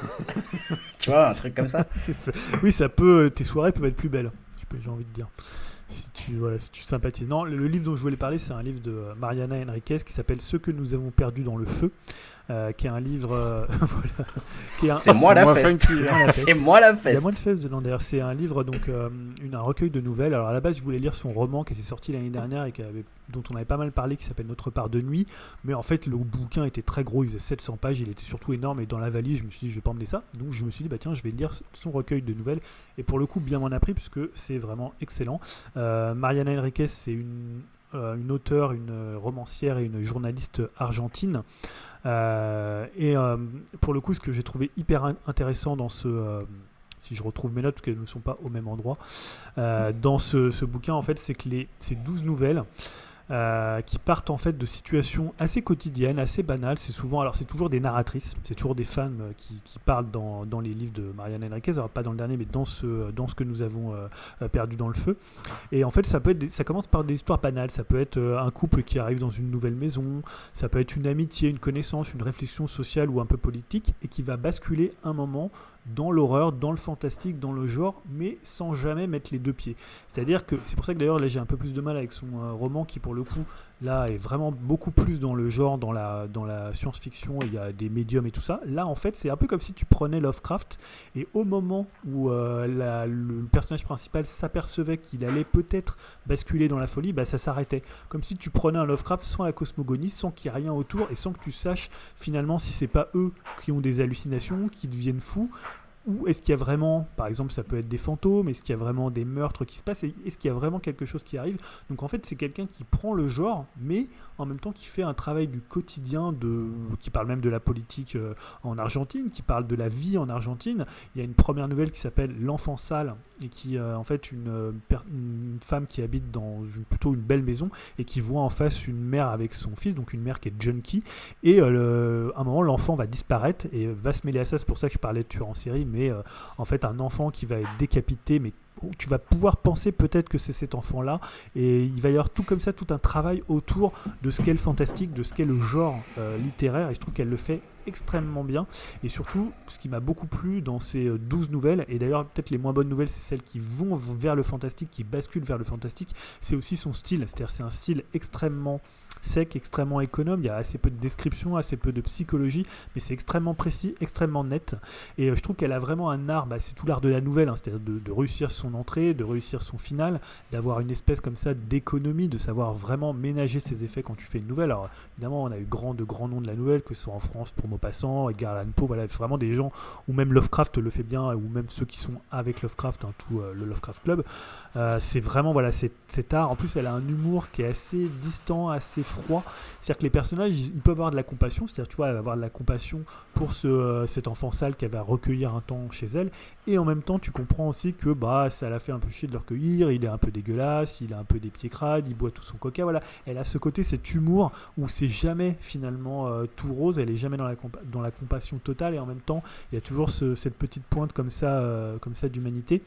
Tu vois, un truc comme ça. C'est ça. Oui, ça peut. Tes soirées peuvent être plus belles. je peux- J'ai envie de dire. Si tu, voilà, si tu sympathises. Non, le, le livre dont je voulais parler, c'est un livre de euh, Mariana Enriquez qui s'appelle Ce que nous avons perdu dans le feu, euh, qui est un livre. euh, voilà, qui est un- C'est moi la moins fest. funky, hein, la fest. C'est moi la Il y a moins de fest. fesses dedans d'ailleurs. C'est un livre, donc euh, une, un recueil de nouvelles. Alors à la base, je voulais lire son roman qui était sorti l'année dernière et qui avait, dont on avait pas mal parlé, qui s'appelle Notre part de nuit. Mais en fait, le bouquin était très gros, il faisait sept cents pages, il était surtout énorme. Et dans la valise, je me suis dit, je vais pas emmener ça. Donc je me suis dit, bah tiens, je vais lire son recueil de nouvelles. Et pour le coup, bien m'en a pris puisque c'est vraiment excellent. Euh, Mariana Enriquez, c'est une, euh, une auteure, une euh, romancière et une journaliste argentine. Euh, et euh, pour le coup, ce que j'ai trouvé hyper in- intéressant dans ce, euh, si je retrouve mes notes parce qu'elles ne sont pas au même endroit, euh, dans ce, ce bouquin en fait, c'est que les, ces douze nouvelles euh, qui partent en fait de situations assez quotidiennes, assez banales. C'est souvent, alors c'est toujours des narratrices, c'est toujours des femmes euh, qui, qui parlent dans, dans les livres de Mariana Enriquez, alors pas dans le dernier, mais dans ce, dans ce que nous avons euh, perdu dans le feu. Et en fait, ça peut être, des- ça commence par des histoires banales. Ça peut être euh, un couple qui arrive dans une nouvelle maison, ça peut être une amitié, une connaissance, une réflexion sociale ou un peu politique, et qui va basculer un moment dans l'horreur, dans le fantastique, dans le genre, mais sans jamais mettre les deux pieds. C'est-à-dire que, c'est pour ça que d'ailleurs là j'ai un peu plus de mal avec son euh, roman qui pour le coup là est vraiment beaucoup plus dans le genre, dans la, dans la science-fiction, il y a des médiums et tout ça. Là en fait c'est un peu comme si tu prenais Lovecraft et au moment où euh, la- le personnage principal s'apercevait qu'il allait peut-être basculer dans la folie, bah, ça s'arrêtait. Comme si tu prenais un Lovecraft sans la cosmogonie, sans qu'il y ait rien autour et sans que tu saches finalement si c'est pas eux qui ont des hallucinations, qui deviennent fous, ou est-ce qu'il y a vraiment, par exemple ça peut être des fantômes, est-ce qu'il y a vraiment des meurtres qui se passent, et est-ce qu'il y a vraiment quelque chose qui arrive. Donc en fait c'est quelqu'un qui prend le genre, mais en même temps qui fait un travail du quotidien, de, qui parle même de la politique euh, en Argentine, qui parle de la vie en Argentine. Il y a une première nouvelle qui s'appelle L'enfant sale, et qui euh, en fait une, euh, per- une femme qui habite dans une, plutôt une belle maison et qui voit en face une mère avec son fils, donc une mère qui est junkie, et euh, le, à un moment l'enfant va disparaître et va se mêler à ça. C'est pour ça que je parlais de tueur en série, mais euh, en fait un enfant qui va être décapité, mais tu vas pouvoir penser peut-être que c'est cet enfant-là, et il va y avoir tout comme ça, tout un travail autour de ce qu'est le fantastique, de ce qu'est le genre euh, littéraire, et je trouve qu'elle le fait extrêmement bien. Et surtout, ce qui m'a beaucoup plu dans ces douze nouvelles, et d'ailleurs peut-être les moins bonnes nouvelles, c'est celles qui vont vers le fantastique, qui basculent vers le fantastique, c'est aussi son style. C'est-à-dire c'est un style extrêmement sec, extrêmement économe, il y a assez peu de description, assez peu de psychologie, mais c'est extrêmement précis, extrêmement net, et euh, je trouve qu'elle a vraiment un art, bah, c'est tout l'art de la nouvelle, hein, c'est-à-dire de, de réussir son entrée, de réussir son final, d'avoir une espèce comme ça d'économie, de savoir vraiment ménager ses effets quand tu fais une nouvelle. Alors évidemment on a eu grand, de grands noms de la nouvelle, que ce soit en France pour Maupassant, Edgar Allan Poe, voilà, vraiment des gens, ou même Lovecraft le fait bien, ou même ceux qui sont avec Lovecraft, hein, tout euh, le Lovecraft Club, euh, c'est vraiment, voilà, c'est, cet art, en plus elle a un humour qui est assez distant, assez froid, c'est-à-dire que les personnages ils, ils peuvent avoir de la compassion, c'est-à-dire tu vois, elle va avoir de la compassion pour ce, euh, cet enfant sale qu'elle va recueillir un temps chez elle, et en même temps tu comprends aussi que bah ça l'a fait un peu chier de le recueillir, il est un peu dégueulasse, il a un peu des pieds crades, il boit tout son coca, voilà, elle a ce côté, cet humour où c'est jamais finalement euh, tout rose, elle est jamais dans la, compa- dans la compassion totale, et en même temps il y a toujours ce, cette petite pointe comme ça, euh, comme ça d'humanité.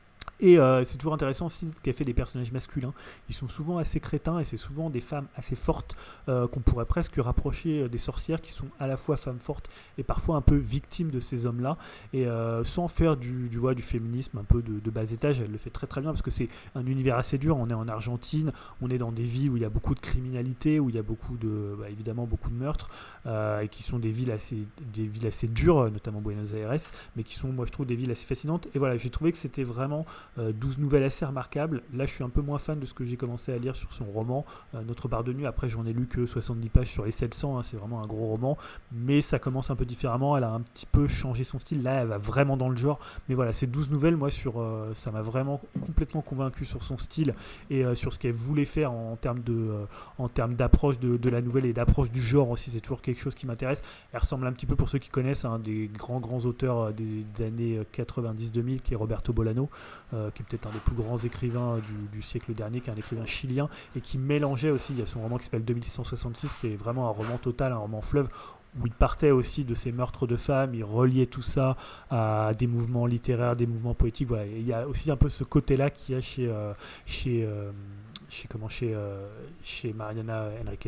Et euh, c'est toujours intéressant aussi qu'elle fait des personnages masculins. Ils sont souvent assez crétins et c'est souvent des femmes assez fortes euh, qu'on pourrait presque rapprocher des sorcières qui sont à la fois femmes fortes et parfois un peu victimes de ces hommes-là. Et euh, sans faire du, du, ouais, du féminisme un peu de, de bas étage, elle le fait très très bien parce que c'est un univers assez dur. On est en Argentine, on est dans des villes où il y a beaucoup de criminalité, où il y a beaucoup de, bah, évidemment beaucoup de meurtres euh, et qui sont des villes assez, des villes assez dures, notamment Buenos Aires, mais qui sont, moi je trouve, des villes assez fascinantes. Et voilà, j'ai trouvé que c'était vraiment Euh, douze nouvelles assez remarquables. Là, je suis un peu moins fan de ce que j'ai commencé à lire sur son roman, euh, Notre Bar de Nuit. Après, j'en ai lu que soixante-dix pages sur les sept cents. Hein, c'est vraiment un gros roman. Mais ça commence un peu différemment. Elle a un petit peu changé son style. Là, elle va vraiment dans le genre. Mais voilà, ces douze nouvelles, moi, sur, euh, ça m'a vraiment complètement convaincu sur son style et euh, sur ce qu'elle voulait faire en, en termes de, euh, en termes d'approche de, de la nouvelle et d'approche du genre aussi. C'est toujours quelque chose qui m'intéresse. Elle ressemble un petit peu, pour ceux qui connaissent, à un des grands, grands auteurs euh, des, des années quatre-vingt-dix deux mille, qui est Roberto Bolano. Euh, qui est peut-être un des plus grands écrivains du, du siècle dernier, qui est un écrivain chilien, et qui mélangeait aussi, il y a son roman qui s'appelle deux mille six cent soixante-six, qui est vraiment un roman total, un roman fleuve, où il partait aussi de ces meurtres de femmes, il reliait tout ça à des mouvements littéraires, des mouvements poétiques, voilà. Et il y a aussi un peu ce côté-là qu'il y a chez, euh, chez, euh, chez, comment, chez, euh, chez Mariana Enriquez.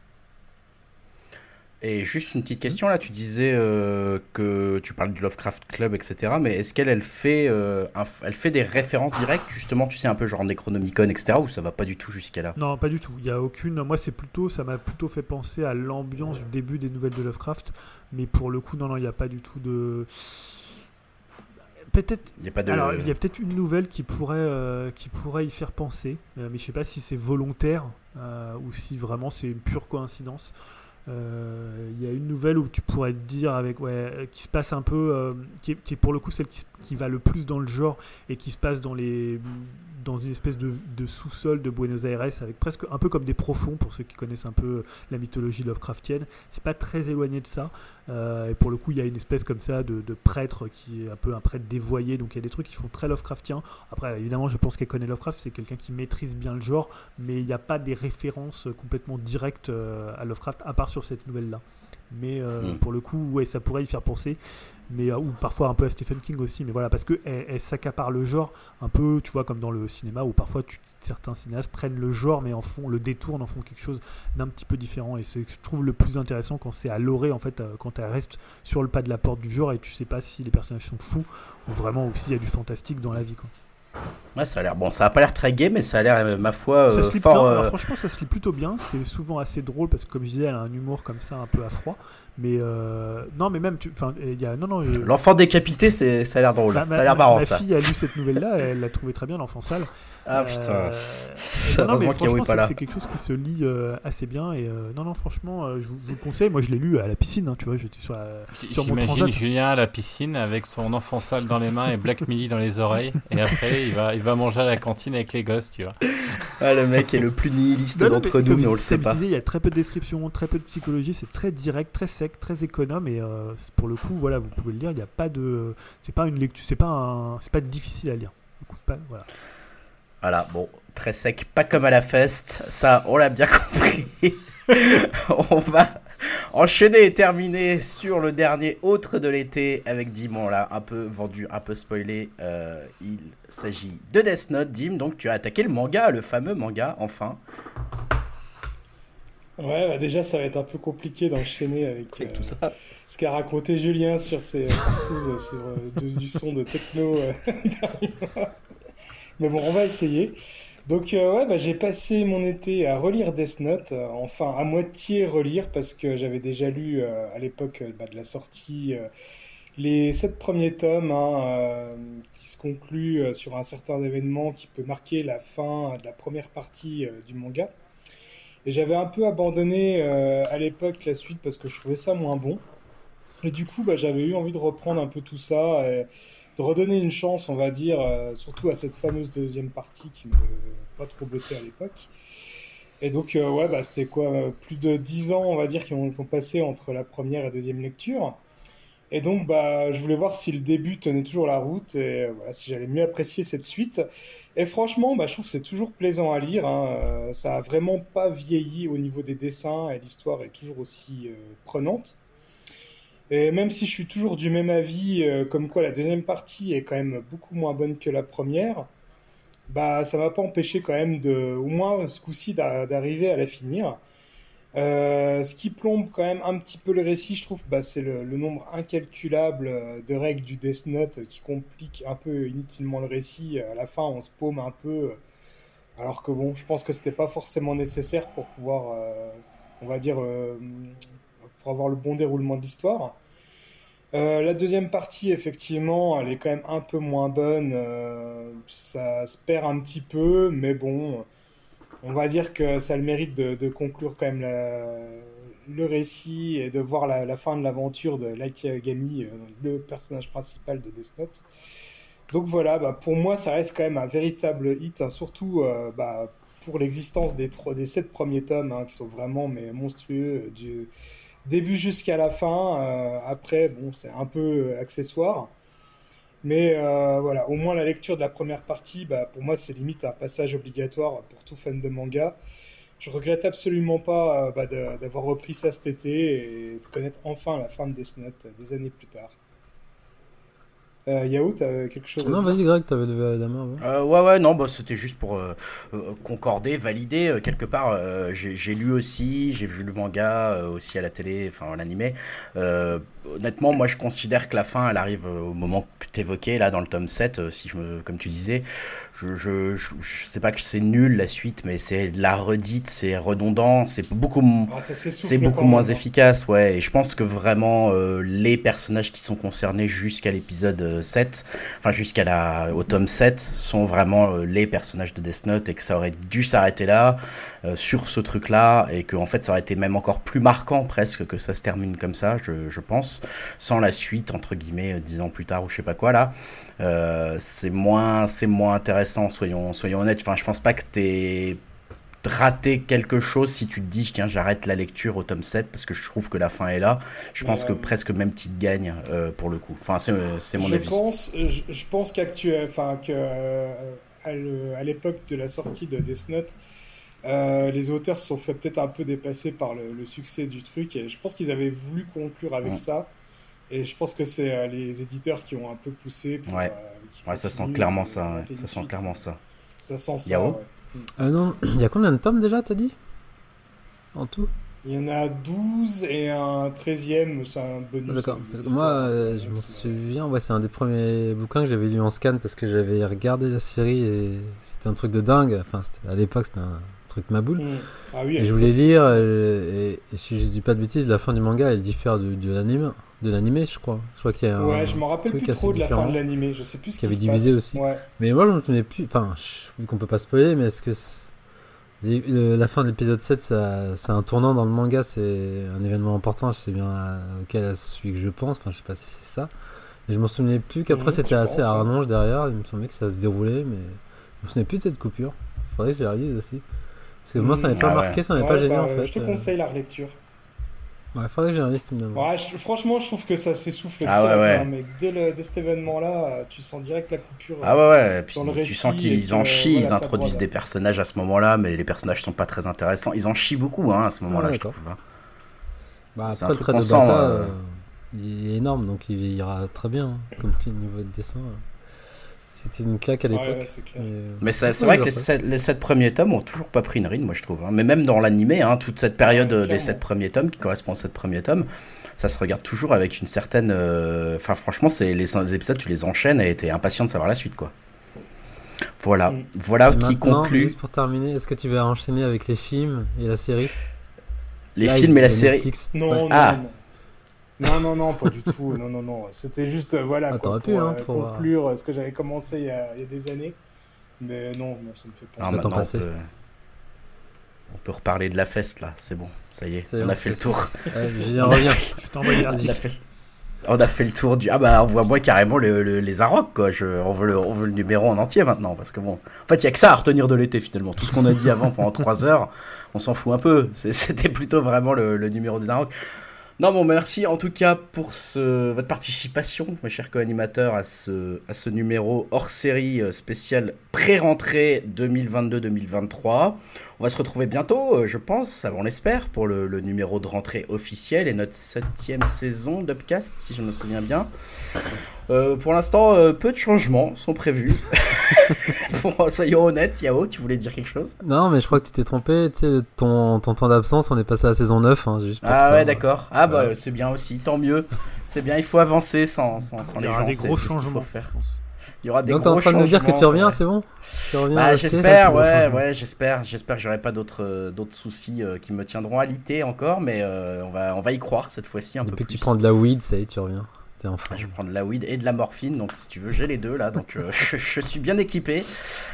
Et juste une petite question là, tu disais euh, que tu parles du Lovecraft Club, et cetera. Mais est-ce qu'elle elle fait, euh, un, elle fait des références directes, justement, tu sais, un peu genre Necronomicon, et cetera. Ou ça va pas du tout jusqu'à là? Non, pas du tout. Il y a aucune. Moi, c'est plutôt, ça m'a plutôt fait penser à l'ambiance du début des nouvelles de Lovecraft. Mais pour le coup, non, non, il n'y a pas du tout de. Peut-être. Il y a pas de. Alors, il y a peut-être une nouvelle qui pourrait, euh, qui pourrait y faire penser, euh, mais je sais pas si c'est volontaire euh, ou si vraiment c'est une pure coïncidence. Il euh, y a une nouvelle où tu pourrais te dire avec ouais, qui se passe un peu euh, qui, est, qui est pour le coup celle qui, qui va le plus dans le genre et qui se passe dans les dans une espèce de, de sous-sol de Buenos Aires, avec presque un peu comme des profonds pour ceux qui connaissent un peu la mythologie Lovecraftienne. C'est pas très éloigné de ça. Euh, et pour le coup, il y a une espèce comme ça de, de prêtre qui est un peu un prêtre dévoyé. Donc il y a des trucs qui font très Lovecraftien. Après, évidemment, je pense qu'elle connaît Lovecraft, c'est quelqu'un qui maîtrise bien le genre, mais il n'y a pas des références complètement directes à Lovecraft, à part sur cette nouvelle-là. Mais euh, mmh. pour le coup, ouais, ça pourrait y faire penser. Mais, euh, ou parfois un peu à Stephen King aussi, mais voilà, parce qu'elle elle s'accapare le genre un peu, tu vois, comme dans le cinéma où parfois tu, certains cinéastes prennent le genre mais en font, le détournent, en font quelque chose d'un petit peu différent, et c'est ce que je trouve le plus intéressant quand c'est à l'orée, en fait, quand elle reste sur le pas de la porte du genre et tu sais pas si les personnages sont fous ou vraiment aussi il y a du fantastique dans la vie, quoi. Ouais, ça a l'air bon, ça a pas l'air très gay, mais ça a l'air, ma foi, euh, lit, fort. Non, euh... alors, franchement, ça se lit plutôt bien. C'est souvent assez drôle parce que, comme je disais, elle a un humour comme ça, un peu à froid. Mais euh, non, mais même, enfin, il y a non, non. Je... L'enfant décapité, c'est, ça a l'air drôle. Bah, ça a l'air marrant, ma ça. Ma fille a lu cette nouvelle-là, elle l'a trouvé très bien, l'enfant sale. Ah euh, putain. Euh, non, non, mais franchement, c'est, c'est quelque chose qui se lit euh, assez bien. Et euh, non, non, franchement, euh, je, vous, je vous le conseille. Moi, je l'ai lu à la piscine. Hein, tu vois, j'étais sur, la, sur mon transat. J'imagine Julien à la piscine avec son enfant sale dans les mains et Black Midi dans les oreilles. Et après, il va, il va manger à la cantine avec les gosses, tu vois. Ah, le mec est le plus nihiliste non, d'entre nous, mais on le sait pas. Il y a très peu de description, très peu de psychologie. C'est très direct, très sec, très économe. Et euh, pour le coup, voilà, vous pouvez le lire. Il n'y a pas de, c'est pas une lecture, c'est pas un, c'est pas difficile à lire. coup de patte, voilà. Voilà, bon, très sec, pas comme à la fest, ça on l'a bien compris. On va enchaîner et terminer sur le dernier autre de l'été avec Dim, on l'a un peu vendu, un peu spoilé. Euh, il s'agit de Death Note. Dim, donc tu as attaqué le manga, le fameux manga, enfin. Ouais, bah déjà ça va être un peu compliqué d'enchaîner avec, Avec euh, tout ça. ce qu'a raconté Julien sur ses partous sur euh, de- du son de techno. euh, Mais bon, on va essayer. Donc euh, ouais, bah, j'ai passé mon été à relire Death Note, euh, enfin à moitié relire parce que j'avais déjà lu euh, à l'époque euh, bah, de la sortie euh, les sept premiers tomes hein, euh, qui se concluent euh, sur un certain événement qui peut marquer la fin de la première partie euh, du manga. Et j'avais un peu abandonné euh, à l'époque la suite parce que je trouvais ça moins bon. Et du coup, bah, j'avais eu envie de reprendre un peu tout ça, et de redonner une chance, on va dire, euh, surtout à cette fameuse deuxième partie qui me pas trop botté à l'époque. Et donc, euh, ouais, bah, c'était quoi, euh, plus de dix ans, on va dire, qui ont, qui ont passé entre la première et la deuxième lecture. Et donc, bah, je voulais voir si le début tenait toujours la route et euh, voilà, si j'allais mieux apprécier cette suite. Et franchement, bah, je trouve que c'est toujours plaisant à lire. Hein. Euh, ça a vraiment pas vieilli au niveau des dessins et l'histoire est toujours aussi euh, prenante. Et même si je suis toujours du même avis, euh, comme quoi la deuxième partie est quand même beaucoup moins bonne que la première, bah ça m'a pas empêché quand même de, au moins ce coup-ci, d'a- d'arriver à la finir. Euh, ce qui plombe quand même un petit peu le récit, je trouve, bah, c'est le, le nombre incalculable euh, de règles du Death Note qui complique un peu inutilement le récit. À la fin, on se paume un peu, euh, alors que bon, je pense que c'était pas forcément nécessaire pour pouvoir, euh, on va dire, euh, pour avoir le bon déroulement de l'histoire. Euh, la deuxième partie, effectivement, elle est quand même un peu moins bonne. Euh, ça se perd un petit peu, mais bon, on va dire que ça a le mérite de, de conclure quand même la- le récit et de voir la, la fin de l'aventure de Light Yagami, euh, le personnage principal de Death Note. Donc voilà, bah, pour moi, ça reste quand même un véritable hit, hein, surtout euh, bah, pour l'existence des, trois- des sept premiers tomes, hein, qui sont vraiment mais, monstrueux, euh, du début jusqu'à la fin. Euh, après, bon, c'est un peu euh, accessoire. Mais euh, voilà, au moins la lecture de la première partie, bah, pour moi, c'est limite un passage obligatoire pour tout fan de manga. Je regrette absolument pas euh, bah, de- d'avoir repris ça cet été et de connaître enfin la fin de Death Note euh, des années plus tard. Euh, Yao, t'as quelque chose à Non, dire? vas-y, Greg, t'avais levé la main. Ouais. Euh, ouais, ouais, non, bah, c'était juste pour euh, euh, concorder, valider. euh, quelque part, euh, j'ai j'ai lu aussi, j'ai vu le manga euh, aussi à la télé, enfin l'animé. Euh, honnêtement, moi je considère que la fin, elle arrive euh, au moment que tu évoquais, là, dans le tome sept, euh, si je me, comme tu disais. Je, je, je, je sais pas que c'est nul la suite, mais c'est de la redite, c'est redondant, c'est beaucoup. m- Ah, ça s'essouffle C'est beaucoup quand moins même, hein. efficace, ouais. Et je pense que vraiment, euh, les personnages qui sont concernés jusqu'à l'épisode euh, sept, enfin jusqu'à la, au tome sept, sont vraiment euh, les personnages de Death Note et que ça aurait dû s'arrêter là, euh, sur ce truc-là, et que en fait ça aurait été même encore plus marquant presque que ça se termine comme ça, je, je pense, sans la suite, entre guillemets, euh, dix ans plus tard ou je sais pas quoi là. Euh, c'est moins, c'est moins intéressant, soyons, soyons honnêtes. Enfin, je pense pas que t'aies raté quelque chose si tu te dis tiens j'arrête la lecture au tome sept parce que je trouve que la fin est là. Je pense Euh, que presque même tu gagnes euh, pour le coup. Enfin c'est, c'est mon je avis. pense, je, je pense qu'actuellement, enfin que euh, à le- à l'époque de la sortie de Death Note, euh, les auteurs se sont fait peut-être un peu dépasser par le, le succès du truc et je pense qu'ils avaient voulu conclure avec Mm. ça. Et je pense que c'est euh, les éditeurs qui ont un peu poussé pour. Ouais. euh, qui Ouais, ça sent continuent clairement de ça. Ouais. monter Ça une sent suite. clairement ça. Ça sent ça. Yao Ouais. Euh, non, il y a combien de tomes déjà, t'as dit en tout? Il y en a douze et un treizième, c'est un bonus. D'accord. avec des Parce que histoires, moi, euh, euh, je m'en c'est- souviens, ouais, c'est un des premiers bouquins que j'avais lu en scan parce que j'avais regardé la série et c'était un truc de dingue. Enfin, c'était- à l'époque, c'était un truc maboule. Mm. Ah oui, Et je voulais lire, euh, et, et si je dis pas de bêtises, la fin du manga elle diffère de, de l'anime, de l'animé, je crois. Je crois qu'il y a un Ouais, je me rappelle truc plus assez trop de la fin différent. de l'animé. Je sais plus ce Qui qui avait se divisé passe. aussi. Ouais. Mais moi, je me souvenais plus. Enfin, je- vu qu'on peut pas spoiler, mais est-ce que c'est- les- le- la fin de l'épisode sept, ça- c'est un tournant dans le manga, c'est un événement important, je sais bien euh, auquel à celui que je pense. Enfin, je sais pas si c'est ça. Et je m'en souvenais plus qu'après Mhm, c'était je assez pense, à ouais. rallonge derrière. Il me semblait que ça se déroulait, mais je me souvenais plus de cette coupure. Faudrait que je la relise aussi. Parce que moi, ça m'avait Ah pas ouais. marqué, ça m'avait Ouais, pas gêné bah, en fait. Je te euh. conseille la relecture. Ouais, faudrait que j'ai un liste, me demande. Ouais, je- franchement, je trouve que ça s'essouffle Ah direct, ouais, ouais. hein, mais dès, le, dès cet événement-là, euh, tu sens direct la coupure. Ah ouais, ouais. Et puis, Dans le tu récit sens et qu'ils que, en chient, voilà, ils ça introduisent brode. des personnages à ce moment-là, mais les personnages sont pas très intéressants. Ils en chient beaucoup hein, à ce moment-là, Ouais, je d'accord. trouve. hein. Bah, C'est un après, le truc trait qu'on de sent, Bata, euh, euh, il est énorme, donc il ira très bien, hein, comme tu niveau de dessin. euh. C'était une claque à Ouais, l'époque. ouais, c'est clair. et, euh, Mais ça- c'est ouais, vrai je que les repasse. sept, les sept premiers tomes ont toujours pas pris une ride, moi je trouve. hein. Mais même dans l'animé, hein, toute cette période Ouais, euh, des clairement. sept premiers tomes, qui correspond aux sept premiers tomes, ça se regarde toujours avec une certaine. euh, Enfin, franchement, c'est les, les épisodes, tu les enchaînes et t'es impatient de savoir la suite, quoi. Voilà, Mm. voilà Et qui maintenant, conclut juste pour terminer, est-ce que tu vas enchaîner avec les films et la série les Live films et la de série. Netflix. Non, Ouais. non, Ah. non. Non, non, non, pas du tout. Non, non, non. C'était juste, euh, voilà, Ah, quoi, t'aurais pour pu, hein, euh, pour, conclure euh, ce que j'avais commencé il y, a, il y a des années. Mais non, non, ça me fait pas. Alors le temps maintenant, on passé. peut... on peut reparler de la feste, là, c'est bon, ça y est, C'est on bon, a fait le c'est tour. Ouais, j'y On a reviens. fait- Je t'envoie les On articles. a fait, on a fait le tour du. Ah bah on voit moi carrément le- le- les Arocs quoi. Je, on, veut le, on veut le numéro en entier maintenant parce que bon. En fait il y a que ça à retenir de l'été finalement. Tout ce qu'on a dit avant pendant trois heures, on s'en fout un peu. C'est- C'était plutôt vraiment le, le numéro des Arocs. Non bon merci en tout cas pour ce, votre participation mes chers co-animateurs à ce, à ce numéro hors série euh, spécial pré-rentrée deux mille vingt-deux deux mille vingt-trois. On va se retrouver bientôt, euh, je pense, on l'espère, pour le, le numéro de rentrée officiel et notre septième saison d'Upcast, si je me souviens bien. Euh, pour l'instant, euh, peu de changements sont prévus. Pour- soyons honnêtes, Yao, tu voulais dire quelque chose? Non, mais je crois que tu t'es trompé. Tu sais, ton, ton temps d'absence, on est passé à la saison neuf. Hein, juste pour Ah ça, ouais, hein. d'accord. Ah bah Voilà. c'est bien aussi, tant mieux. C'est bien, il faut avancer sans, sans, sans Il y les aura gens. des c'est- gros c'est ce qu'il faut changements, faire. je pense. Il y aura des Donc t'es gros en train de me dire que tu changements, reviens, ouais. c'est bon Tu reviens Bah, rester, j'espère, ça, le ouais, changement. ouais, j'espère, j'espère que j'aurai pas d'autres, euh, d'autres soucis euh, qui me tiendront à l'ité encore, mais euh, on va, on va y croire cette fois-ci un peu Depuis plus. que tu prends de la weed, ça y est, tu reviens. T'es en forme. Je prends de la weed et de la morphine, donc si tu veux, j'ai les deux là, donc euh, je, je suis bien équipé.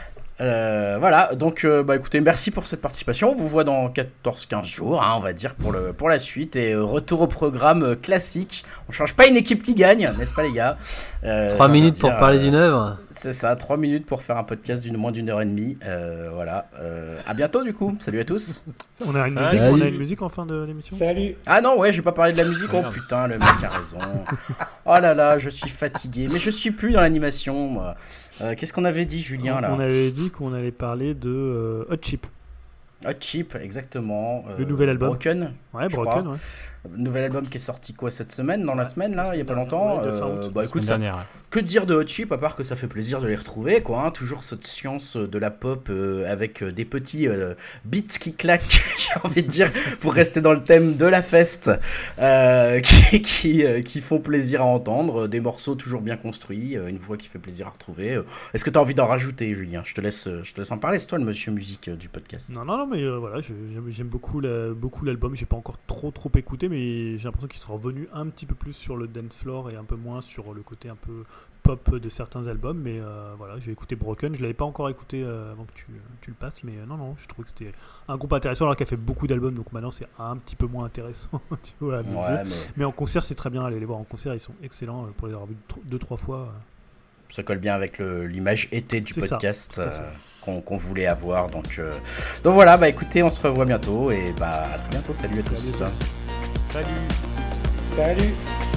Euh, voilà, donc euh, bah écoutez, merci pour cette participation. On vous voit dans quatorze quinze jours, hein, on va dire, pour, le, pour la suite. Et euh, retour au programme euh, classique. On change pas une équipe qui gagne, n'est-ce pas les gars? euh, Trois j'ai minutes envie de pour dire, parler euh, d'une œuvre. C'est ça, trois minutes pour faire un podcast d'une moins d'une heure et demie. Euh, voilà, euh, à bientôt du coup. Salut à tous. On a une Salut. musique, on a une musique en fin de l'émission. Salut. Ah non, ouais, j'ai pas parlé de la musique. Oh Merde. putain, le mec a raison. Oh là là, je suis fatigué. Mais je suis plus dans l'animation, moi. Euh, Qu'est-ce qu'on avait dit, Julien, là? On avait dit qu'on allait parler de euh, Hot Chip. Hot Chip, exactement. Le nouvel album. Broken. Ouais, Je Broken, crois. ouais. Nouvel album qui est sorti quoi cette semaine, dans la Ouais, semaine là, la il y a pas semaine longtemps. dernière, ouais, de fin Euh, août. bah La écoute, semaine ça- dernière. que dire de Hot Chip à part que ça fait plaisir de les retrouver quoi, hein. Toujours cette science de la pop euh, avec euh, des petits euh, beats qui claquent, j'ai envie de dire, pour rester dans le thème de la feste, euh, qui, qui, euh, qui font plaisir à entendre, des morceaux toujours bien construits, euh, une voix qui fait plaisir à retrouver. Euh, Est-ce que tu as envie d'en rajouter, Julien? Je te laisse, euh, je te laisse en parler, c'est toi le monsieur musique euh, du podcast. Non, non, non, mais euh, voilà, je- j'aime j'aime beaucoup la- beaucoup l'album. J'ai pas encore trop trop écouté, mais j'ai l'impression qu'il sera revenu un petit peu plus sur le dance floor et un peu moins sur le côté un peu pop de certains albums. Mais euh, voilà, j'ai écouté Broken. Je l'avais pas encore écouté euh, avant que tu, tu le passes, mais euh, non, non, je trouve que c'était un groupe intéressant alors qu'il a fait beaucoup d'albums. Donc maintenant, c'est un petit peu moins intéressant, tu vois, à mes yeux. Ouais, mais Mais en concert, c'est très bien. Allez les voir en concert, ils sont excellents. euh, Pour les avoir vus tro- deux trois fois. euh. ça colle bien avec le- l'image été du C'est ça, podcast tout à fait. euh, qu'on qu'on voulait avoir. Donc, euh, donc voilà, bah écoutez, on se revoit bientôt et bah à très bientôt. Salut à tous. Salut. Salut. Salut.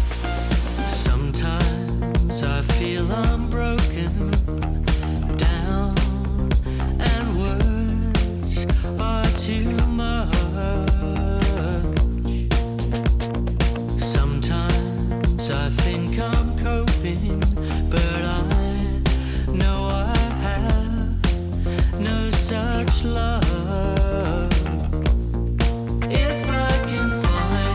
Sometimes I feel I'm broken down and words are too much. Sometimes I think I'm coping, but I know I have no such love. If I can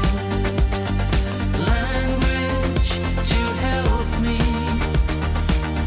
find language to help me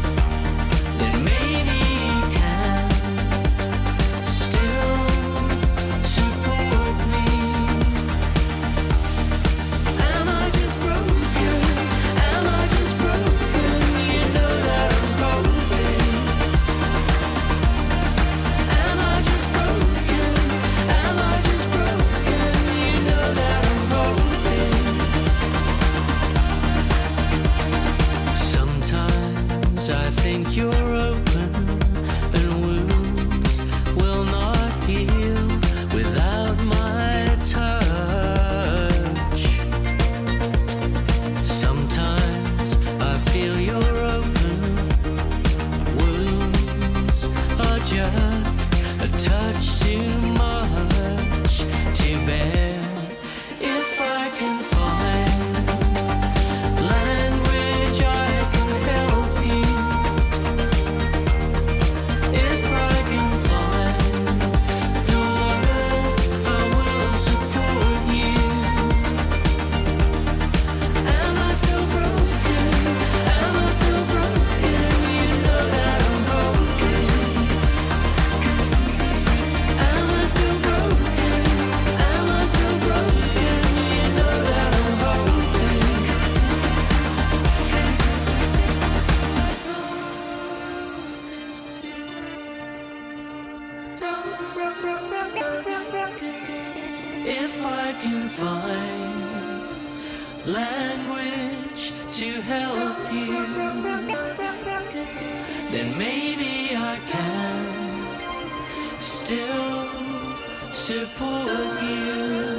find language to help you, then maybe I can still support you.